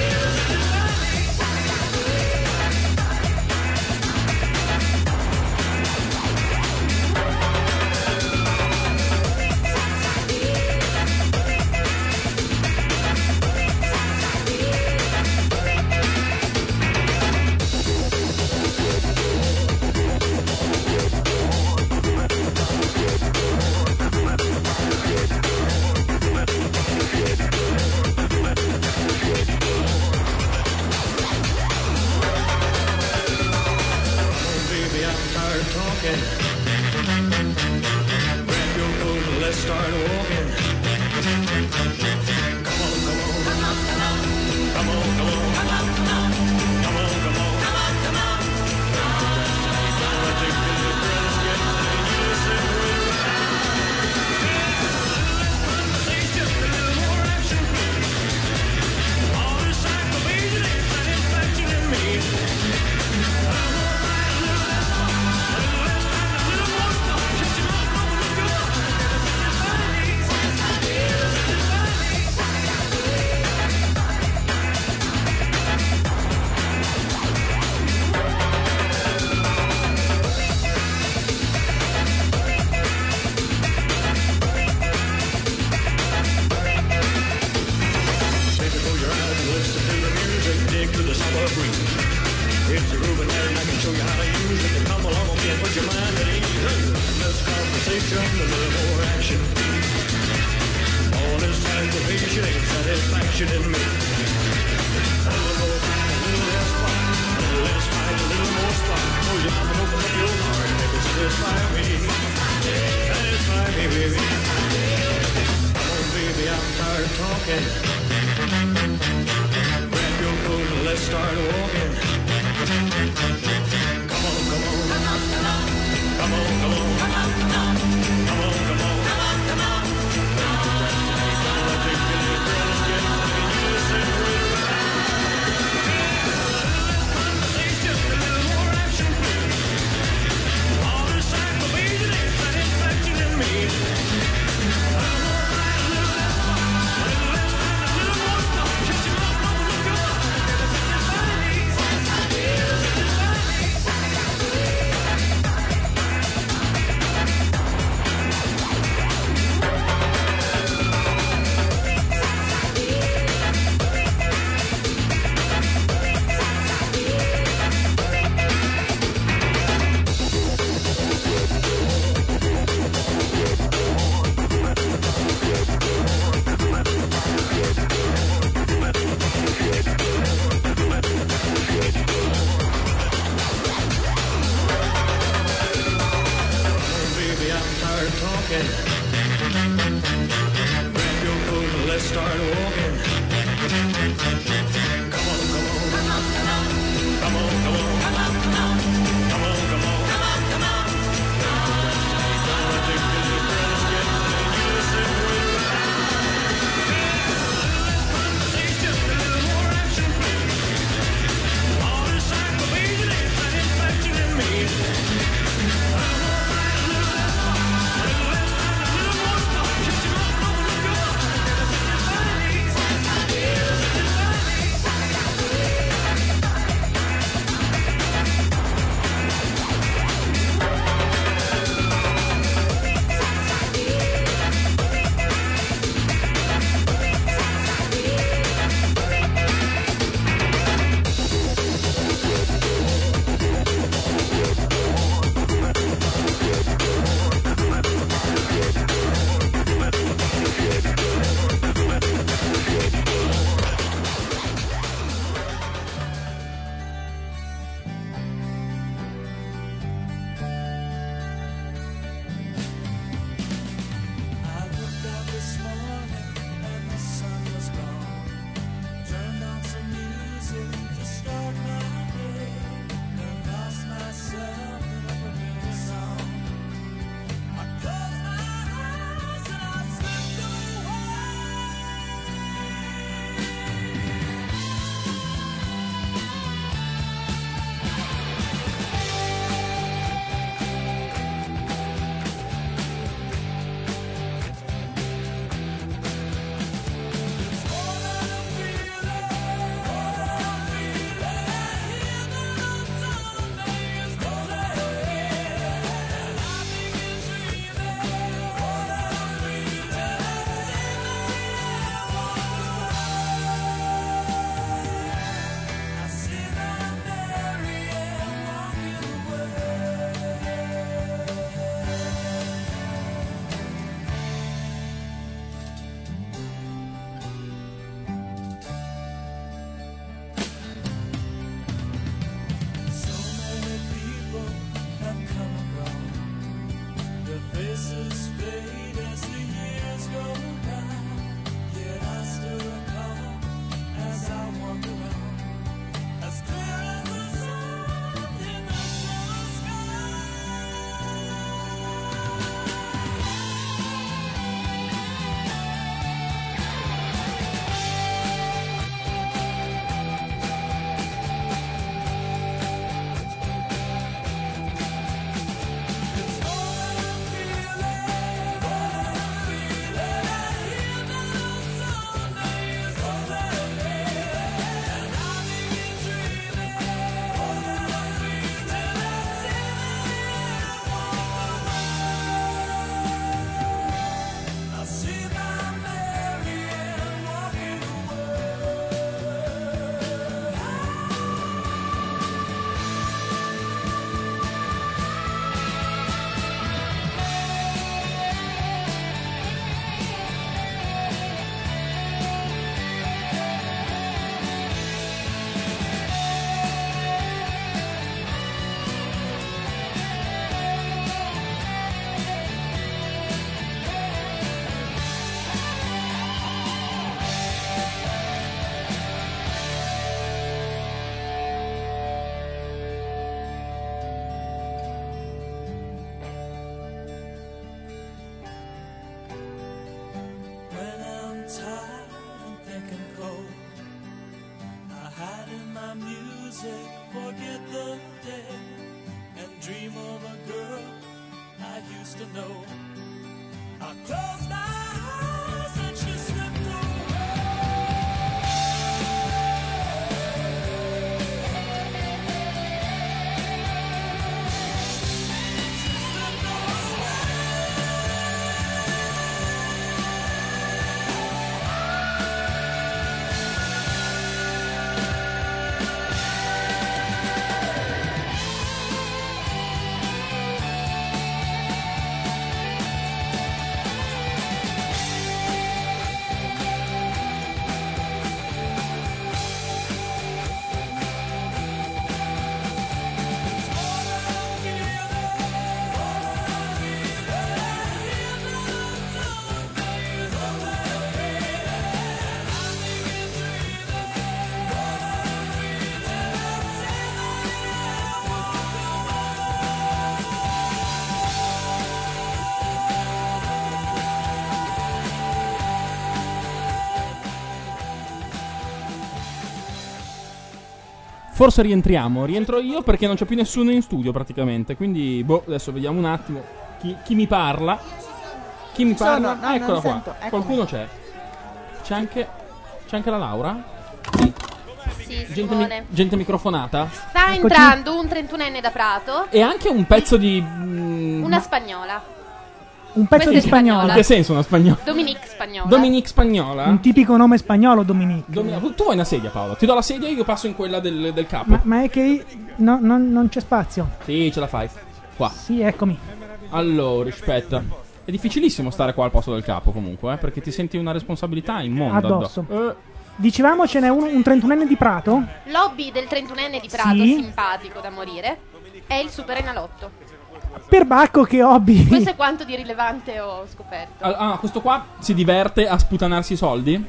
Baby, I'm tired of talking. Grab your coat and let's start walking. Come on, come on. Come on, come on. Come on, come on. Come on, come on. Come on, come on. Come on, come on. I take you to the girl and get money. You separate me. Less conversation, a little more action. All this aggravation ain't satisfaction in me. Baby, close your eyes and listen to the music. Dig to the summer breeze. It's a grooving night and I can show you how to use it. Come along with me and put your mind at ease. Less conversation, a little more action. All this aggravation ain't satisfaction in me. A little more fight, a little less fun. A little less fight, a little more spark. Close your mouth and open up your heart. Baby, satisfy me. Satisfy me, baby. Come on, baby, I'm tired of talking. Grab your coat and let's start walking. Come on, come on. Come on, come on. Come on, come on. Come on, come on. Come on, come on. Come on, come on. I take you to the girl and get money. You separate me. Less dream of a girl I used to know. I closed my eyes and she slipped Forse rientriamo, rientro io perché non c'è più nessuno in studio praticamente, quindi boh, adesso vediamo un attimo chi, chi mi parla. Chi mi Ci parla? sono, no, Ah, eccola non qua. sento, eccomi. Qualcuno c'è. C'è anche c'è anche la Laura? Sì, Gente, mi- Simone. gente microfonata. Sta entrando un trentunenne da Prato, E anche un pezzo di mm, una spagnola. Un pezzo Questa di è spagnola. spagnolo. in che senso una spagnola? Dominique spagnola. Dominique Spagnola? Un tipico nome spagnolo, Dominique. Domi- tu vuoi una sedia, Paolo? Ti do la sedia e io passo in quella del, del capo. Ma, ma è che no, no, non c'è spazio. Sì, ce la fai. Qua. Sì, eccomi. Allora, aspetta. È difficilissimo stare qua al posto del capo comunque, eh, perché ti senti una responsabilità immonda Addosso. Eh, Dicevamo ce n'è un, un trentunenne di Prato. L'hobby del trentunenne di Prato, Sì. simpatico da morire, è il Super Enalotto. Per Bacco che hobby. Questo è quanto di rilevante ho scoperto. Ah, questo qua si diverte a sputanarsi i soldi?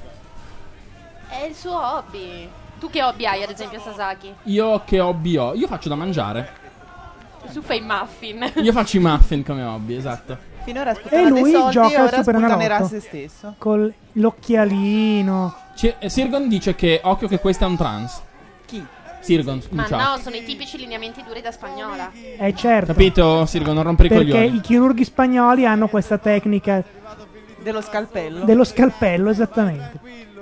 È il suo hobby. Tu che hobby hai, ad esempio, Sasaki? Io che hobby ho? Io faccio da mangiare. Tu fai muffin. Io faccio i muffin come hobby, esatto. Finora E sputava dei lui soldi, gioca al ora Super sputanerà Enalotto. se stesso. Con l'occhialino. C- Sirgon dice che occhio che questo è un trans. Chi? Sirgon, Ma ciao. no, sono i tipici lineamenti duri da spagnola. Eh certo. Capito, Sirgon, non rompere i Perché coglioni. i chirurghi spagnoli hanno questa tecnica Dello scalpello. dello scalpello, esattamente.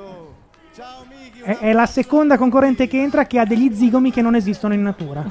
È, è la seconda concorrente che entra che ha degli zigomi che non esistono in natura.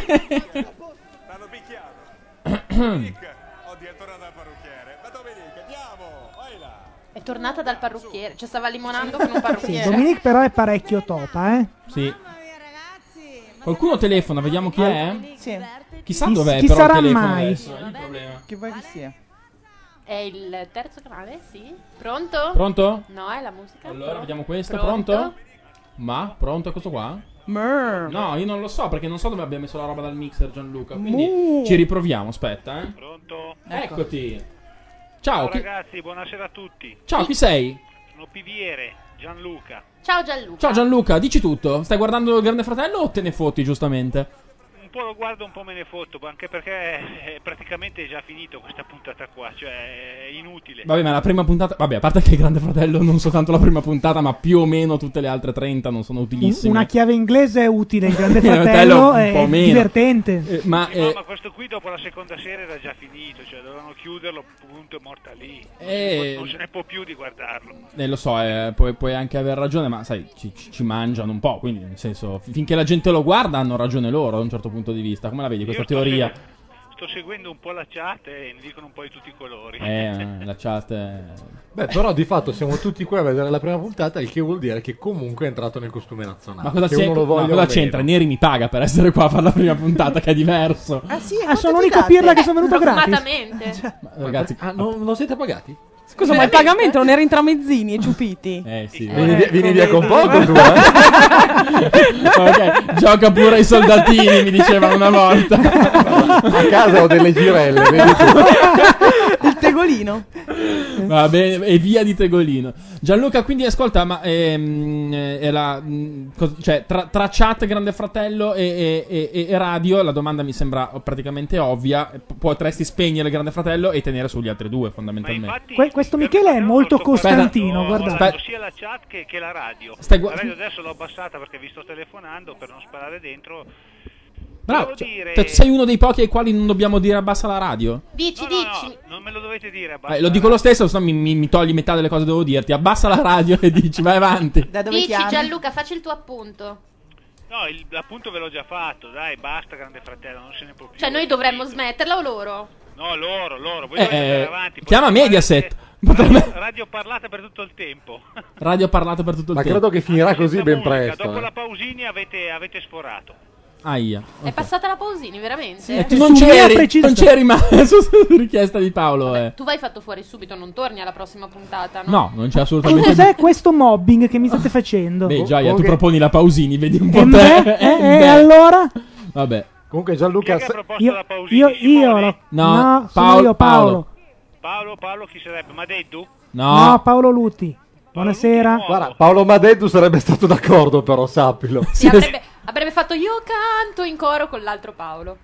È tornata dal parrucchiere. Cioè, stava limonando con un Sì, parrucchiere. Dominique però è parecchio topa, eh. Sì. Qualcuno telefona, vediamo chi è? Sì. Chissà Chi- dov'è chi però sarà il telefono mai? adesso, è il problema. Che vuoi che sia? È il terzo canale, sì. Pronto? Pronto? No, è la musica. Allora, Pronto? vediamo questo, pronto? Ma, pronto, è questo qua? No, io non lo so perché non so dove abbia messo la roba dal mixer Gianluca, quindi Mu. ci riproviamo, aspetta, eh. Pronto? Eccoti. Ciao, Ciao chi... ragazzi, buonasera a tutti. Ciao, chi sei? Sono Piviere, Gianluca. Ciao Gianluca. Ciao Gianluca, dici tutto. Stai guardando il Grande Fratello o te ne fotti giustamente? Un po' lo guardo, un po' me ne fotto, anche perché è praticamente già finito questa puntata qua, cioè è inutile. Vabbè, ma la prima puntata... Vabbè, a parte che il Grande Fratello non soltanto la prima puntata, ma più o meno tutte le altre trenta non sono Un- utilissime. una chiave inglese è utile, il Grande Il Grande Fratello Fratello un po' è meno. divertente. Eh, ma, No, eh, ma questo qui dopo la seconda serie era già finito, cioè dovevano chiuderlo, punto, è morta lì. Eh. Non se ne può più di guardarlo. eh, lo so, eh, puoi, puoi anche aver ragione, ma sai, ci, ci- ci mangiano un po', quindi nel senso, fi- finché la gente lo guarda hanno ragione loro da un certo punto di vista. Come la vedi questa Io sto teoria? segu- Sto seguendo un po' la chat e ne dicono un po' di tutti i colori. Eh, la chat... è- Beh, però di fatto siamo tutti qui a vedere la prima puntata, il che vuol dire che comunque è entrato nel costume nazionale. Ma cosa, che c'è- uno lo no, voglia cosa o c'entra? meno. Neri mi paga per essere qua a fare la prima puntata, che è diverso. Ah sì, Ah, sono l'unico pirla che sono venuto gratis. Profumatamente. Ma, ragazzi, Ah, non, non siete pagati? Scusa, ma il pagamento non era in tramezzini e ciupiti? Eh sì. Vieni, via- vieni via con vedo. poco tu, eh? Ok, gioca pure ai soldatini, mi dicevano una volta. A casa ho delle girelle, vedi tu. Il tegolino. Va bene, e via di Tegolino. Gianluca, quindi ascolta, ma ehm, eh, è la, mh, cos- cioè, tra, tra chat Grande Fratello e, e- e- e radio, la domanda mi sembra praticamente ovvia. P- potresti spegnere il Grande Fratello e tenere sugli altri due, fondamentalmente. Que- questo Michele è molto costantino, guardate. Guardando sia la chat che, che la radio. Stai gu- la radio adesso l'ho abbassata perché vi sto telefonando per non sparare dentro. Bravo. Cioè, te sei uno dei pochi ai quali non dobbiamo dire abbassa la radio? Dici, No, dici. no, non me lo dovete dire. abbassa Eh, lo dico lo stesso, se no mi, mi, mi togli metà delle cose che devo dirti. Abbassa la radio e dici, vai avanti. Dici Gianluca, facci il tuo appunto. No, il, l'appunto ve l'ho già fatto, dai, basta, Grande Fratello, non se ne può più. Cioè, noi dovremmo smetterla o loro? No, loro, loro, voi Eh, dovete andare eh, avanti. chiama potete Mediaset. fare Radio parlata per tutto il tempo. Radio parlato per tutto il Ma tempo. credo che finirà così ben presto. Dopo eh. la Pausini avete, avete sforato. Aia. È passata la Pausini, veramente? E tu non c'eri, non c'eri mai su, su richiesta di Paolo. Eh. Tu vai fatto fuori subito, non torni alla prossima puntata, no? No, non c'è Che assolutamente. cos'è questo mobbing che mi state facendo? Beh, Gioia, tu Comunque- proponi la Pausini, vedi un po' E te. beh, Eh, eh, beh. e allora? Vabbè. Comunque Gianluca... Io, io, io, lo- No, no, sono Paolo- io, Paolo. Paolo, Paolo chi sarebbe? Madeddu? No. No, Paolo Luti. Buonasera. Guarda, Paolo Madeddu sarebbe stato d'accordo, però sappilo. Sì, avrebbe, avrebbe fatto io canto in coro con l'altro Paolo.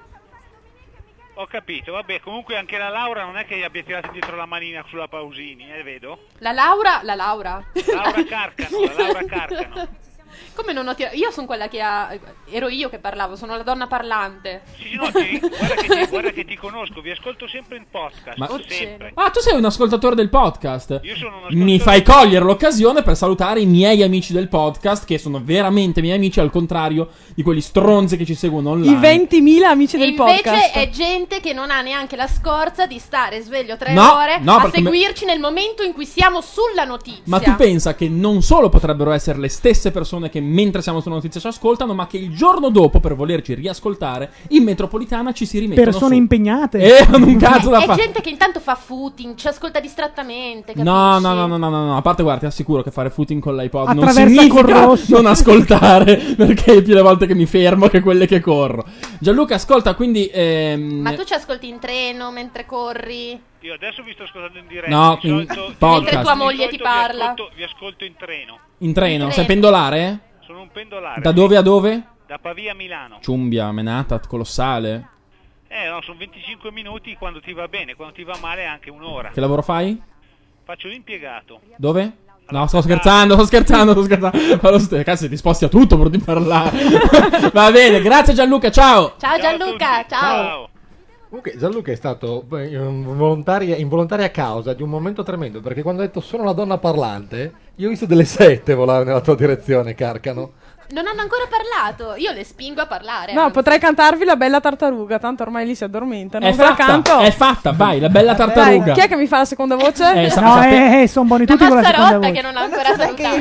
Ho capito, vabbè, comunque anche la Laura non è che gli abbia tirato dietro la manina sulla Pausini, eh, vedo? La Laura, la Laura. Laura Carcano, la Laura Carcano. Come non ho tirato? Io sono quella che ha. Ero io che parlavo, sono la donna parlante. Sì, no, ti, guarda, che ti, guarda che ti conosco, vi ascolto sempre in podcast, Ma- sempre. Ah, tu sei un ascoltatore del podcast. Io sono un ascoltatore. Mi fai cogliere l'occasione per salutare i miei amici del podcast, che sono veramente miei amici, al contrario di quelli stronzi che ci seguono online. I ventimila amici E del invece podcast. è gente che non ha neanche la scorza di stare sveglio tre No, ore no, a perché me- seguirci nel momento in cui siamo sulla notizia. Ma tu pensa che non solo potrebbero essere le stesse persone che mentre siamo sulla notizia ci ascoltano, ma che il giorno dopo, per volerci riascoltare, in metropolitana ci si rimettono Persone su. impegnate. Eh, hanno un cazzo da È fare. gente che intanto fa footing, ci ascolta distrattamente, capisci? No, no, no, no, no, no, no, a parte guarda, ti assicuro che fare footing con l'iPod non Attraversa significa col rosso. non ascoltare, perché più le volte che mi fermo che quelle che corro. Gianluca, ascolta, quindi ehm, Ma tu ci ascolti in treno mentre corri? Io adesso vi sto ascoltando in diretta. No, di in solito- podcast. Mentre tua di moglie solito ti parla. Vi ascolto, vi ascolto in treno. in treno, in sei treno. pendolare? Sono un pendolare. Da dove a dove? Da Pavia a Milano. Ciumbia, Menata, Colossale. Eh, no, sono venticinque minuti quando ti va bene, quando ti va male anche un'ora. Che lavoro fai? Faccio l'impiegato. Dove? No, sto scherzando, sto scherzando, sto scherzando. Ma lo st- cazzo, ti sposti a tutto pur di parlare. Va bene, grazie Gianluca, ciao. Ciao Gianluca, ciao. Comunque Gianluca è stato beh, involontaria, involontaria causa di un momento tremendo, perché quando ha detto sono la donna parlante, io ho visto delle sette volare nella tua direzione, Carcano. Non hanno ancora parlato, io le spingo a parlare. No, potrei cantarvi la bella tartaruga, tanto ormai lì si addormentano. È Ve la fatta, canto. è fatta, vai, la bella Dai, tartaruga. chi è che mi fa la seconda voce? Eh, sa- No, sape- eh, eh, sono buoni La tutti con la seconda Mazzarotta voce. che non ha ancora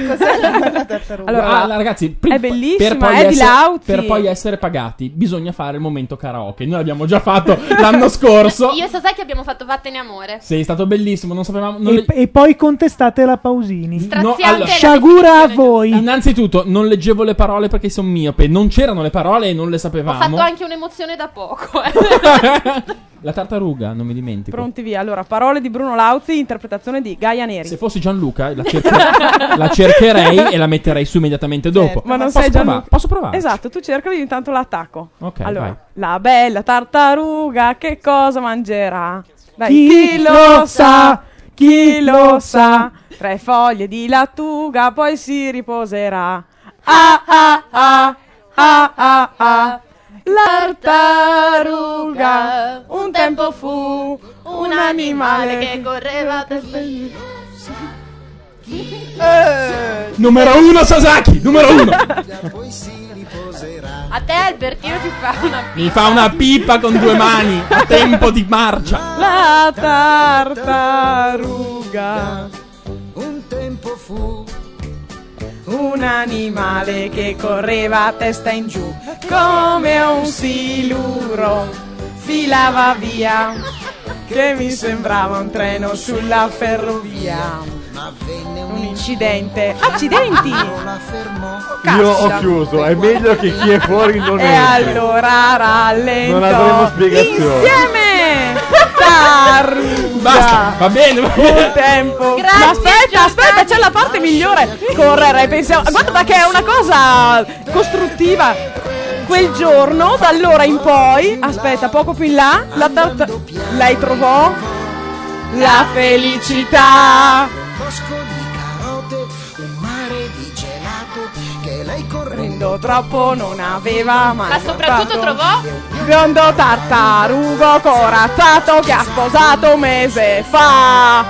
salutato. Allora, Ah, ragazzi, pri- è bellissima, per poi, è di essere, Lauzi. per poi essere pagati bisogna fare il momento karaoke. Noi l'abbiamo già fatto l'anno scorso. Io e Sasaki abbiamo fatto Vattene amore. Sei stato bellissimo, non sapevamo. Non E, le- e poi contestate la Pausini. Straziante allora- la Sciagura a voi. Innanzitutto, non leggevo le parole perché sono miope. Non c'erano le parole e non le Ho sapevamo. fatto anche un'emozione da poco. eh. La tartaruga, non mi dimentico. Pronti via. Allora, parole di Bruno Lauzi, interpretazione di Gaia Neri. Se fossi Gianluca, la, cercher- la cercherei e la metterei su immediatamente dopo. Ma non Posso sei provare? Gianluca. Posso provare? Esatto, tu cercali, intanto l'attacco. Ok, allora, vai. la bella tartaruga che cosa mangerà? Dai, Chi chi, lo lo sa? sa? Chi lo sa? Tre foglie di lattuga, poi si riposerà. Ah ah ah ah ah ah. La tartaruga un tempo fu Un animale che correva per Numero uno Sasaki, numero uno. A te Albertino ti fa una Mi fa una pipa con due mani a tempo di marcia. La tartaruga Un tempo fu un animale che correva a testa in giù come un siluro, filava via che mi sembrava un treno sulla ferrovia. Un incidente, accidenti. la fermò. Io ho chiuso, è meglio che chi è fuori non E entri. allora rallentò Non avremo spiegazioni. insieme. Tartaruga. Basta, va bene, va bene. Un tempo. Grazie, Ma aspetta, Giovanni. aspetta, c'è la parte migliore. Correre, pensiamo. Guarda che è una cosa costruttiva. Quel giorno, da allora in poi, aspetta, poco più in là, la tarta- lei trovò la felicità. Bosco di carote, un mare di gelato che lei correva correndo troppo non aveva mai Ma soprattutto notato. trovò Biondo tartarugo corazzato che ha sposato un mese fa.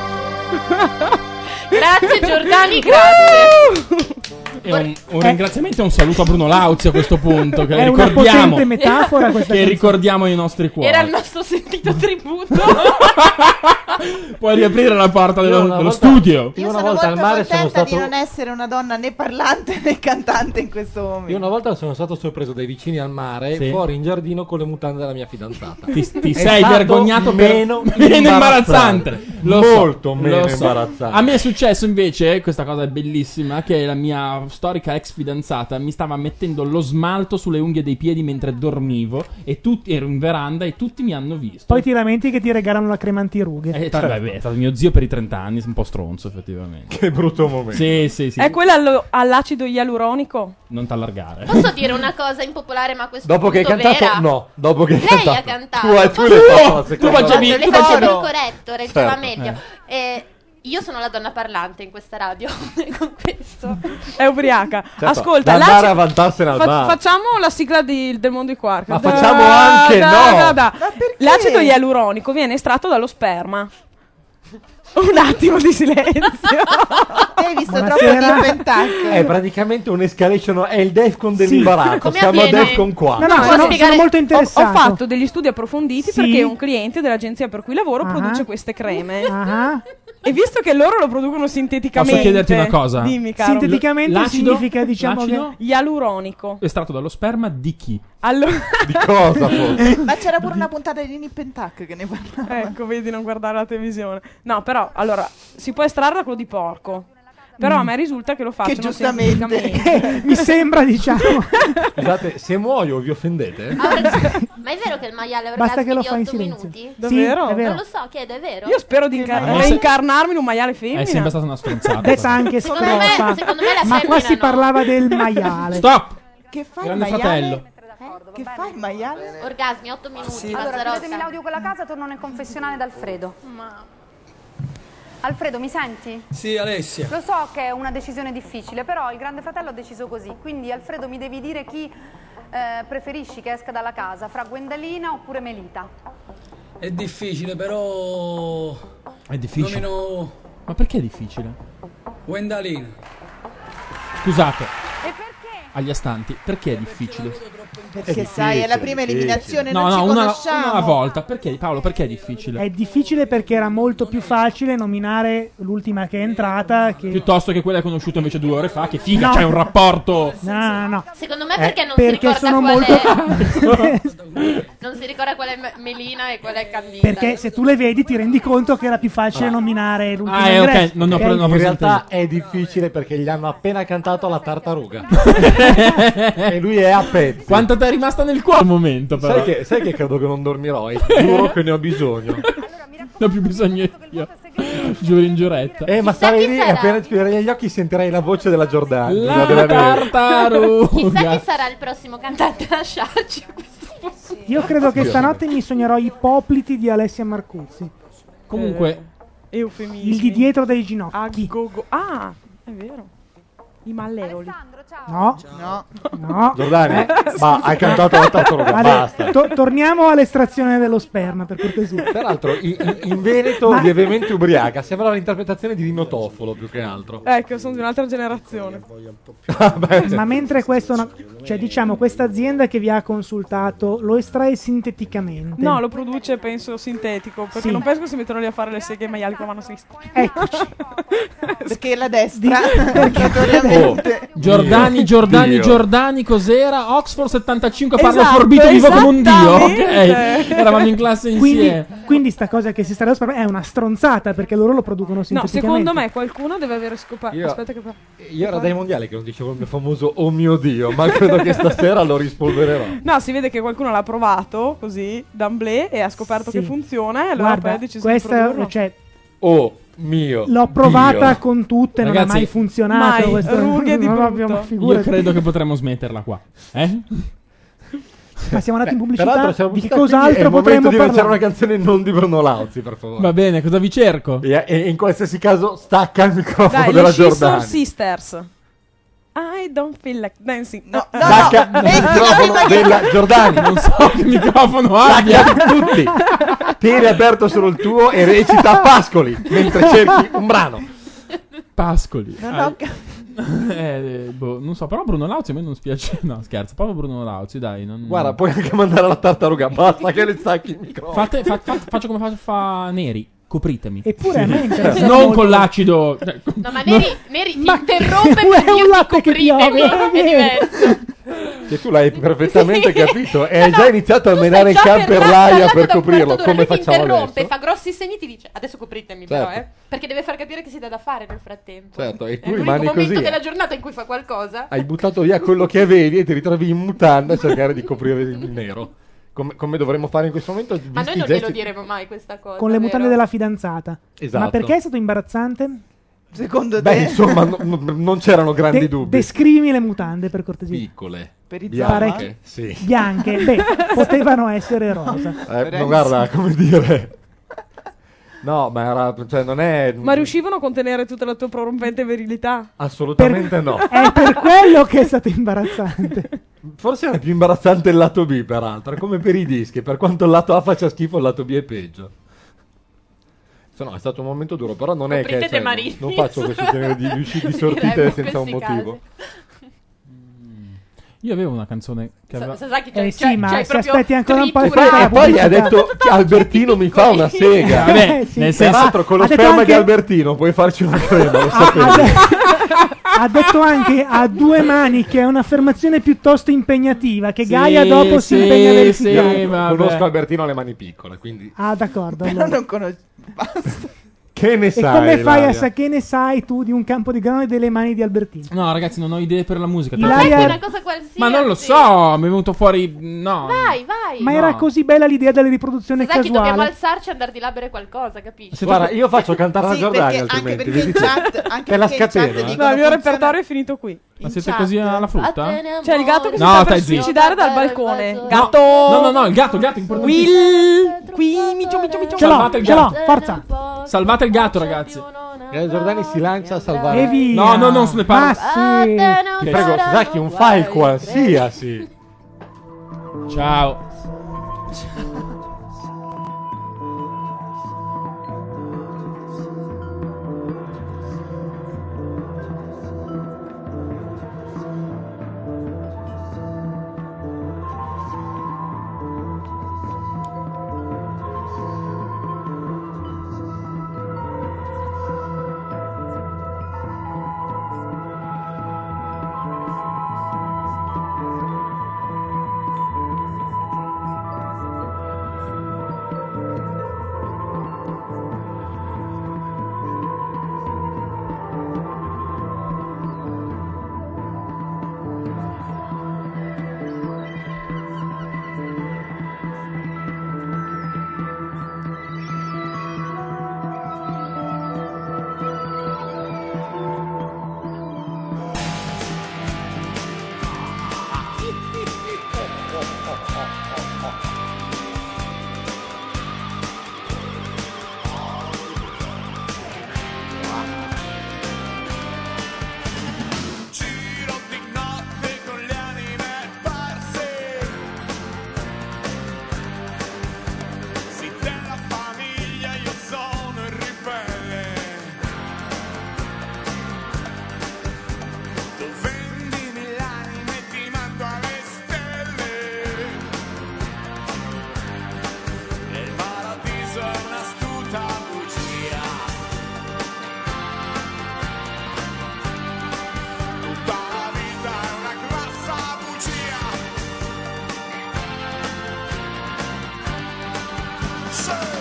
Grazie Giordani, grazie. E un, un ringraziamento e un saluto a Bruno Lauzi a questo punto. Che È una ricordiamo, potente metafora questa che canzone. ricordiamo nei nostri cuori. Era il nostro sentito tributo. Puoi riaprire la porta Io dello, una dello volta- studio. Io Io una sono volta al molto mare sono contenta stato di non essere una donna né parlante né cantante in questo momento. Io una volta sono stato sorpreso dai vicini al mare, Sì. fuori in giardino con le mutande della mia fidanzata. Ti, ti È sei stato vergognato per- meno meno imbarazzante. imbarazzante. Lo so, Molto meno lo so. imbarazzante. A me è successo invece, questa cosa è bellissima, che la mia storica ex fidanzata mi stava mettendo lo smalto sulle unghie dei piedi mentre dormivo e tutti ero in veranda e tutti mi hanno visto. Poi ti lamenti che ti regalano la crema antirughe. Eh, vabbè, beh, è stato mio zio per i trenta anni, un po' stronzo effettivamente. Che brutto momento. Sì, sì, sì. È quella allo- all'acido ialuronico? Non t'allargare. Posso dire una cosa impopolare ma a questo Dopo che hai punto cantato, vera? no. Dopo che hai Lei cantato. ha cantato. Tu, hai- tu Posso- l'hai fatto la Tu seconda facevi- Quando le tu facevi facevi- il corretto, reggeva Certo, meglio. Eh, io sono la donna parlante in questa radio. Con questo. È ubriaca. Certo, Ascolta, da andare l'aci- a vantarsene al fa- bar. facciamo la sigla di- del mondo di Quark. Ma facciamo anche, no! L'acido ialuronico viene estratto dallo sperma. Un attimo di silenzio. Hai visto Buonasera. troppo di Pentac? È praticamente un'escalation, è il Defcon Sì. dell'imbarato. Come Siamo a avviene? Defcon qua. No, no, Può sono, spiegare- sono molto Ho, ho interessato. fatto degli studi approfonditi Sì. perché un cliente dell'agenzia per cui lavoro Ah. produce queste creme. Ah. E visto che loro lo producono sinteticamente. Posso chiederti una cosa? Dimmi, caro. Sinteticamente L'acido? significa, diciamo L'acido? che... Ialuronico. Estratto dallo sperma di chi? Allora, Di cosa forse? Ma c'era pure una puntata di Nini Pentac che ne parlava. ecco, vedi, non guardare la televisione. No, però, allora, si può estrarre da quello di porco. Però a me risulta che lo facciano giustamente. sinteticamente. Mi sembra, diciamo... Scusate, se muoio vi offendete? Ha ragione. Ma è vero che il maiale Basta orgasmi che lo di fa in otto silenzio. minuti? Davvero? Sì, è vero. Non lo so, chiedo, è vero? Io spero di incar- Eh, se- reincarnarmi in un maiale femmina. È sempre stata una stronzata. Detta anche Secondo me- scrofa. secondo me la Ma qua femmina si no. parlava del maiale. Stop! Che fa il Grande maiale? fratello. Che fa il maiale? Orgasmi, otto minuti. Allora, Mazzarotta. chiudetemi l'audio con la casa, torno nel confessionale da Alfredo. Alfredo, mi senti? Sì, Alessia. Lo so che è una decisione difficile, però il Grande Fratello ha deciso così. Quindi, Alfredo, mi devi dire chi eh, preferisci che esca dalla casa, fra Gwendalina oppure Melita. È difficile, però... È difficile. Nomino Ma perché è difficile? Gwendalina. Scusate, E perché? agli astanti, perché è difficile? Perché sai, è la prima eliminazione, No, non no, ci una, conosciamo. una alla volta. Perché, Paolo, perché è difficile? È difficile perché era molto più facile nominare l'ultima che è entrata che... Piuttosto che quella che hai conosciuto invece due ore fa, che figa, No. c'hai un rapporto. No, no, no. Secondo me Eh, perché non perché si ricorda sono qual molto... è non si ricorda qual è Me- Melina e qual è Candida. Perché se tu le vedi ti rendi conto che era più facile nominare l'ultima Ah, eh, ok, ingresso, non ne ho ok? preso- non ho In preso realtà è difficile perché gli hanno appena cantato la tartaruga. E lui è a pezzi. Quanto ti è rimasta nel cuore al momento, però? Sai che, sai che credo che non dormirò? E giuro che ne ho bisogno. Non ho più bisogno io. Giuro in giuretta. Eh, ma Chissà stavi chi lì e sarà. appena ti chiuderai gli occhi sentirai la voce della Giordani. La della Neve. Chissà tartaruga. chi sarà il prossimo cantante a lasciarci a questo punto. Io credo che stanotte mi sognerò i popliti di Alessia Marcuzzi. Comunque, Eufemismi. Il di dietro dei ginocchi. Gogo. Ah, è vero. I malleoli. No, No. no. Giordani, Eh, ma hai cantato la tartaruga, Ale, basta. to- torniamo all'estrazione dello sperma, per cortesia. Peraltro, in, in- in Veneto, Ma- lievemente ubriaca, sembra l'interpretazione di Nino Toffolo più che altro. Ecco, sono di un'altra generazione. Ma mentre questo, no- cioè diciamo, questa azienda che vi ha consultato lo estrae sinteticamente. No, lo produce, penso, sintetico. Perché Sì. non penso che si mettono lì a fare le seghe ai maiali con la mano sinistra. Eccoci. Perché la destra Oh, Giordani, Giordani, Dio. Giordani, cos'era? Oxford settantacinque parla Esatto, forbito vivo come un dio. Ok, esattamente. eravamo in classe Quindi, insieme. quindi sta cosa che si sta dello sperma è una stronzata perché loro lo producono No, sinteticamente. secondo me qualcuno deve avere scoperto. Io- Aspetta, che fa. Io era dai mondiali che non dicevo il mio famoso oh mio Dio, ma credo che stasera lo rispolvererò. No, si vede che qualcuno l'ha provato così, d'amblè, e ha scoperto Sì. che funziona. E allora poi Guarda, ha deciso di questa, produrlo. cioè, Oh mio l'ho provata Dio. con tutte, non Ragazzi, ha mai funzionato. mai, questa- rughe di non brutto. proprio, ma Io figurati. credo che potremmo smetterla qua. Eh? Ma siamo andati in Peraltro pubblicità. siamo Di pubblicità, che quindi è cos'altro il momento potremmo di lanciare una parlare? canzone non di Bruno Lauzi, per favore. Va bene, cosa vi cerco? E, e in qualsiasi caso stacca il microfono Dai, della le She Soul Giordani. Sisters. I don't feel like dancing. No, no, Dacca, no. Il microfono della Giordani. Non so che microfono Dacca, abbia. tutti. Tieni aperto solo il tuo e recita Pascoli mentre cerchi un brano. Pascoli. Non Ah, ho ca- eh, boh, non so, però Bruno Lauzi a me non spiace. No, scherzo, proprio Bruno Lauzi, dai. Non... Guarda, puoi anche mandare la tartaruga. Basta che le stacchi il microfono. Fate, fa- fa- faccio come fa, fa Neri. Copritemi. Eppure a me interessa Non molto. con l'acido. No, ma Neri, Neri ti interrompe è per un io latte ti che copritemi. piove, È diverso. Che tu l'hai perfettamente Sì. capito. E hai No, già no, iniziato a tu menare il stai già camper per là- l'aia dal per lato da un coprirlo. quarto d'ora, Come lui ti facciamo interrompe, adesso? fa grossi segni, ti dice adesso copritemi Certo. però, eh. Perché deve far capire che si dà da fare nel frattempo. Certo, e È tu l'unico rimani momento così. della giornata in cui fa qualcosa. Hai buttato via quello che avevi e ti ritrovi in mutanda a cercare di coprire il nero. Come, come dovremmo fare in questo momento? Ma visti noi i non gesti- glielo diremo mai questa cosa. Con le mutande vero? della fidanzata. Esatto. Ma perché è stato imbarazzante? Secondo Beh, te? insomma, no- no- non c'erano grandi De- dubbi. Descrivimi le mutande per cortesia. Piccole. Per i Bianche, Parecchie- sì. Bianche, beh, potevano essere rosa. Eh, no, guarda, come dire. No, ma era, cioè, non è Ma riuscivano a contenere tutta la tua prorompente virilità? assolutamente no. È per quello che è stato imbarazzante. Forse era più imbarazzante il lato B, peraltro, è come per i dischi. Per quanto il lato A faccia schifo, il lato B è peggio. Se no, è stato un momento duro, però non è che Coprite cioè, De non, Marinis. non faccio questo genere di uscite di Si sortite direbbe in senza un questi motivo. Io avevo una canzone che Sa- aveva... Sasaki, Eh c'hai, sì, c'hai- ma c'hai se proprio aspetti ancora un po' E di poi, fare la e poi ha pubblicità. detto che Albertino mi fa una sega. Vabbè, Eh, sì. nel senso... Peraltro, con lo Ha detto sperma anche- di Albertino puoi farci una crema, lo Ha, sapevo. ha de- ha detto anche a due mani che è un'affermazione piuttosto impegnativa che Sì, Gaia dopo si sì, impegna a verificare. sì, vabbè. Conosco Albertino alle mani piccole, quindi Ah, d'accordo. Però allora. non conosco. Basta. che ne E sai? come fai a Ilaria? sa- che ne sai tu di un campo di grano e delle mani di Albertino? No, ragazzi, non ho idee per la musica. Ma te lo Ilaria- dico. Una cosa qualsiasi. Ma non lo so, mi è venuto fuori... No. Vai, vai. Ma No. era così bella l'idea della riproduzione Sasaki, dobbiamo casuale. alzarci e andare di là a bere qualcosa, capisci? Guarda, io faccio cantare la Sì, Giordani, perché- anche altrimenti. perché in vedi tu. chat- anche Te la perché in chat scateno, eh. dicono No, il mio funziona- repertorio è finito qui. Ma siete così alla frutta? C'è il gatto che si No, sta stai per zitto. suicidare dal balcone. No, Gatto! No, no, no, il gatto, il gatto, importantissimo. Will! Qui, micio, micio, micio. Ce l'ho, Salvate il ce l'ho, gatto. forza. Salvate il gatto, ragazzi. E Giordani si lancia a salvare. E via. No, no, non sulle Ma parole. sì. Ti prego, Sasaki, un file qualsiasi. Ciao. Giro di notte con le anime perse. Sì, della famiglia io sono il ribelle. Tu vendimi l'anima e ti mando alle stelle. E il paradiso è un'astuta bugia. Tutta la vita è una grassa bugia. Sì.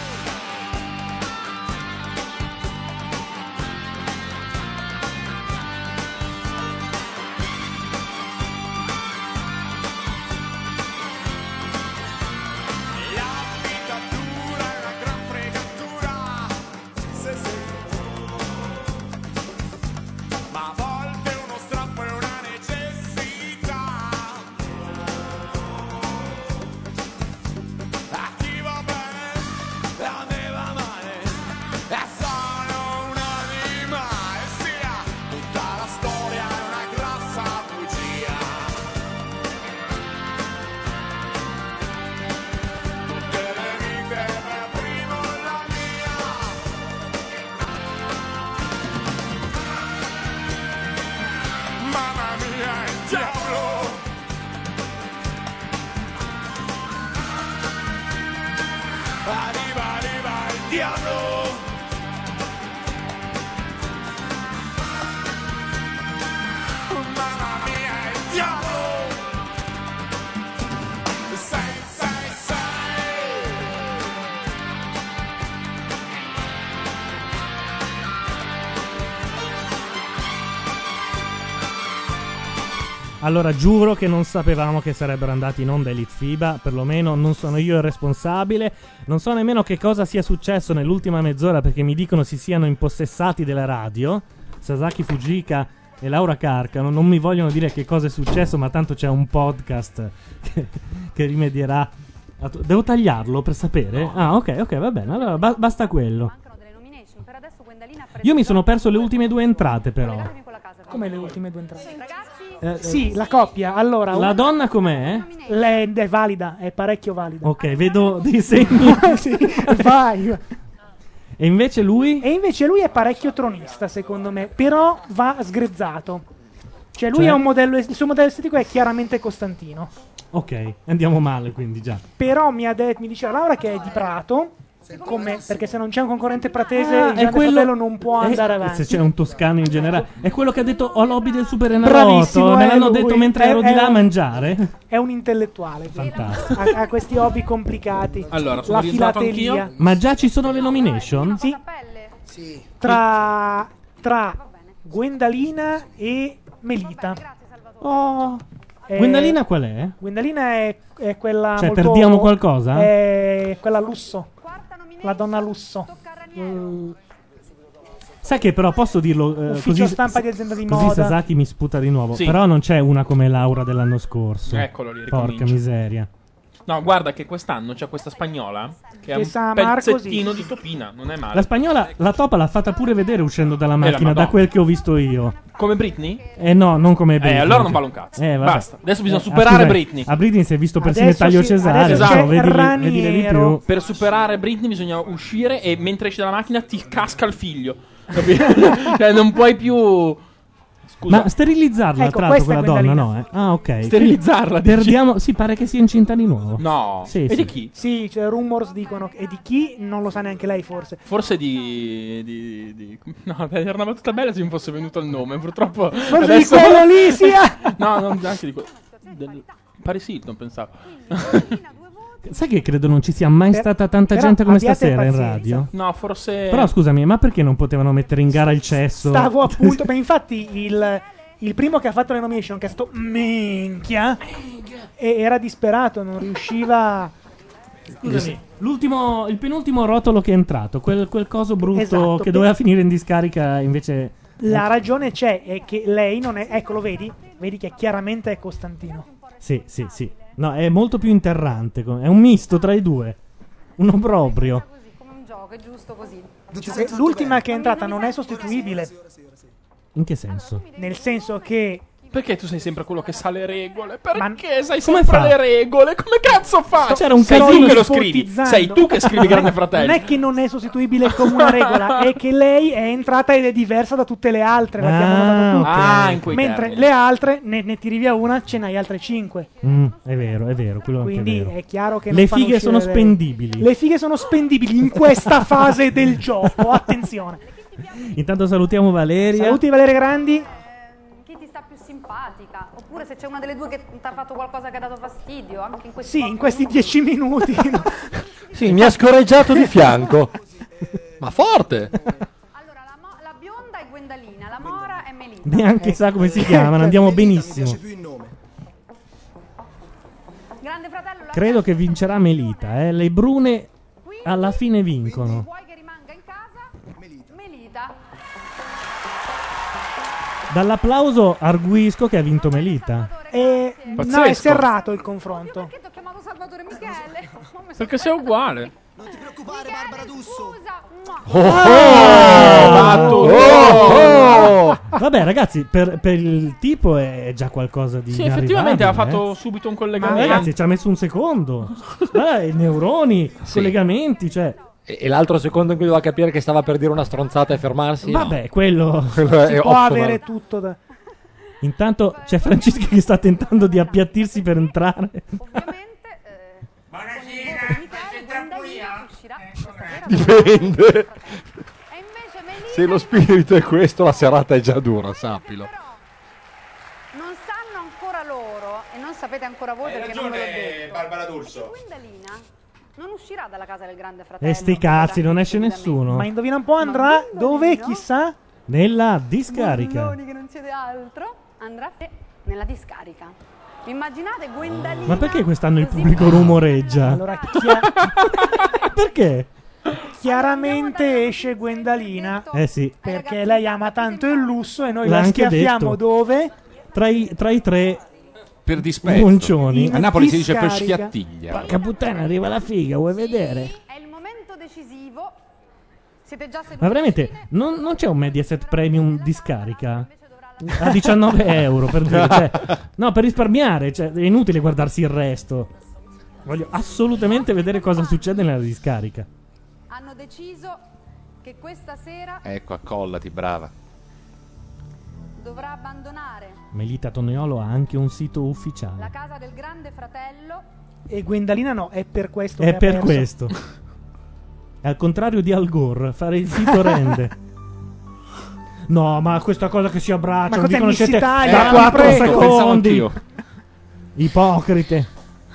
La vita dura è una gran fregatura. Sì, sì. Ma a volte uno strappo è una necessità. A chi va bene Mamma mia, il diavolo! Sai, sai, sai! Allora, giuro che non sapevamo che sarebbero andati in onda Elite FIBA, perlomeno non sono io il responsabile, non so nemmeno che cosa sia successo nell'ultima mezz'ora perché mi dicono si siano impossessati della radio, Sasaki Fujika e Laura Carcano, non mi vogliono dire che cosa è successo, ma tanto c'è un podcast che, che rimedierà. a tu- Devo tagliarlo per sapere? Ah, ok, ok, va bene, allora ba- basta quello. Io mi sono perso le ultime due entrate però. Come le ultime due entrate? Eh, Sì, la coppia. Allora, La un- donna com'è? lei è valida, è parecchio valida. Ok, vedo dei segni. Sì, vai. E invece lui? E invece lui è parecchio tronista, secondo me, però va sgrezzato. Cioè lui Cioè? è un modello, il suo modello estetico è chiaramente Costantino. Ok, andiamo male quindi già. Però mi ha detto, mi diceva Laura che è di Prato, come, perché se non c'è un concorrente pratese Ah, il Grande Fratello non può eh, andare avanti. Se c'è un toscano in generale, è quello che ha detto ho l'hobby del Super Bravissimo, Enalotto. Me è l'hanno lui. detto mentre È- ero di è là a un- mangiare. È un intellettuale. Fantastico. Ha, ha questi hobby complicati. Allora, sono la rientrato filatelia. anch'io. Ma già ci sono le nomination? Sì. Tra, tra Gwendalina e Melita. Oh. Eh, Gwendalina qual è? Gwendalina è, è quella Cioè, molto- perdiamo qualcosa? È quella lusso. La donna lusso. Mm. Sai che però posso dirlo eh, Ufficio così, stampa di azienda di così moda. Sasaki mi sputa di nuovo. Sì. Però non c'è una come Laura dell'anno scorso. Eccolo lì, Porca ricomincio. miseria. No, guarda che quest'anno c'è questa spagnola che, è Che un sa amar pezzettino così. di topina, non è male. La spagnola, la topa l'ha fatta pure vedere uscendo dalla la macchina, da Madonna. quel che ho visto io. Come Britney? Eh no, non come Britney. Eh, allora non vale un cazzo. Eh, vabbè. Basta. Adesso bisogna Eh, superare scusa, Britney. A Britney si è visto persino il Adesso taglio sì, cesareo. adesso Esatto, c'è vedi, Raniero. vedi di più. Per superare Britney bisogna uscire e mentre esci dalla macchina ti casca il figlio. Capito? Cioè non puoi più... Scusa. Ma sterilizzarla Ecco, tra l'altro questa quella è donna, Gwendalina. no? Eh? Ah, ok. Sterilizzarla, Quindi dici? Perdiamo... Sì, pare che sia incinta di nuovo. No. Sì, e sì. di chi? Sì, cioè rumors dicono. E di chi? Non lo sa neanche lei, forse. Forse di, di, di... No, era una battuta bella se mi fosse venuto il nome. Purtroppo Forse adesso... di quello lì, sia! No, non anche di quello. Del... Paris Hilton, pensavo. Sai che credo non ci sia mai Per- stata tanta però gente come abbiate stasera in pazienza. radio? No, forse... Però scusami, ma perché non potevano mettere in gara il cesso? Stavo appunto. Beh, infatti, il, il primo che ha fatto le nomination, che è stato minchia, e era disperato, non riusciva. Scusami, l'ultimo, il penultimo rotolo che è entrato, quel, quel coso brutto Esatto, che per- doveva finire in discarica, invece. La ragione c'è, è che lei non è. Ecco, lo vedi? Vedi che chiaramente è Costantino. Sì, sì, sì. No, è molto più interrante. com- È un misto tra i due. Un obbrobrio. Come un gioco, è giusto così. Cioè, l'ultima che è entrata non è sostituibile. In che senso? Nel senso che. Perché tu sei sempre quello che sa le regole? Perché sai come sempre fa? le regole? Come cazzo fa? C'era un sei casino tu che lo sto scrivi. ipotizzando. Sei tu che scrivi Grande Fratello. Non è che non è sostituibile come una regola, è che lei è entrata ed è diversa da tutte le altre. L'abbiamo Ah, notato tutti. ok. Ah, in quei Mentre termini. le altre, ne, ne tiri via una, ce n'hai altre cinque. Mm, è vero, è vero. Quello anche Quindi è, vero. è chiaro che Le non fanno fighe uscire sono le- spendibili. Le fighe sono spendibili in questa fase del gioco. Attenzione. Intanto salutiamo Valeria. Saluti Valeria Grandi. Chi ti sta più simpatica? Oppure se c'è una delle due che ti ha fatto qualcosa che ha dato fastidio, anche in questi Sì, in questi dieci minuti. no? Sì, mi ha scorreggiato di fianco. Ma forte! La bionda è Gwendalina, la mora è Melita. Neanche sa come si chiamano, andiamo benissimo. Grande fratello, la Credo che vincerà Melita. Eh. Le brune alla fine vincono. Melita. Dall'applauso arguisco che ha vinto Melita. E no, è Pazzesco. serrato il confronto. Perché ti ho chiamato Salvatore Michele? Perché sei uguale. Oh, battuto. oh, oh. Vabbè, ragazzi, per, per il tipo è già qualcosa di. Sì, effettivamente ha inarrivabile, fatto eh. subito un Ah, collegamento. ragazzi, ci ha messo un secondo. Eh, i neuroni, collegamenti, cioè. E, e l'altro secondo in cui doveva capire che stava per dire una stronzata e fermarsi? Vabbè, quello. Quello è Si può optional. avere tutto da. Intanto c'è Francesca che sta tentando di appiattirsi per entrare. Buonasera, Dipende. Se lo spirito è questo, la serata è già dura, sappilo. Non sanno ancora loro e non sapete ancora voi Hai perché non ve l'ho ragione, detto. Barbara D'Urso. Guendalina non uscirà dalla casa del grande fratello. E sti cazzi, non esce nessuno. Ma indovina un po', andrà dove? Chissà. Nella discarica. Bulloni che non siete altro, andrà fe- nella discarica. Immaginate Guendalina. Ma perché quest'anno il pubblico rumoreggia? Allora, chia- Perché? chiaramente esce Guendalina. Eh sì. Perché lei ama tanto il lusso e noi L'ha la anche schiaffiamo detto. dove? Tra i, tra i tre Per dispetto. Moncioni. A Napoli si dice per Discarica. schiattiglia. Porca puttana, arriva la figa, vuoi vedere? È il momento decisivo. Siete già seduti. Ma veramente, non, non c'è un Mediaset Premium di scarica? A diciannove euro per dire, cioè, no, per risparmiare, cioè, è inutile guardarsi il resto. Voglio assolutamente vedere cosa succede nella discarica. Hanno deciso che questa sera Ecco, accollati, brava. dovrà abbandonare Melita Toniolo ha anche un sito la ufficiale. casa del grande fratello. E Guendalina no, è per questo È che per ha perso. questo. Al contrario di Al Gore, fare il sito rende. No, ma questa cosa che si Ma abbracciano, cos'è, vi conoscete Miss Italia? da Vi quattro prego. Pensavo secondi. anch'io. Ipocrite.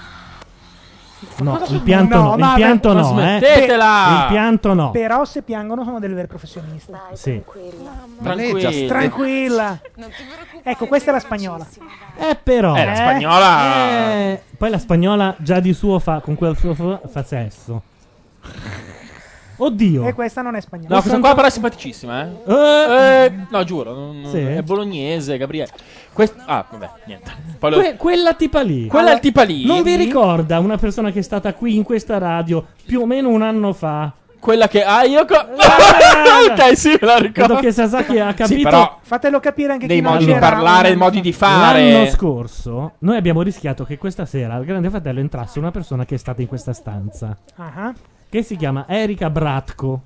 No, il pianto No, no, il vabbè, pianto ma no, eh. smettetela! Il pianto no. Però se piangono sono delle vere professioniste. Sì. Tranquilla. Tranquilla. Ecco, questa è la spagnola. Eh però. Eh, la spagnola. Eh, poi la spagnola già di suo fa con quel suo fa, fa sesso. Oddio. E questa non è spagnola. No, questa qua però è simpaticissima, eh. Eh. Eh, no, giuro, non- non- Sì. è bolognese, Gabriele. Quest- ah, vabbè, niente. Poi lo- Que- quella tipa lì. Quella è il tipa lì. Non vi ricorda una persona che è stata qui in questa radio più o meno un anno fa? Quella che ah io co- Ah, ok, sì, me la ricordo. Credo che Sasaki ha capito. Sì, però Fatelo capire anche dei chi non modi di c'era parlare, un anno modi fa. di fare. L'anno scorso noi abbiamo rischiato che questa sera al Grande Fratello entrasse una persona che è stata in questa stanza, Ah, che si chiama Erika Bratko,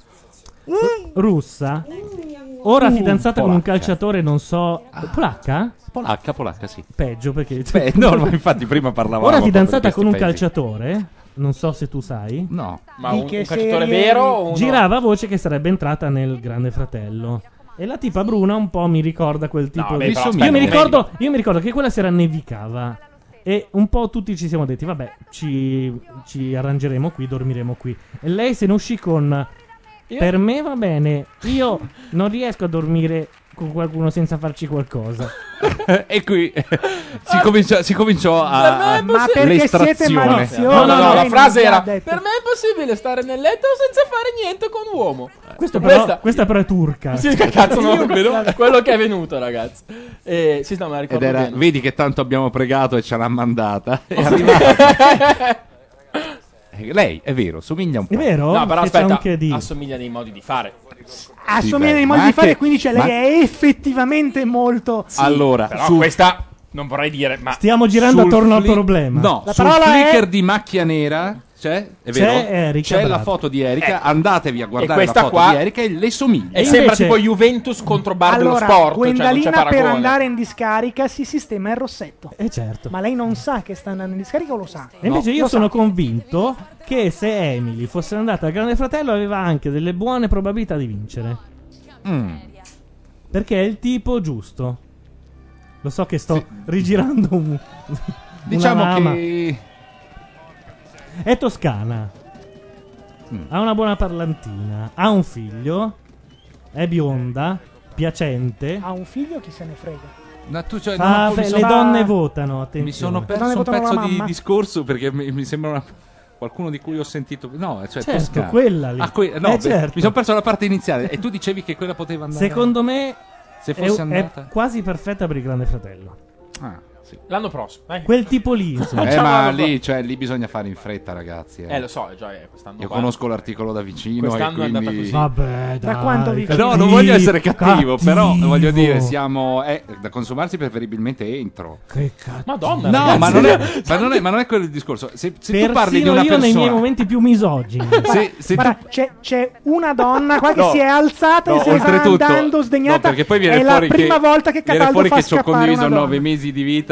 russa, ora Uh, fidanzata con un polacca. calciatore, non so, polacca? Polacca, polacca, sì. Peggio perché Beh, no, ma infatti prima parlavamo ora proprio fidanzata di con un questi pezzi. calciatore, non so se tu sai. No. Ma Di un, che un calciatore serie vero eri? o uno- Girava voce che sarebbe entrata nel Grande Fratello. E la tipa bruna un po' mi ricorda quel tipo vabbè, di... però io, aspetta, mi vedi. ricordo, io mi ricordo che quella sera nevicava. E un po' tutti ci siamo detti, vabbè, ci, ci arrangeremo qui, dormiremo qui. E lei se ne uscì con... Per me va bene, io non riesco a dormire con qualcuno senza farci qualcosa. E qui si, comincia- si cominciò Per me a, è a Ma perché siete l'estrazione. maliziosi? No, no, no, Lei la non frase vi ha era: detto. per me è impossibile stare nel letto senza fare niente con un uomo. Questo Questa- però, questa però è turca. Sì, che cazzo, no, quello, quello che è venuto, ragazzi. Eh, sì, no, me la Ed ricordo era, bene. vedi che tanto abbiamo pregato e ce l'ha mandata. È arrivata. Eh, Lei, è vero, somiglia un po'. È vero? No, però Che c'è aspetta, anche di... assomiglia nei modi di fare. Assomiglia beh, nei ma modi di fare, anche- quindi cioè, lei ma- è effettivamente molto. Allora, Però su- questa non vorrei dire, ma Stiamo girando sul attorno al fli- problema. No, La sul parola è- Flickr di Macchia Nera c'è, è C'è vero? Erika C'è la Bratko. foto di Erika, Ecco. andatevi a guardare questa la foto qua- di Erika e le somiglia. e E sembra invece- tipo Juventus contro Bar dello Allora, Sport, cioè non c'è Guendalina per paragone. andare in discarica si sistema il rossetto. Eh certo. Ma lei non sa che sta andando in discarica o lo sa? E invece No, io lo sono sa. convinto che se Emily fosse andata al Grande Fratello aveva anche delle buone probabilità di vincere. Mm. Perché è il tipo giusto. Lo so che sto rigirando un... Diciamo una lama. che È toscana. Mm. Ha una buona parlantina. Ha un figlio. È bionda. Piacente. Ha un figlio, chi se ne frega. No, tu, cioè, Fa- non ho- mi fe- sono- le donne votano. Attenzione. mi sono Le perso donne un votano la pezzo di mamma? discorso perché mi, mi sembra una- qualcuno di cui ho sentito. No, cioè Certo, toscana. quella lì. Ah, que- no, Eh, beh, certo. mi sono perso la parte iniziale e tu dicevi che quella poteva andare. Secondo me se è, fosse è andata. quasi perfetta per il Grande Fratello. Ah, sì. L'anno prossimo. Dai. Quel tipo lì, insomma. Eh, Facciamo ma la- lì, cioè, lì bisogna fare in fretta, ragazzi. Eh, Eh, lo so, è già è quest'anno Io qua. conosco l'articolo da vicino. Quest'anno e è andata quindi... così. Vabbè, Da dai, quanto vi- cattivo, No, non voglio essere cattivo, però cattivo. voglio dire, siamo è da consumarsi preferibilmente entro. Che cazzo. Madonna, No, ragazzi. ma non, è, ma, non è, ma non è quello il discorso. Se, se tu parli di Persino una io nei miei persona, momenti più misogini. se, se tu, Guarda, c'è, c'è una donna qua che No. si è alzata no, e se ne sta oltretutto, andando no, sdegnata. perché poi viene è fuori la prima che, volta che viene Cataldo fuori fa che ci ho scappare condiviso una nove donna. mesi di vita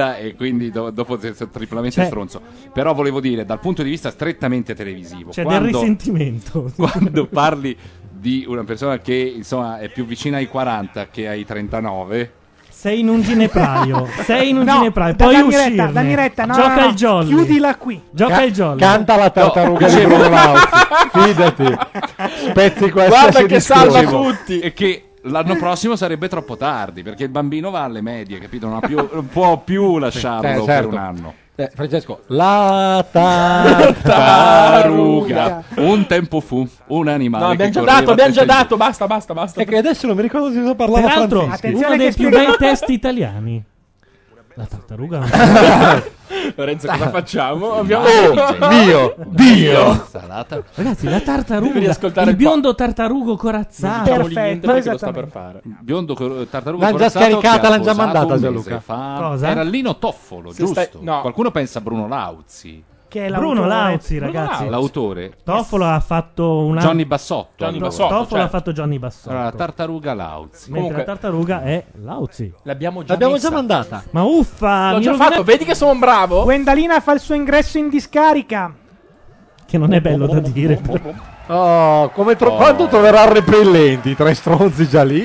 vita e quindi do- dopo sei stato triplamente Cioè- stronzo. Però volevo dire, dal punto di vista strettamente televisivo, C'è quando, del risentimento. quando parli di una persona che insomma è più vicina ai quaranta che ai trentanove. Sei in un ginepraio. Sei in un No, ginepraio. da- Puoi dammi retta, uscirne. dammi retta, no, Gioca no, no, il jolly. chiudila qui. Gioca Ca- il jolly. Canta la tartaruga No, di Bruno dicevo- Lauzi. Fidati. Spezzi qualsiasi discorso. Dicevo, E che l'anno prossimo sarebbe troppo tardi perché il bambino va alle medie, capito? Non, ha più, non può più lasciarlo Eh, per certo. un anno. Eh, Francesco, la tartaruga. Tartaruga. Un tempo fu un animale. No, che abbiamo già correva dato, abbiamo già testa in dato, basta, basta, basta. È che adesso non mi ricordo di cosa parlava Peraltro, Francischi. uno dei più bei testi italiani. La tartaruga. Lorenzo, cosa facciamo? Abbiamo Oh, mio Dio. Ragazzi, la tartaruga. Devi ascoltare il il po- biondo tartarugo corazzato. Non diciamogli niente perché lo sta per fare. Biondo cor- tartaruga L'hanno già corazzato scaricata, che ha l'hanno già posato mandata, un Gianluca. mese fa. Cosa? Era Lino Toffolo, Se giusto? stai- no. Qualcuno pensa a Bruno Lauzi. Che è Bruno l'autore. Lauzi, Bruno ragazzi. Lauzi. L'autore. Toffolo ha fatto una. Johnny Bassotto. Johnny allora. Bassotto, Toffolo certo. ha fatto Johnny Bassotto. Allora, la tartaruga Lauzi. Mentre Comunque- la tartaruga è Lauzi. L'abbiamo già L'abbiamo messa. già mandata. Ma uffa! L'ho mi già rovina- fatto, vedi che sono un bravo? Gwendalina fa il suo ingresso in discarica. Che non è bello da dire. però. Oh, come tro- Oh. quando troverà repellenti? Tre stronzi già lì.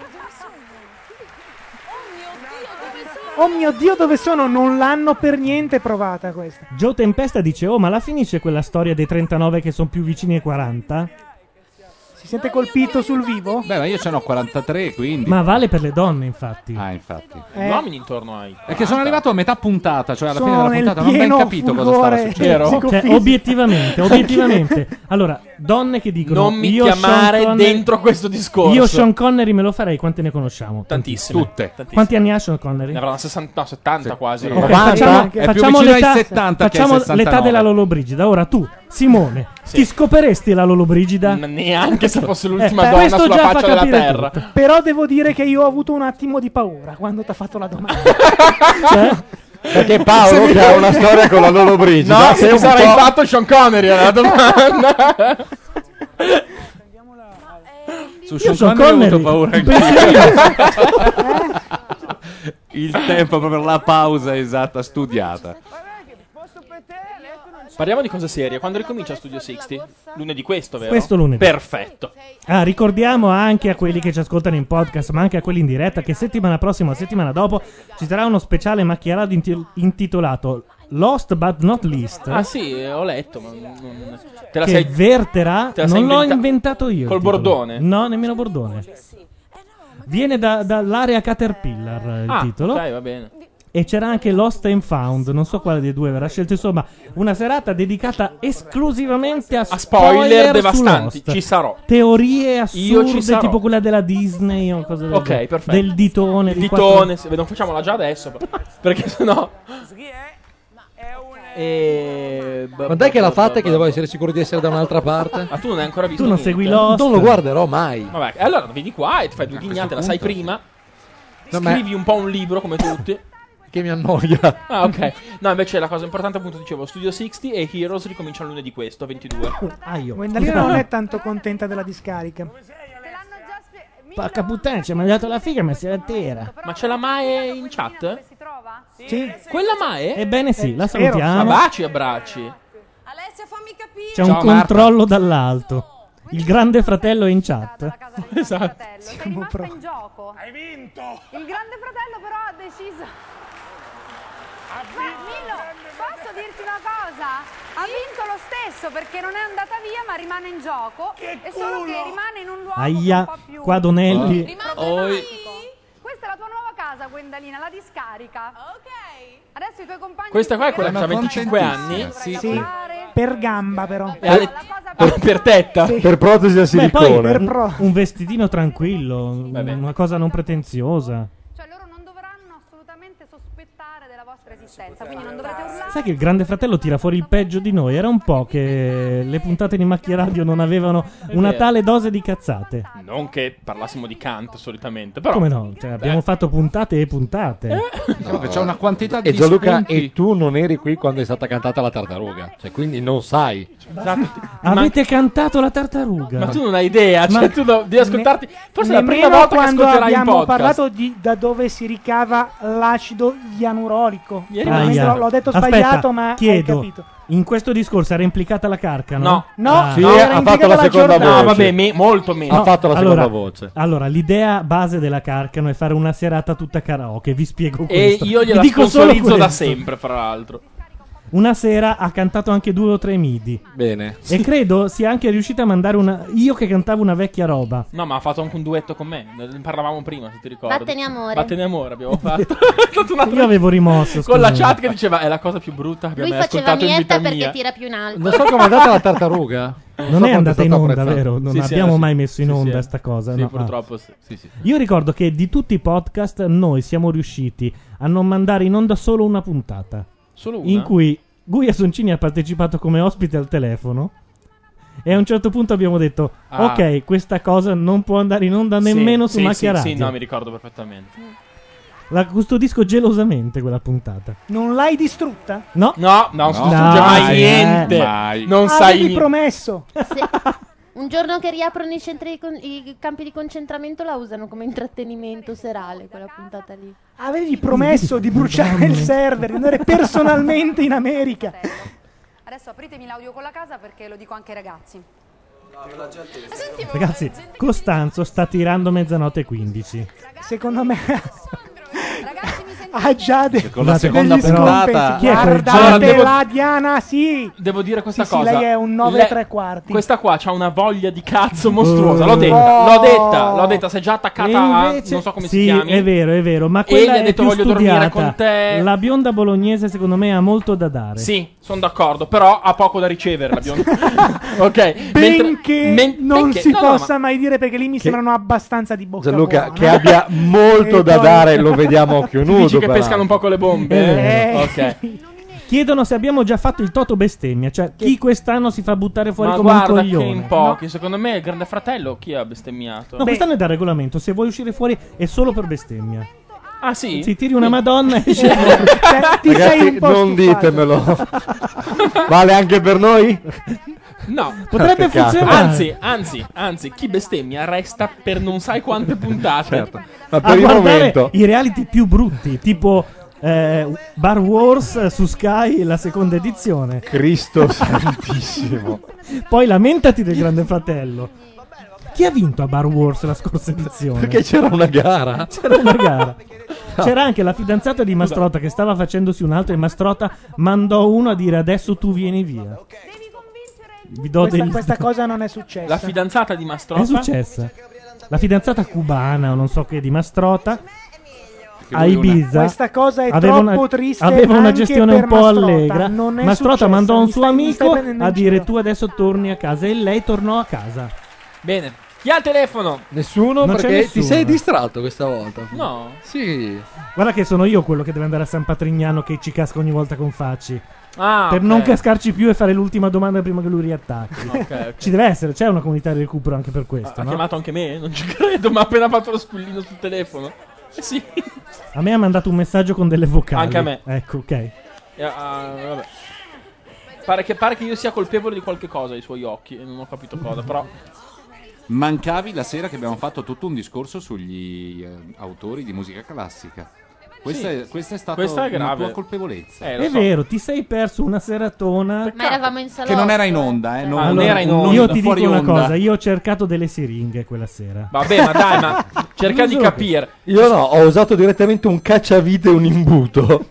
Oh mio Dio, dove sono? Non l'hanno per niente provata questa. Joe Tempesta dice: oh, ma la finisce quella storia dei trentanove che sono più vicini ai quaranta? Si sente colpito sul vivo? Beh, ma io ce n'ho quarantatré, quindi. Ma vale per le donne, infatti. Ah, infatti. Eh. Uomini intorno ai. È che sono arrivato a metà puntata, cioè alla Sono fine della nel puntata, non ho ben pieno capito cosa stava fulgore succedendo. Vero? Cioè, obiettivamente, obiettivamente. Allora, donne che dicono: Non mi io chiamare Sean Connery- dentro questo discorso. Io Sean Connery me lo farei, quante ne conosciamo? Tantissime. Tutte. Tantissime. Quanti anni ha Sean Connery? Ne avranno sessanta, no, settanta quasi. Ok, novanta? facciamo, È più facciamo vicino ai l'età, settanta che ai facciamo sessantanove. l'età della Lollobrigida. Ora tu, Simone, ti scoperesti la Lollobrigida? N- neanche se fosse l'ultima Eh, donna questo sulla già faccia fa della capire terra. tutto. Però devo dire che io ho avuto un attimo di paura quando ti ha fatto la domanda. Cioè, Perché Paolo, che ha una storia con la Lollobrigida, No, sei se un mi sarei po'- fatto Sean Connery era la domanda. Su Io Sean Sean Connery ho avuto Connery. paura anch'io. Il tempo, proprio la pausa esatta, studiata. Parliamo di cose serie. Quando ricomincia Studio sessanta? Lunedì questo, vero? Questo lunedì. Perfetto. Ah, ricordiamo anche a quelli che ci ascoltano in podcast, ma anche a quelli in diretta, che settimana prossima o settimana dopo ci sarà uno speciale Macchia Radio inti- intitolato Lost but not least. Ah sì, eh, ho letto, ma non... te la che sei verterà. te la sei Non l'ho inventa- inventato io. Col il titolo. bordone? No, nemmeno bordone. Viene da- dall'area Caterpillar il Ah, titolo. ok, va bene. E c'era anche Lost and Found, non so quale dei due verrà scelto, insomma, una serata dedicata esclusivamente a, A spoiler devastanti, su Lost. ci sarò. Teorie Io ci assurde, sarò. tipo quella della Disney o cose del Ok, genere. perfetto. Del ditone. Il di ditone, quattro- sì, non facciamola già adesso, perché sennò... E... Quando è che la fate che devo essere sicuro di essere da un'altra parte? Ma tu non hai ancora visto Tu non niente. segui Lost? Non lo guarderò mai. Vabbè, e allora vieni qua e ti fai due ghignate, la sai prima. No, ma- Scrivi un po' un libro come tutti. Che mi annoia. Ah, ok. No, invece la cosa importante, appunto, dicevo, Studio sessanta e Heroes ricominciano lunedì questo, ventidue. Ah, io. Gwendalina non è tanto contenta della discarica. Porca puttana, ci ha mangiato la figa, ma si era tera. Ma c'è la Mae in chat? Sì. Quella Mae? Ebbene sì, la Vero. salutiamo. Baci e abbracci. Alessia, fammi capire. C'è Ciao, un Marta. controllo dall'alto. Il grande fratello è in chat. Esatto. Sei rimasta in gioco. Hai vinto. Il grande fratello però ha deciso. Ma Milo, posso dirti una cosa? Ha vinto lo stesso perché non è andata via ma rimane in gioco. È solo che rimane in un luogo Aia, un po' più... qua Donelli. Rimane Oi. Questa è la tua nuova casa, Gwendalina, la discarica. Ok. Adesso i tuoi compagni... Questa qua è quella È che ha una venticinque anni. contentissima, Sì, per gamba però. E ha le- Ah, per tetta. Sì. Per protesi a Beh, poi silicone. per pro- un vestitino tranquillo, Vabbè. una cosa non pretenziosa. Cioè loro non dovranno assolutamente sospettare della vostra esistenza, quindi non dovrete urlare. Sai che il Grande Fratello tira fuori il peggio di noi? Era un po' che le puntate di Macchia Radio non avevano una vero. tale dose di cazzate. Non che parlassimo di Kant solitamente, però... Come no? Cioè, abbiamo fatto puntate e puntate. Diciamo che c'è una quantità di E Gianluca, spunti. e tu non eri qui quando è stata cantata la tartaruga. Cioè, quindi non sai. Avete cantato la tartaruga. Ma tu non hai idea, cioè Ma- tu do- devi ascoltarti. Forse è la prima Nemmeno volta che quando ascolterai in abbiamo podcast. parlato di da dove si ricava l'acido ianurolico. Aia. L'ho, l'ho detto Aspetta, sbagliato, ma hai chiedo, capito. in questo discorso era implicata la carca, no? No. No, Ah. Sì, era ha implicata fatto la la seconda Giordana. voce. No, vabbè, me- molto meno. Ha fatto la allora, seconda voce. Allora, l'idea base della Carcano è fare una serata tutta karaoke. Vi spiego E questo. io Vi gliela dico solo sponsorizzo da questo. sempre, fra l'altro. Una sera ha cantato anche due o tre midi. Bene. E credo sia anche riuscita a mandare una. Io che cantavo una vecchia roba. No, ma ha fatto anche un duetto con me. Ne parlavamo prima, se ti ricordi. Vattene amore. Vattene amore abbiamo fatto. È stato un altro- Io avevo rimosso. Con la scusami. chat che diceva è la cosa più brutta che abbiamo Lui mai faceva ascoltato in vita mietta perché mia. tira più in alto. Non so come è andata la tartaruga. Non è andata in onda, apprezzata. vero? Non Sì, sì, abbiamo sì. mai messo in Sì, onda sì. sta cosa. Sì, no? purtroppo Ah. sì. Sì, sì. Io ricordo che di tutti i podcast noi siamo riusciti a non mandare in onda solo una puntata. Solo una? In cui Guia Soncini ha partecipato come ospite al telefono. E a un certo punto abbiamo detto: Ah. ok, questa cosa non può andare in onda Sì, nemmeno su sì, Macchia sì, Radio. sì, no, mi ricordo perfettamente. La custodisco gelosamente quella puntata. Non l'hai distrutta? No, No, no, non si No, distrugge mai dai, niente. eh, mai. Non Avevi sai niente. promesso. Un giorno che riaprono i, centri di con- i campi di concentramento la usano come intrattenimento serale, quella puntata lì. Avevi promesso di bruciare il server, di andare personalmente in America. Adesso apritemi l'audio con la casa perché lo dico anche ai ragazzi. ragazzi, Costanzo sta tirando mezzanotte e quindici. Secondo me ha già de- Con la Scusate, seconda degli puntata- scompensi. Chi è quel Guardate Allora, devo- la Diana, sì. Devo dire questa Sì, sì, cosa. lei è un nove e tre quarti. Questa qua c'ha una voglia di cazzo mostruosa. Oh. L'ho detta, Oh. l'ho detta, l'ho detta. Sei già attaccata E a. invece- Non so come sì, si chiami. è vero, è vero. Ma E quella gli ha è detto più voglio dormire studiata. con te. La bionda bolognese, secondo me, ha molto da dare. Sì, sono d'accordo, però ha poco da ricevere la bionda. Ok. Benché men- non benché- si no, no, possa mai dire perché lì mi sembrano abbastanza di bocca Gianluca, buona. che abbia molto E da poi- dare, lo vediamo a occhio nudo. Dici che però. pescano un po' con le bombe? Eh. Ok. Chiedono se abbiamo già fatto il Toto bestemmia, cioè chi quest'anno si fa buttare fuori Ma come guarda un che coglione. in pochi. Secondo me il Grande Fratello chi ha bestemmiato? No, quest'anno è da regolamento, se vuoi uscire fuori è solo per bestemmia. Ah sì? Si tiri una Madonna e esci Cioè, ti sei Ragazzi, un po' non stufato. ditemelo. Vale anche per noi? No. Potrebbe Che cazzo. funzionare. Anzi, anzi, anzi, chi bestemmia resta per non sai quante puntate. Certo. Ma A per il guardare momento i reality più brutti, tipo eh, Bar Wars su Sky, la seconda edizione. Cristo santissimo. Poi lamentati del Grande Fratello. Chi ha vinto a Bar Wars la scorsa edizione? Perché c'era una gara. C'era una gara. C'era anche la fidanzata di Mastrota che stava facendosi un'altra e Mastrota mandò uno a dire adesso tu vieni via. Vi do Questa, dei- questa cosa non è successa. La fidanzata di Mastrota. È successa. La fidanzata cubana o non so che di Mastrota a Ibiza Questa cosa è aveva troppo una, triste aveva una anche gestione per un po' Mastrota. allegra. Non è Mastrota successa, mandò un mi suo stai- mi stai amico prendendo a in dire giro. tu adesso torni a casa e lei tornò a casa. Bene. Chi ha il telefono? Nessuno Non c'è perché ti nessuno. sei distratto questa volta. No. Sì. Guarda che sono io quello che deve andare a San Patrignano che ci casca ogni volta con Facci. Ah, per ok. non cascarci più e fare l'ultima domanda prima che lui riattacchi. Ok, ok. Ci deve essere, c'è una comunità di recupero anche per questo. Ha no? chiamato anche me? Non ci credo, ma ha appena fatto lo spullino sul telefono. Eh sì. A me ha mandato un messaggio con delle vocali. Anche a me. Ecco, ok. Eh, ah, vabbè. Pare che, pare che io sia colpevole di qualche cosa ai suoi occhi. E non ho capito cosa, però. Mancavi la sera che abbiamo fatto tutto un discorso sugli eh, autori di musica classica. Questa, Sì. è, questa è stata Questa è una grave. tua colpevolezza. Eh, lo È so. vero, ti sei perso una seratona. Ma eravamo in salotto. Che non era in onda, eh. Non, Ah, non Allora, era in onda. io ti dico fuori una onda. cosa, io ho cercato delle siringhe quella sera. Vabbè, ma dai, ma cerca di Giuro capire. Io no, ho usato direttamente un cacciavite e un imbuto.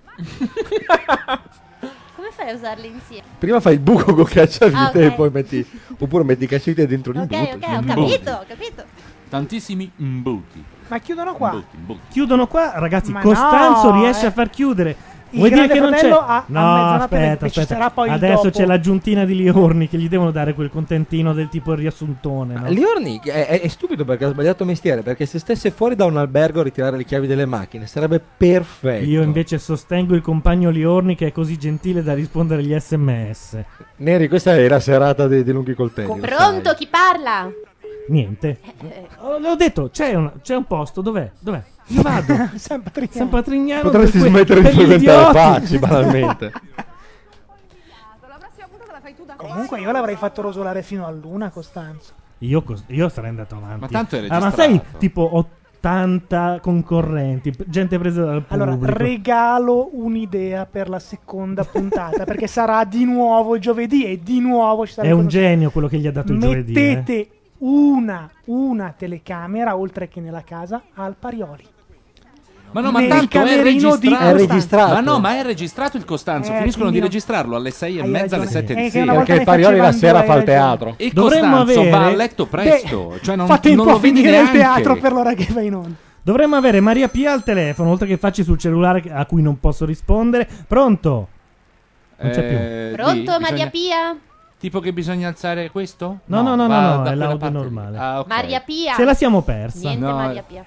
Come fai a usarli insieme? Prima fai il buco con cacciavite Ah, ok. e poi metti. Oppure metti il cacciavite dentro Ok, l'imbuto. ok, ho capito, ho capito. Tantissimi imbuti. Ma chiudono qua. Imbuti, imbuti. Chiudono qua, ragazzi. Ma Costanzo no, riesce eh. a far chiudere. Il Vuoi dire Grande che non c'è? Fratello a- a No, mezzanotte aspetta, e ci aspetta. sarà poi il Adesso dopo. c'è la giuntina di Liorni che gli devono dare quel contentino del tipo il riassuntone. No? Liorni è, è- è stupido perché ha sbagliato mestiere. Perché se stesse fuori da un albergo a ritirare le chiavi delle macchine sarebbe perfetto. Io invece sostengo il compagno Liorni che è così gentile da rispondere agli sms. Neri, questa è la serata dei, dei lunghi coltelli. lo Pronto, sai. chi parla? Niente. Oh, l'ho detto, c'è un, c'è un posto, dov'è? Dov'è? Io vado. San Patrignano. San Patrignano. Potresti per que- smettere di per gli frequentare idioti. Facci, banalmente. La prossima puntata la fai tu Comunque io l'avrei fatto rosolare fino a l'una, Costanzo. Io, cos- io sarei andato avanti. Ma tanto è Ah, ma registrato. sai, tipo ottanta concorrenti, p- gente presa dal Allora, pubblico. regalo un'idea per la seconda puntata, perché sarà di nuovo giovedì e di nuovo ci sarà È un questo- genio quello che gli ha dato il giovedì. eh. Mettete una, una telecamera, oltre che nella casa, al Parioli. Ma no, ma Nel tanto è camerino di registrato. Costanzo. Ma no, ma è registrato il Costanzo. Eh, Finiscono di quindi no. registrarlo alle sei e Hai mezza, alle ragione. sette Eh, di che sera. una volta Perché il ne Parioli la facevano sera due, fa il hai ragione. teatro. E Dovremmo Costanzo avere- va a letto presto. Beh, cioè non, fa tempo non a lo vedi finire il neanche. teatro per l'ora che va in onda. Dovremmo avere Maria Pia al telefono, oltre che facci sul cellulare a cui non posso rispondere. Pronto? Non c'è più. Eh, Pronto, lì Maria bisogna- Pia? Tipo che bisogna alzare questo? No, no, no, va no, no, da è quella l'audio parte lì. normale. Ah, ok. Maria Pia? Ce la siamo persa. Niente No. Maria Pia.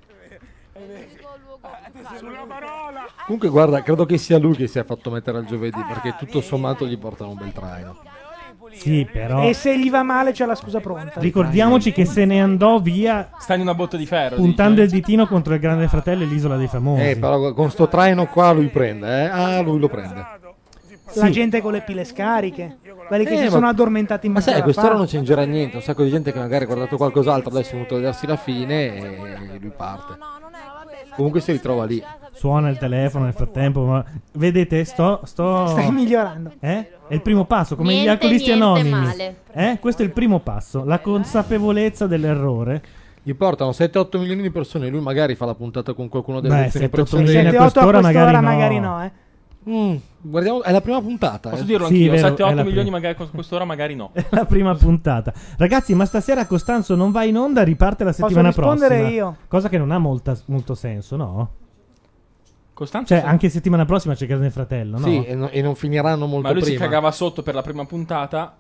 Comunque guarda, credo che sia lui che si è fatto mettere al giovedì, perché tutto sommato gli portano un bel traino. Sì, però E se gli va male c'è la scusa pronta. ricordiamoci che se ne andò via Sta in una botte di ferro. puntando dice. il ditino contro il Grande Fratello e l'Isola dei Famosi. Eh, però con sto traino qua lui prende, eh? Ah, lui lo prende. La Sì. gente con le pile scariche, quelli che Eh, si ma- sono addormentati in Ma mezzo sai, a alla quest'ora fame. non c'engerà niente, un sacco di gente che magari ha guardato qualcos'altro, adesso è venuto a vedersi la fine e lui parte. Comunque si ritrova lì. Suona il telefono nel frattempo, ma vedete, sto... sto... Stai migliorando. Eh? È il primo passo, come Niente, gli alcolisti niente anonimi. male. Eh? Questo è il primo passo, la consapevolezza dell'errore. Gli portano sette otto milioni di persone, lui magari fa la puntata con qualcuno delle Beh, edizioni sette otto precedenti. milioni a quest'ora magari no. magari no, eh. Mm, guardiamo, è la prima puntata. Posso eh. dirlo Sì, anch'io, vero, sette è otto la milioni prima. magari con quest'ora, magari no. È la prima puntata. Ragazzi, ma stasera Costanzo non va in onda, riparte la Posso settimana rispondere prossima. io? Cosa che non ha molta- molto senso, no? Costanzo Cioè, sì. anche settimana prossima c'è Grande Fratello, no? Sì, e, no- e non finiranno molto Ma lui si prima. cagava sotto per la prima puntata.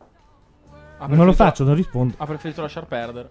Ha Non lo preferito- faccio, non rispondo. Ha preferito lasciar perdere.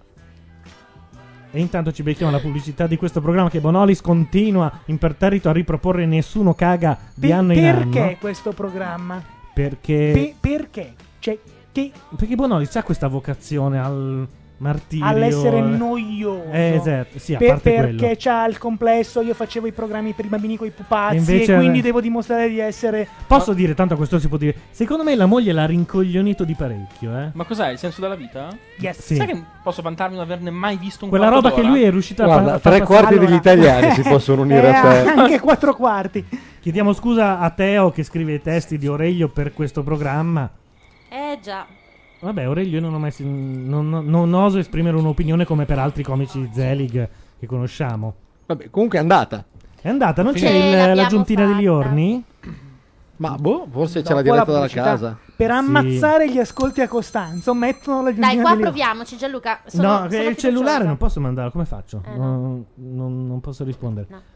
E intanto ci becchiamo la pubblicità di questo programma che Bonolis continua imperterrito a riproporre Nessuno caga di Pe- anno in perché anno. questo programma? Perché... Pe- perché? Cioè, che Perché Bonolis ha questa vocazione al martirio. all'essere eh. noioso. Eh, esatto, sì, a Per- parte perché quello. c'ha il complesso, io facevo i programmi per i bambini con i pupazzi E e, invece- quindi devo dimostrare di essere... Posso dire, tanto a questo si può dire. Secondo me la moglie l'ha rincoglionito di parecchio, eh. Ma cos'è il senso della vita? Yes. Sì. Sai che posso vantarmi di non averne mai visto un Quella quarto roba che d'ora? lui è riuscito a Guarda, far- a far tre passare- quarti degli Allora- italiani si possono unire Eh, a te. anche quattro quarti. Chiediamo scusa a Teo che scrive i testi di Aurelio per questo programma. Eh già. Vabbè, Aurelio io non ho mai sen- non, non- non oso esprimere un'opinione come per altri comici di Zelig che conosciamo. Vabbè, comunque è andata. È andata, non c'è Ce il- l'abbiamo l'aggiuntina fatta. degli orni? Ma boh, forse c'è Dopo la diretta la dalla pubblicità. casa. Per ammazzare gli ascolti a Costanzo mettono la Dai, giungina qua di- proviamoci, Gianluca. Sono, no, sono che il fiduciosa. cellulare non posso mandarlo, come faccio? Eh, non, non- non posso rispondere. No.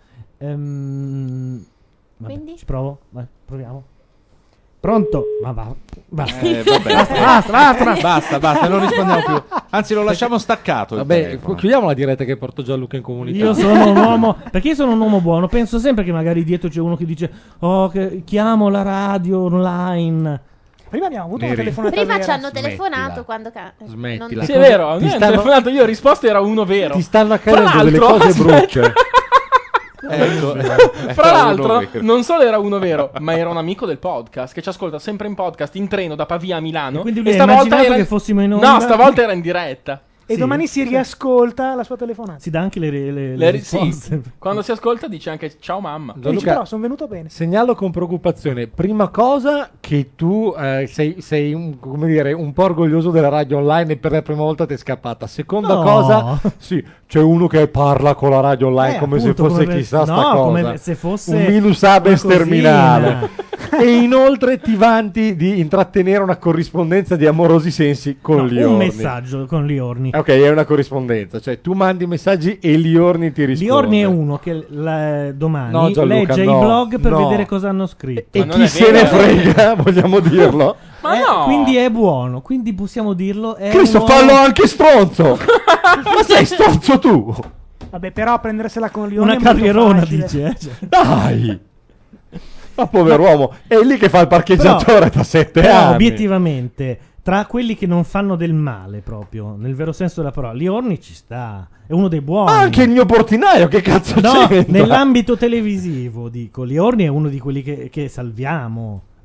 Ehm, vabbè, Quindi? ci provo? Vai, proviamo. Pronto? Ma va, basta. Eh, vabbè. basta, basta, basta, basta. Basta, basta, non rispondiamo più. Anzi, lo lasciamo staccato. il Vabbè, telefono. chiudiamo la diretta che porto Gianluca in comunità. Io sono un uomo, perché io sono un uomo buono, penso sempre che magari dietro c'è uno che dice "Oh, che chiamo la radio online". Prima abbiamo avuto Neri. una telefonata Prima vera. ci hanno Smettila. telefonato quando... ca- eh, Smettila. non- Sì, è vero, a me Ti hanno stanno- telefonato io, ho risposto era uno vero. Ti stanno Fra accadendo delle l'altro- cose aspetta. brutte. Ecco, Fra l'altro, vero. non solo era uno vero, ma era un amico del podcast che ci ascolta sempre in podcast in treno da Pavia a Milano. E quindi lui ha immaginato che fossimo in onda? No, stavolta era in diretta. E Sì. domani si riascolta la sua telefonata. Si dà anche le, le, le Le ri- sì, risposte. quando si ascolta dice anche ciao mamma. E dici, però sono venuto bene. Segnalo con preoccupazione, prima cosa che tu eh, sei, sei un, come dire, un po' orgoglioso della radio online e per la prima volta ti è scappata. Seconda No. cosa, sì, c'è uno che parla con la radio online Eh, come appunto, se fosse come- chissà no, sta cosa. come se fosse un minus abes una cosina. terminale. E inoltre ti vanti di intrattenere una corrispondenza di amorosi sensi con No, gli un orni. messaggio con gli orni. Ok, è una corrispondenza, cioè tu mandi messaggi e gli orni ti risponde. Gli orni è uno che la- domani No, Gianluca, legge no, i blog per no. vedere cosa hanno scritto. E chi se ne frega, vogliamo dirlo? Ma Eh, no! Quindi è buono, quindi possiamo dirlo. È Cristo, un fallo uomo- anche stronzo! Ma sei stronzo tu? Vabbè, però prendersela con gli Una orni è molto carrierona, facile. dice. eh, cioè. Dai! Ma pover'uomo, è lì che fa il parcheggiatore Però- da sette Però anni. obiettivamente, tra quelli che non fanno del male proprio, nel vero senso della parola, Liorni ci sta. È uno dei buoni. Ma anche il mio portinaio, che cazzo No, c'entra? nell'ambito televisivo, dico, Liorni è uno di quelli che, che salviamo.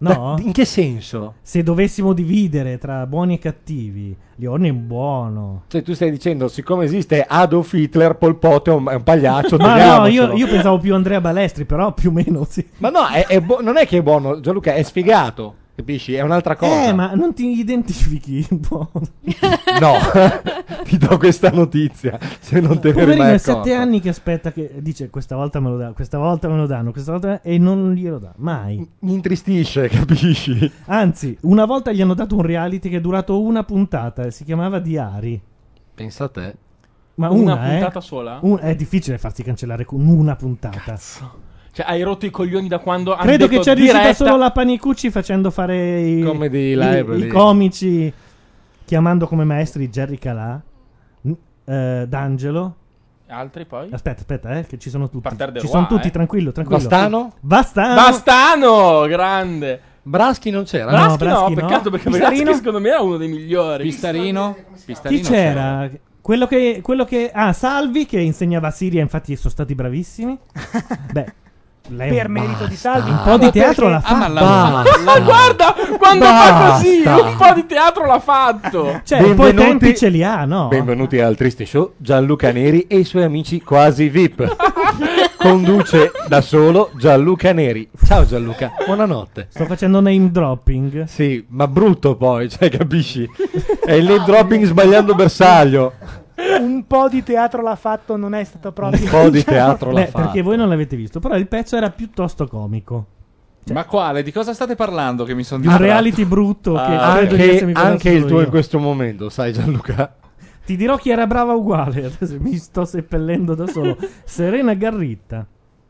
No? In che senso? Se dovessimo dividere tra buoni e cattivi, Liorni è un buono. Cioè, tu stai dicendo, siccome esiste Adolf Hitler, Pol Pot è un, è un pagliaccio. Ma no, togliamocelo. io, io pensavo più Andrea Balestri, però più o meno sì. Ma no, è- è bu- non è che è buono, Gianluca, è sfigato. Capisci? È un'altra cosa. Eh, ma non ti identifichi un po'. No, ti do questa notizia. Se non te ne eri Poverino, mai è accorto. sette anni che aspetta che dice questa volta me lo danno, questa volta me lo danno, questa volta e non glielo dà mai. Mi intristisce, capisci? Anzi, una volta gli hanno dato un reality che è durato una puntata, si chiamava Diari. Pensa a te. Ma Una una, eh? puntata sola? Un- è difficile farsi cancellare con una puntata. Cioè, hai rotto i coglioni da quando hanno Credo detto che c'è riuscita diretta... solo la Panicucci facendo fare i, Comedy i- Library. i comici, chiamando come maestri Jerry Calà, n- eh, D'Angelo. Altri poi? Aspetta, aspetta, eh, che ci sono tutti. Parterre de Ci Roi, sono tutti, eh. tranquillo, tranquillo. Bastano? Bastano. Bastano! Grande! Braschi non c'era? Braschi no, Braschi no. peccato perché Pistarino? Braschi secondo me era uno dei migliori. Pistarino? Chi Pistarino c'era? Quello che, quello che... Ah, Salvi che insegnava a Siria, infatti sono stati bravissimi. Beh, lei Per merito di Salvi. un po' di teatro l'ha Ah, ma fatto. la- Ma guarda, quando fa così, Basta. un po' di teatro l'ha fatto. Cioè, un po' i tempi ce li ha, no? Benvenuti al Triste Show. Gianluca Neri e i suoi amici quasi V I P. Conduce da solo Gianluca Neri. Ciao Gianluca, buonanotte. Sto facendo name dropping. Sì, ma brutto poi, cioè capisci? È il name dropping sbagliando bersaglio. Un po' di teatro l'ha fatto, non è stato proprio. Un po' di teatro l'ha Beh, fatto. perché voi non l'avete visto, però il pezzo era piuttosto comico. Ma quale? Di cosa state parlando che mi sono Di un reality brutto che Ah, credo di anche essermi guardato anche il solo tuo io. in questo momento, sai Gianluca? Ti dirò chi era brava uguale, adesso mi sto seppellendo da solo. Serena Garritta.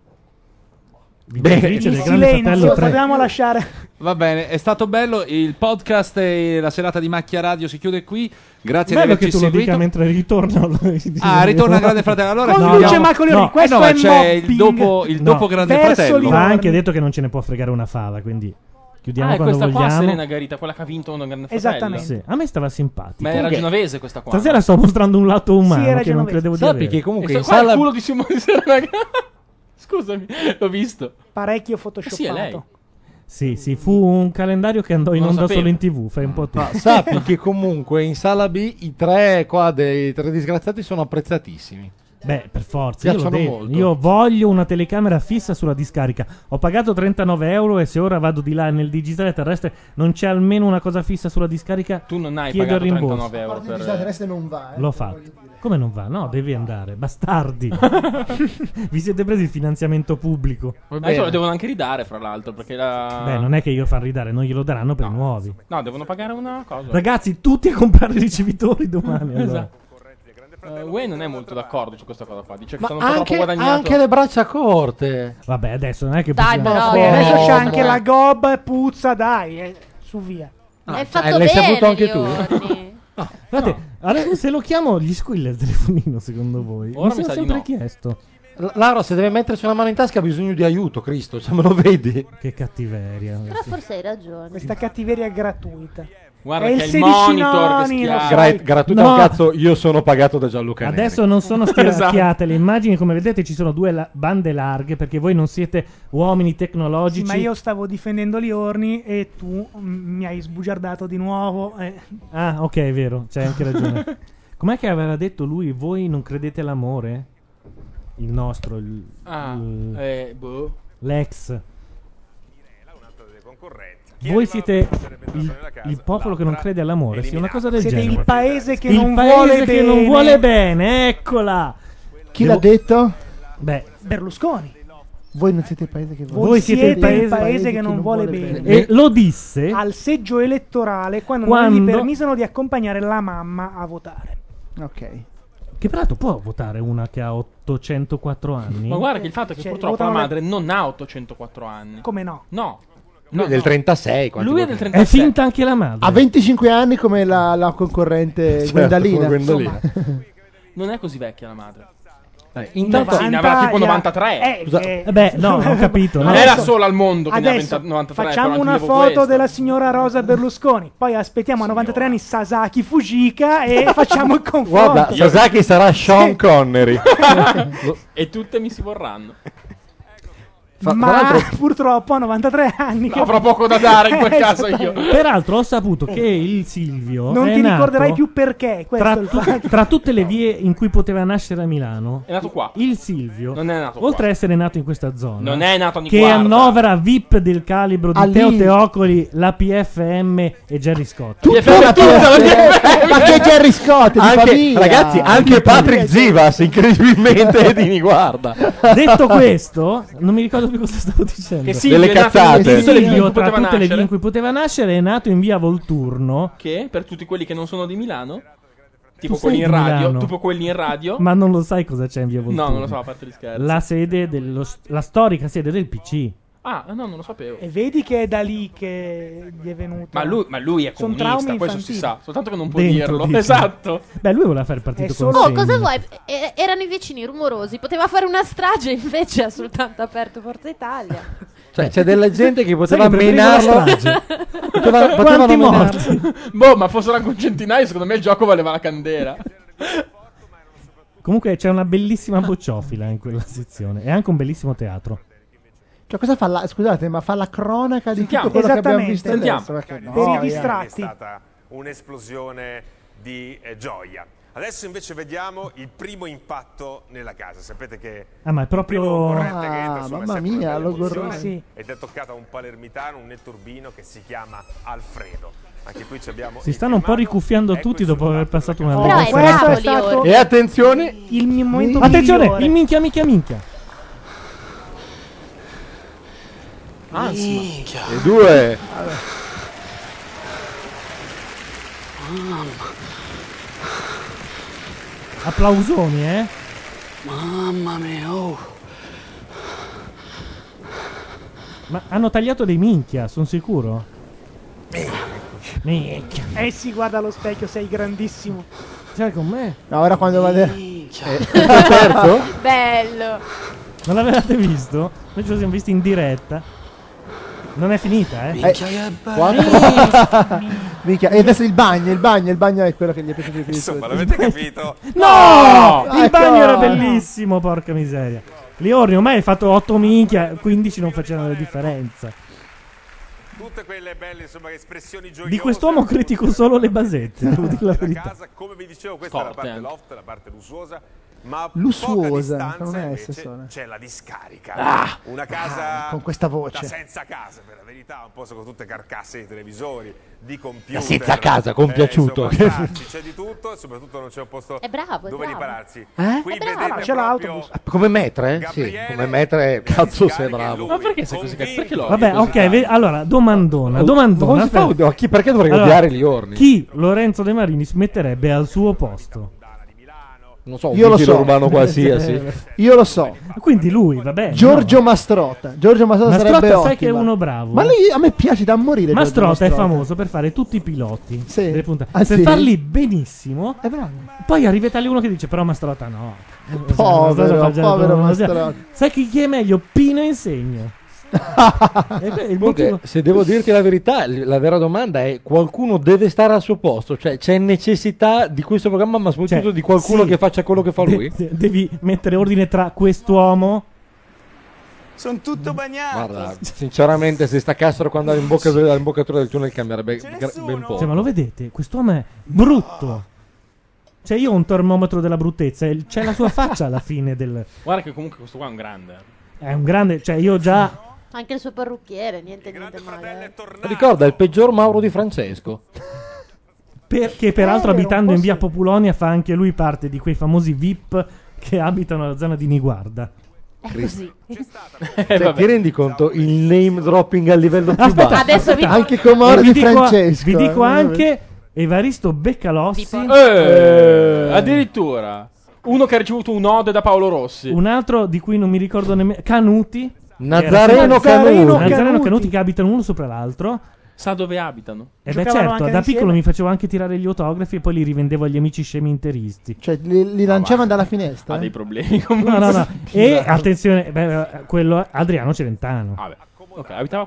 Vincitrice Il del Grande Fratello silenzio, tre. potevamo lasciare. Va bene, è stato bello. Il podcast e la serata di Macchia Radio si chiude qui. Grazie Bello di che averci tu lo seguito. dica mentre ritorno. Ah, ritorna il Grande Fratello. Allora Con chiudiamo- Luce Macolioni, No, questo eh no, è ma c'è il mobbing. dopo, il No. dopo Grande Verso Fratello. Livorno. Ma ha anche detto che non ce ne può fregare una fava, quindi chiudiamo Ah, è quando questa qua vogliamo. Serena Garita, quella che ha vinto un Grande Fratello. Esattamente. Sì, a me stava simpatico. Ma era genovese questa qua. Stasera sto mostrando un lato umano era che non genovese. credevo di Sappi avere. che comunque E in sto qua è il sala culo di Simone Serena Garita. Scusami, l'ho visto. Parecchio Eh photoshoppato. sì, è lei. Sì, sì, fu un calendario che andò in Non lo onda sapevo. solo in tv, fai un po' tu. Ma sappi che comunque in sala B i tre qua dei tre disgraziati sono apprezzatissimi. Beh, per forza, io, lo Piacciono devo. molto. Io voglio una telecamera fissa sulla discarica. Ho pagato trentanove euro e se ora vado di là nel digitale terrestre non c'è almeno una cosa fissa sulla discarica, Tu non hai chiedo il pagato rimborso. trentanove euro Il per... digitale terrestre non va, eh. L'ho fatto. Come non va? No, devi andare. Bastardi. Vi siete presi il finanziamento pubblico. Adesso lo devono anche ridare, fra l'altro, perché la... Beh, non è che io fanno ridare, non glielo daranno per i nuovi. No, devono pagare una cosa. Ragazzi, tutti a comprare i ricevitori domani. allora. Esatto. Uh, Way non è molto d'accordo su questa cosa qua. Dice che Ma stanno un po' anche, troppo guadagnato. anche le braccia corte. Vabbè, adesso non è che Dai, possiamo- però. Poi adesso Oh, c'è anche no. la gob, puzza, dai, eh, su via. Hai Ah, fatto l'hai bene, saputo anche tu? Liorni. Guardate, allora, se lo chiamo gli squilla il telefonino secondo voi? Ora mi mi sono sa di sempre no. chiesto. L- Laura, se deve metterci una mano in tasca ha bisogno di aiuto, Cristo, cioè me lo vedi? Che cattiveria. Però forse hai ragione. Questa cattiveria gratuita. Guarda È che il è il monitor che sedici noni, lo schiaccia. sai. Gra- gratuito No. al cazzo, io sono pagato da Gianluca Neri. Adesso non sono Esatto. stiracchiate le immagini, come vedete ci sono due la- bande larghe perché voi non siete uomini tecnologici. Sì, ma io stavo difendendo Liorni e tu mm, mi hai sbugiardato di nuovo. eh. Ah, ok, è vero, c'hai anche ragione. Com'è che aveva detto lui? Voi non credete all'amore? Il nostro, il, Ah, il- eh, boh. l'ex. Voi siete il, il popolo che non crede all'amore, sì, una cosa del Siete genere. il paese che Il non paese vuole che bene. non vuole bene, eccola. Chi Devo- l'ha detto? Beh, Berlusconi. Voi non siete il paese che vuole. Voi siete il paese- paese che non vuole bene. e lo disse Al seggio elettorale quando, Quando- non gli permisero di accompagnare la mamma a votare. Ok. che peraltro può votare una che ha ottocentoquattro anni. Ma guarda che il fatto è che Cioè, purtroppo la votano le- madre non ha ottocentoquattro anni. Come no? No. Lui No, è del no. trentasei. quanti Lui è voti? del È trentasei. finta anche la madre. Ha venticinque anni come la, la concorrente Certo, Gwendalina. come Gwendalina. Non è così vecchia la madre. Eh, intanto, Sì, ne avrà tipo novantatré. Eh, Scusa- eh, Eh beh, no, ho capito. Non no. era sola al mondo che ne ha Adesso venti novantatré. facciamo però una aggiungevo foto questo. della signora Rosa Berlusconi, poi aspettiamo a novantatré anni Sasaki Fujika e facciamo il confronto. guarda, Sasaki sarà Sean Connery. E tutte mi si vorranno. Fra- ma tra l'altro- purtroppo a novantatré anni che- Avrò poco da dare in quel Eh, caso io. esattamente. Peraltro ho saputo che il Silvio Non è ti nato ricorderai più perché. Questo tra, è il tu- fatto. tra tutte le vie in cui poteva nascere a Milano. È nato qua. Il Silvio, Non è nato oltre qua. a essere nato in questa zona, Non è nato di che guarda. annovera V I P del calibro di Ah, Teo lì. Teocoli, la P F M e Jerry Scott. Tutta la P F M. Ma che Jerry Scott di Anche- famiglia. ragazzi, anche Patrick Zivas, incredibilmente di guarda. Detto questo, non mi ricordo più cosa stavo dicendo. Che Silvio Delle è nato cazzate. in tutte le vie in Silvio, cui tra poteva tutte le vie nascere. in cui poteva nascere, è nato in via Volturno. Che per tutti quelli che non sono di Milano, tipo Tu quelli sei in di radio, Milano. tipo quelli in radio. Ma non lo sai cosa c'è in via Volturno? No, non lo so, a parte gli scherzi. La sede dello, la storica sede del P C. Ah, no, non lo sapevo. E vedi che è da lì che gli è venuto. Ma lui, ma lui è Son comunista, traumi questo si infantili. sa, soltanto che non può Dentro, dirlo. dici. Esatto. Beh, lui voleva fare il partito È solo- con Oh, Segni. cosa vuoi? E- erano i vicini rumorosi. Poteva fare una strage, invece ha soltanto aperto Forza Italia. Cioè, c'è della gente che poteva Sai che preferivo la menarlo. strage. Poteva, Quanti potevano morti? menarlo. Boh, ma fossero anche un centinaio, secondo me il gioco valeva la candela. Comunque c'è una bellissima bocciofila in quella sezione e anche un bellissimo teatro. Cioè, cosa fa la, scusate, ma fa la cronaca di Sentiamo. tutto quello che abbiamo Esattamente. visto Sentiamo. adesso? Perché no, Per i yeah. distratti. È stata un'esplosione di eh, gioia. Adesso invece vediamo il primo impatto nella casa. Sapete che Ah, ma è il primo proprio... concorrente che entra Ah, insomma, è mamma sempre una mia, bella lo emozione. gorro- sì. Ed è toccato a un palermitano, un netturbino che si chiama Alfredo. Anche qui ci abbiamo Si il stanno un po' filmato. ricufiando Ecco tutti il dopo aver risultato passato della una Però bella è questo bravo è stato- Lior. E attenzione, Il mio momento Attenzione, migliore. il minchia minchia minchia. Anzi, e due. Applausoni, eh? Mamma mia, oh. Ma hanno tagliato dei minchia, sono sicuro. Minchia. Eh sì, guarda allo specchio, sei grandissimo. Sai con me? No, ora quando vado. Terzo? Bello. Non l'avevate visto? Noi ce lo siamo visti in diretta. Non è finita, eh? Minchia che Quattro. Minchia, e adesso il bagno, il bagno, il bagno è quello che gli è piaciuto di più. Insomma, l'avete capito? No! Il Ecco. bagno era bellissimo, porca miseria. Liorni, ormai hai fatto otto minchia, quindici non facevano la differenza. Tutte quelle belle insomma espressioni gioiose. Di quest'uomo critico solo le basette, devo dire la della verità. casa, come vi dicevo, questa è la Forte parte anche. loft, la parte lussuosa. Ma a Lussuosa, poca distanza non è invece assessore. c'è la discarica. Ah! Una casa Ah, con questa voce. da senza casa, per la verità, un po' con tutte carcasse di televisori, di computer. Da senza casa, compiaciuto. Eh, insomma, spazi, c'è di tutto e soprattutto non c'è un posto È bravo, è dove bravo. ripararsi. Eh? Qui È bravo. vedete C'è proprio l'autobus. Come metre? Sì, Gabriele, come metre. Cazzo, sei bravo. Ma perché sei così cattivo? Perché lo odi Vabbè, così ok, tanto? ve- allora, domandona, Ma domandona. come si fa? aspetta. A chi- perché dovrei Allora, odiare gli orni? Chi Lorenzo De Marini metterebbe al suo posto? Non so, un Io lo vigile so. urbano qualsiasi. Io lo so. Quindi lui, vabbè. Giorgio no. Mastrota. Giorgio Mastrota, Mastrota sarebbe sai che è ottima. uno bravo. Ma lì a me piace da morire. Giorgio Mastrota è Mastrota. famoso per fare tutti i piloti Sì. delle puntate. Ah, per sì? farli benissimo. È bravo. Poi arriva tale uno che dice: però Mastrota no. Povero, Mastrota fa già- povero non- Mastrota. Sai chi, chi è meglio? Pino Insegno. E que- il Comunque, motivo- se devo dirti la verità, l- la vera domanda è: qualcuno deve stare al suo posto? Cioè, c'è necessità di questo programma, ma soprattutto Cioè, di qualcuno sì. che faccia quello che fa lui? De- de- devi mettere ordine tra quest'uomo. Sono tutto bagnato. Guarda, sinceramente, se staccassero quando ha l'imbocca- l'imboccatura del tunnel cambierebbe gra- ben poco. Cioè, ma lo vedete? Quest'uomo è brutto. Cioè, io ho un termometro della bruttezza. e C'è la sua faccia alla fine del. Guarda che comunque questo qua è un grande. È un grande. Cioè, io già. Anche il suo parrucchiere, niente, niente male. eh. Ricorda il peggior Mauro Di Francesco. Perché peraltro Eh, abitando un in po' via sì. Populonia fa anche lui parte di quei famosi V I P che abitano alla zona di Niguarda. È così. Cioè, ti rendi conto il name dropping a livello più Aspetta, basso? Adesso vi Anche con Mauro vi Di dico, Francesco. vi dico eh. anche Evaristo Beccalossi, Eh, addirittura uno che ha ricevuto un'ode da Paolo Rossi. un altro di cui non mi ricordo nemmeno, Canuti. Nazareno Nazareno Canuti. Nazareno Canuti. Canuti che abitano uno sopra l'altro. Sa dove abitano. E beh Giocavano certo, anche da insieme. piccolo mi facevo anche tirare gli autografi e poi li rivendevo agli amici scemi interisti. Cioè, li, li lanciavano dalla finestra. Ha eh? dei problemi comunque. No, no, no. E attenzione, beh, quello è Adriano Celentano. Vabbè. Ok, abitava qua?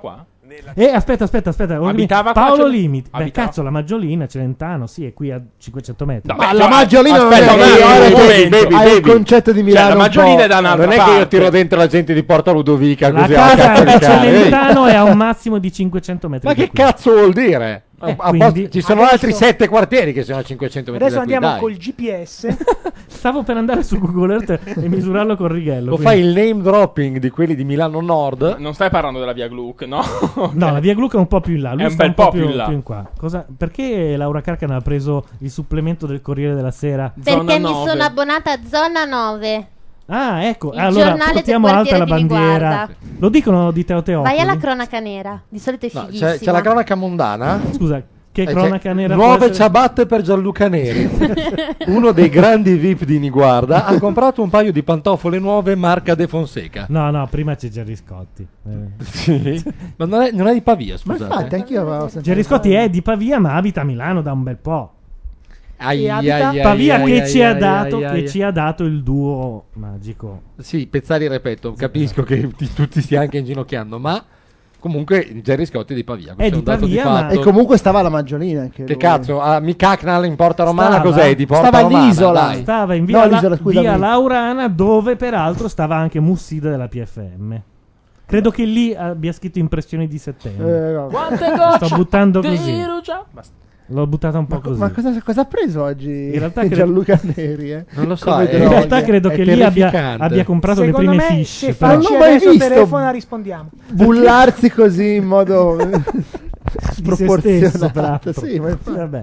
E aspetta, aspetta, aspetta. Abitava qua, Paolo cioè- Limiti. Beh, abitava- cazzo, la Maggiolina, Celentano, sì, è qui a cinquecento metri. Ma la Maggiolina non Aspetta, è un attimo, che un hai momento. hai un concetto di Milano un po'. Non è che io tiro dentro la gente di Porta Ludovica La così a casa cazzo di a cane. Celentano è a un massimo di cinquecento metri. Ma da che qui. cazzo vuol dire? A- Eh, a quindi- posto- ci sono Adesso- altri sette quartieri che sono a cinquecento metri Adesso da qui, andiamo dai. col G P S. Stavo per andare su Google Earth e misurarlo col righello. Lo quindi- fai il name dropping di quelli di Milano Nord? Non stai parlando della via Gluck, no? No, la via Gluck è un po' più in là. Lui È un sta bel un po' po' più, più in là. più in qua. Cosa- perché Laura Carcano ha preso il supplemento del Corriere della Sera? Perché mi sono abbonata a Zona nove. Ah, ecco. Il allora giornale del portiamo alta la quartiere di bandiera. Niguarda. Lo dicono di Teo Teofili? Vai alla cronaca nera. Di solito è No, fighissima. c'è, c'è la cronaca mondana? Scusa, che Eh, cronaca c'è nera può Nuove essere? ciabatte per Gianluca Neri. Uno dei grandi V I P di Niguarda ha comprato un paio di pantofole nuove marca De Fonseca. No, no, prima c'è Gerry Scotti. Eh. Sì. Ma non è, non è di Pavia, Ma scusate. infatti anch'io avevo sentito. Gerry Scotti è di Pavia, ma abita a Milano da un bel po'. Ai, E ai, abita ai, Pavia ai, che ai, ci ha ai, dato ai, ai. che ci ha dato il duo magico. Sì, Pezzali ripeto, capisco che ti- tutti stiano anche inginocchiando, ma comunque Gerry Scotti è di Pavia. questo È di un dato Pavia, di ma- fatto. E comunque stava la Maggiolina anche Che lui. cazzo, a Micacnal in Porta Romana Stava? cos'è? Di Porta Stava Romana, all'isola. dai. Stava in No, via, La- l'isola, scusami. via Laurana, dove peraltro stava anche Mussida della P F M. Credo che lì abbia scritto impressioni di settembre. Eh, vabbè. Quante gocce Sto buttando di così. rugia? Basta. L'ho buttata un po' Ma, così. ma cosa, cosa ha preso oggi In realtà credo- Gianluca Neri? Eh? Non lo so, Come eh, In droghe. realtà credo È che lì abbia, terrificante. abbia comprato Secondo le prime me, fish. se però- Non facci l'ho mai adesso visto. telefona rispondiamo. Bullarsi così in modo Di se stesso, sproporzionato. peraltro. Sì, ma infatti- Vabbè.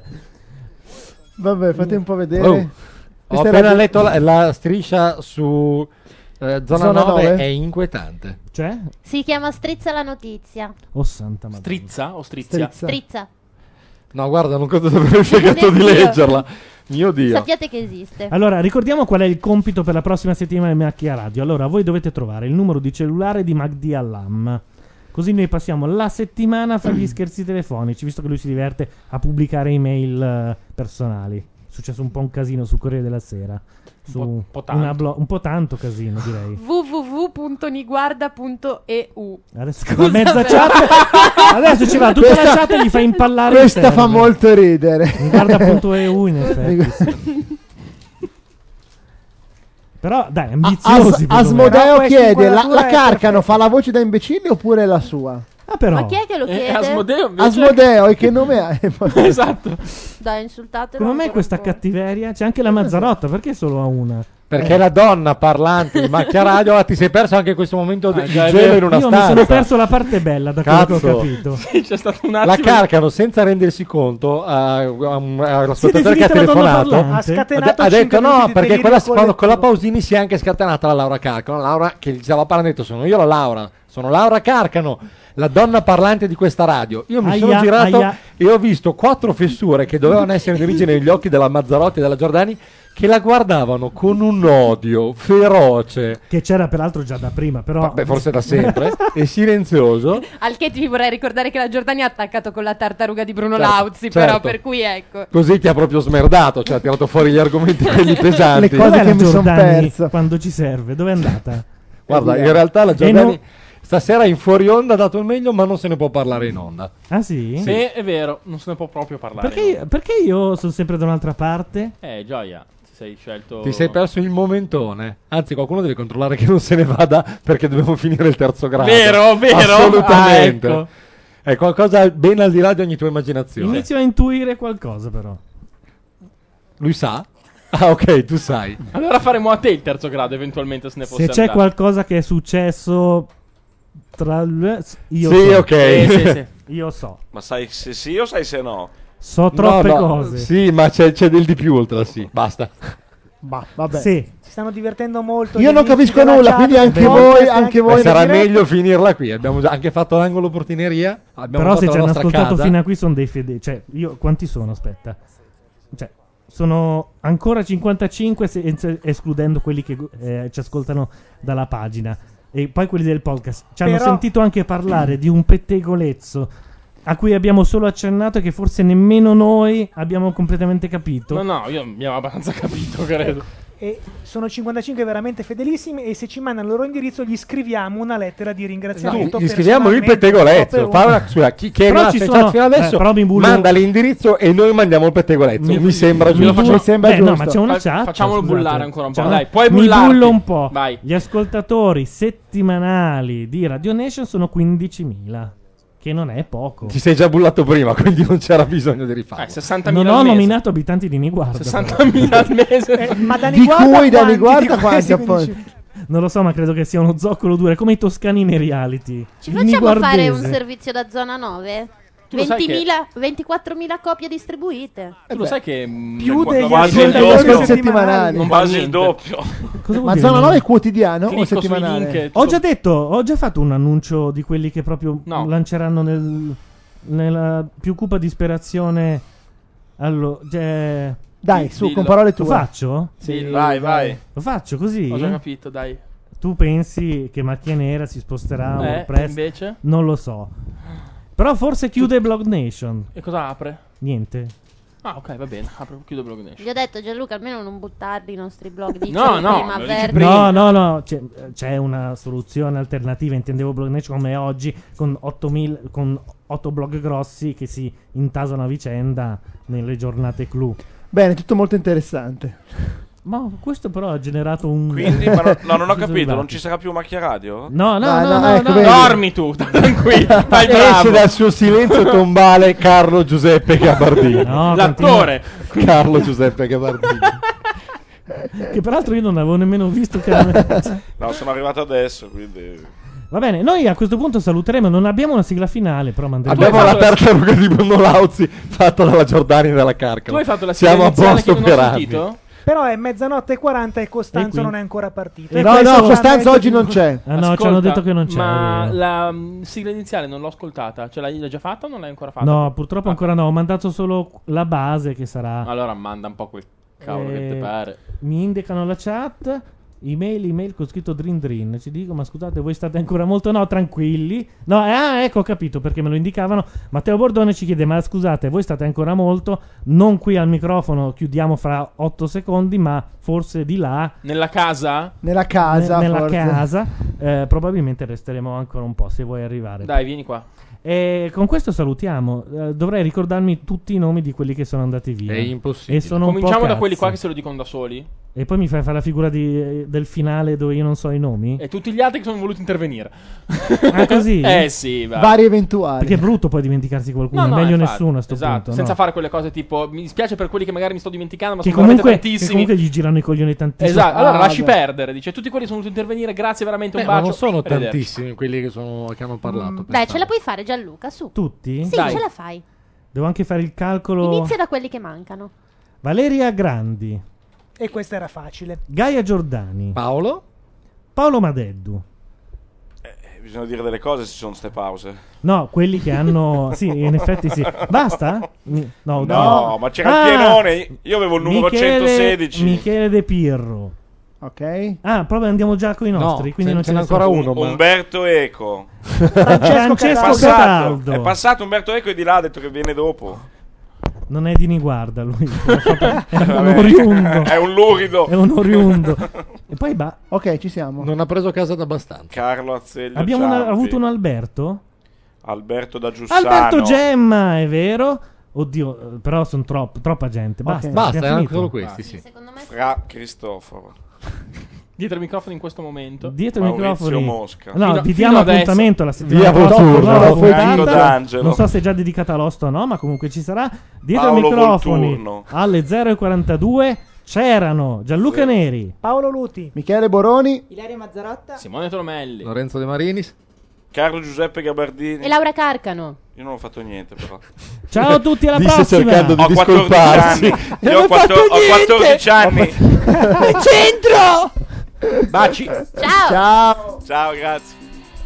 Vabbè, fate un po' vedere. Oh, ho Questa appena era- letto la, la striscia su eh, zona, Zona nove, nove? è inquietante. Cioè? Si chiama Strizza la notizia. Oh santa madonna. Strizza o strizia? Strizza. Strizza. No, guarda, non credo di aver spiegato di Dio. leggerla. Mio Dio. Sappiate che esiste. Allora, ricordiamo qual è il compito per la prossima settimana di Macchia Radio. Allora, voi dovete trovare il numero di cellulare di Magdi Allam. Così noi passiamo la settimana a fare gli scherzi telefonici, visto che lui si diverte a pubblicare email eh, personali. È successo un po' un casino su Corriere della Sera. Su po'- po' tanto. una blo- un po' tanto casino, direi. w w w punto niguarda punto e u. Adesso Scusa, mezza però. chat. Adesso ci va tutta la Questa- chat e gli fa impallare. Questa il fa server. molto ridere. Guarda punto e u in effetti. sì. Però dai, ambiziosi. As- perlomeno. Asmodeo Però questa chiede: la, inquadratura la è Carcano fa la voce da imbecille oppure la sua? Ah, però. Ma chi è che lo Eh, chiede? Asmodeo invece... Asmodeo, e che nome ha? Esatto. Dai, insultatelo. Come mai ancora questa un po'. cattiveria? C'è anche la Mazzarotta, perché solo a una? Perché la donna parlante di Macchia Radio ah, ti sei perso anche questo momento Ah, di già, è gelo vero. in una Io stanza. mi sono perso la parte bella da quello che ho Cazzo. capito. Sì, c'è stato un La attimo. Carcano, senza rendersi conto, a, a, all'ascoltatore che ha definita la donna telefonato, parlante? Ha ha, scatenato ha detto cinque no, minuti di perché delirio quella, quando, con la collettivo. Pausini si è anche scatenata la Laura Carcano. Laura che diceva parlando, ha detto sono io la Laura, sono Laura Carcano, la donna parlante di questa radio. Io mi Aia, sono girato aia. e ho visto quattro fessure che dovevano essere in origine negli occhi della Mazzarotti e della Giordani, che la guardavano con un odio feroce, Che c'era peraltro già da prima, però. beh, forse da sempre, e silenzioso. Al che ti vorrei ricordare che la Giordani ha attaccato con la tartaruga di Bruno Certo, Lauzi, però certo. per cui ecco. Così ti ha proprio smerdato, cioè ha tirato fuori gli argomenti quelli pesanti. Le cose Dov'è che la mi son Giordani perso. quando ci serve? Dove è andata? Guarda, via. in realtà la E Giordani non- stasera in fuori onda ha dato il meglio, ma non se ne può parlare in onda. Ah sì? Sì, è vero, non se ne può proprio parlare. Perché, perché io sono sempre da un'altra parte? Eh, Gioia, ti sei scelto... Ti sei perso il momentone. Anzi, qualcuno deve controllare che non se ne vada perché dobbiamo finire il terzo grado. Vero, vero? Assolutamente. Ah, ecco. È qualcosa ben al di là di ogni tua immaginazione. Inizio a intuire qualcosa, però. Lui sa? Ah, ok, tu sai. Allora faremo a te il terzo grado, eventualmente, se ne fosse Se c'è andato. qualcosa che è successo tra l- io Sì, so. ok. Sì, sì, sì. Io so. Ma sai se sì o sai se no? So troppe No, no, cose. Sì, ma c'è, c'è del di più oltre, sì. Basta. Bah, vabbè. Sì. Si stanno divertendo molto. Io gli non amici capisco della nulla, chat, quindi anche del voi- podcast, anche Ma voi sarà in diretta? meglio finirla qui. Abbiamo già anche fatto l'angolo portineria. Abbiamo Però fatto se ci la hanno nostra ascoltato casa. fino a qui sono dei fedeli. Cioè, io quanti sono? Aspetta. Cioè, sono ancora cinquantacinque se- se- escludendo quelli che eh, ci ascoltano dalla pagina. E poi quelli del podcast. Ci hanno Però- sentito anche parlare di un pettegolezzo a cui abbiamo solo accennato e che forse nemmeno noi abbiamo completamente capito. No, no, io mi avevo abbastanza capito, credo. E sono cinquantacinque veramente fedelissimi e se ci mandano il loro indirizzo gli scriviamo una lettera di ringraziamento. Gli scriviamo il personalmente, pettegolezzo. o per Fa una- una, scusa, chi che è Però rimasto ci in sono- chat fino adesso eh, però mi bullo- manda l'indirizzo e noi mandiamo il pettegolezzo. Mi, Mi- sembra mi giusto. bullo- Mi sembra Beh, no, giusto. ma c'è una Fa- chat. facciamolo scusate. bullare ancora un po', C'è dai, puoi Mi bullarti. bullo un po'. Vai. Gli ascoltatori settimanali di Radio Nation sono quindicimila, che non è poco. Ti sei già bullato prima, quindi non c'era bisogno di rifarlo. Eh, sessantamila Non ho al mese. nominato abitanti di Niguarda. sessantamila al mese. Eh, ma da Di Niguarda cui da quanti Niguarda di quanti questi appunto? quindici? Non lo so, ma credo che sia uno zoccolo duro, è come i toscani nei reality. Ci Il facciamo fare un niguardese. servizio da zona nove? Tu lo sai ventimila, ventiquattromila copie distribuite. Tu lo sai che mm, Più quando- degli quasi il ascoltatori doppio. settimanali. Non Quasi vale il niente. doppio. Cosa vuol Ma dire? zona nove è quotidiano o Clicco sui settimanale? link e Ho tutto- già detto, ho già fatto un annuncio di quelli che proprio No. lanceranno nel, nella più cupa disperazione. Allora, cioè, Dai, su, Dillo. con parole lo tue. faccio? Sì, Vai, vai. Lo faccio così? Ho già capito, dai. Tu pensi che Macchia Nera si sposterà a Eh, WordPress? invece? Non lo so. Però forse chiude Blog Nation. E cosa apre? Niente. Ah, ok, va bene. Apro, chiudo Blog Nation. Gli ho detto Gianluca, almeno non buttarli i nostri blog. Dici No, no, prima, lo dici avverti. prima. No, no, no, c'è, c'è una soluzione alternativa. Intendevo Blog Nation come oggi, con ottomila, con otto blog grossi che si intasano a vicenda nelle giornate clou. Bene, tutto molto interessante. Ma questo però ha generato un... Quindi, ma no, no, non ho Ci sono capito, non arrivati. ci sarà più Macchia Radio? No, no, Ah, no, no, no, ecco, no, vedi. Dormi tu, tranquillo. Fai Esce bravo. dal suo silenzio tombale Carlo Giuseppe Gabardini. No, L'attore. Carlo Giuseppe Gabardini. che peraltro io non avevo nemmeno visto chiaramente. No, sono arrivato adesso, quindi... Va bene, noi a questo punto saluteremo. Non abbiamo una sigla finale, però manderemo. Abbiamo la fatto la- terza ruga di Bruno Lauzi fatta dalla Giordani e dalla Carcano. Tu hai fatto la sigla Siamo a iniziale posto che non ho per anni. sentito? Però è mezzanotte e quaranta e Costanzo E qui? non è ancora partito. E E No, questo no, ci ha Costanzo mezzo oggi di- non c'è. Ah no, ci hanno Ascolta, detto che non c'è. Ma è vero. la mm, sigla iniziale non l'ho ascoltata. Cioè, l'hai l'hai già fatta o non l'hai ancora fatta? No, purtroppo ancora no. Ho mandato solo la base che sarà. Allora manda un po' quel cavolo che Eh, te pare. Mi indicano la chat. Email, email con scritto Drin Drin. Ci dico, ma scusate, voi state ancora molto. No, tranquilli. No, eh, ah, ecco, ho capito perché me lo indicavano. Matteo Bordone ci chiede, ma scusate, voi state ancora molto. Non qui al microfono, chiudiamo fra otto secondi, ma forse di là. Nella casa? Nella casa, ne- nella forse. casa. eh, probabilmente resteremo ancora un po' se vuoi arrivare. Dai, vieni qua. E con questo salutiamo. Eh, dovrei ricordarmi tutti i nomi di quelli che sono andati via. È impossibile. E sono un po' Cominciamo da cazzi. quelli qua che se lo dicono da soli. E poi mi fai fare la figura di- del finale dove io non so i nomi? E tutti gli altri che sono voluti intervenire. Ah, così? Eh sì, va. Vari eventuali. Perché è brutto poi dimenticarsi qualcuno. No, no, è meglio infatti, nessuno a sto esatto, punto. senza no? fare quelle cose tipo mi dispiace per quelli che magari mi sto dimenticando, ma Che sono comunque, veramente che tantissimi. comunque gli girano i coglioni tantissimo. Esatto, allora Ah, lasci beh. perdere. Dice tutti quelli sono voluti intervenire, grazie veramente, un Beh, ma bacio. non sono Arrivederci. tantissimi quelli che, sono, che hanno parlato. Dai, ce la puoi fare Gianluca, su. Tutti? Sì, Dai. ce la fai. Devo anche fare il calcolo. Inizia da quelli che mancano. Valeria Grandi, E questa era facile. Gaia Giordani, Paolo? Paolo Madeddu. Eh, bisogna dire delle cose se ci sono ste pause. No, quelli che hanno. Sì, in effetti sì. Basta? Mi- No, No, no. ma c'era il Ah! pienone. Io avevo il numero Michele- centosedici. Michele De Pirro. Ok. Ah, proprio andiamo già con i nostri. No, quindi ce- non ce ce n'è ne sono. ancora uno. Um- ma- Umberto Eco. Francesco Francesco È Cataldo. passato, Cataldo. è passato Umberto Eco e di là ha detto che viene dopo. Non è di Niguarda lui. Lo so per- è un Vabbè. oriundo. È un lurido. È un oriundo. E poi ba- Ok, ci siamo. Non ha preso casa da abbastanza. Carlo Azeglio abbiamo una- Ciampi. avuto un Alberto? Alberto da Giussano. Alberto Gemma, è vero? Oddio, eh, però sono troppo, troppa gente. Basta, Basta, abbiamo erano finito. solo questi, sì. Fra Cristoforo. Dietro il microfono in questo momento. Dietro i Maurizio microfoni. Mosca. No, Fino- vi fino diamo adesso. appuntamento la settimana Via prossima. Volturno, nuova dopo il puntata. Franco D'Angelo. Non so se è già dedicata all'osto o no, ma comunque ci sarà. Dietro Paolo i microfoni Volturno. alle zero e quarantadue c'erano Gianluca Sì. Neri, Paolo Luti. Michele Boroni. Ilaria Mazzarotta. Simone Tromelli. Lorenzo De Marinis. Carlo Giuseppe Gabardini. E Laura Carcano. Io non ho fatto niente però. ciao a tutti, alla Disse prossima. cercando di Ho quattordici discolparsi. anni. Io ho, quattro- ho quattordici anni. Centro! Baci. Ciao. Ciao. Ciao, grazie.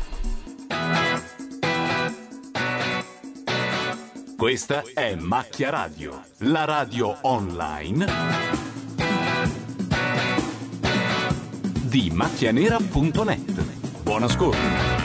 Questa è Macchia Radio, la radio online di macchianera punto net. Buon ascolto.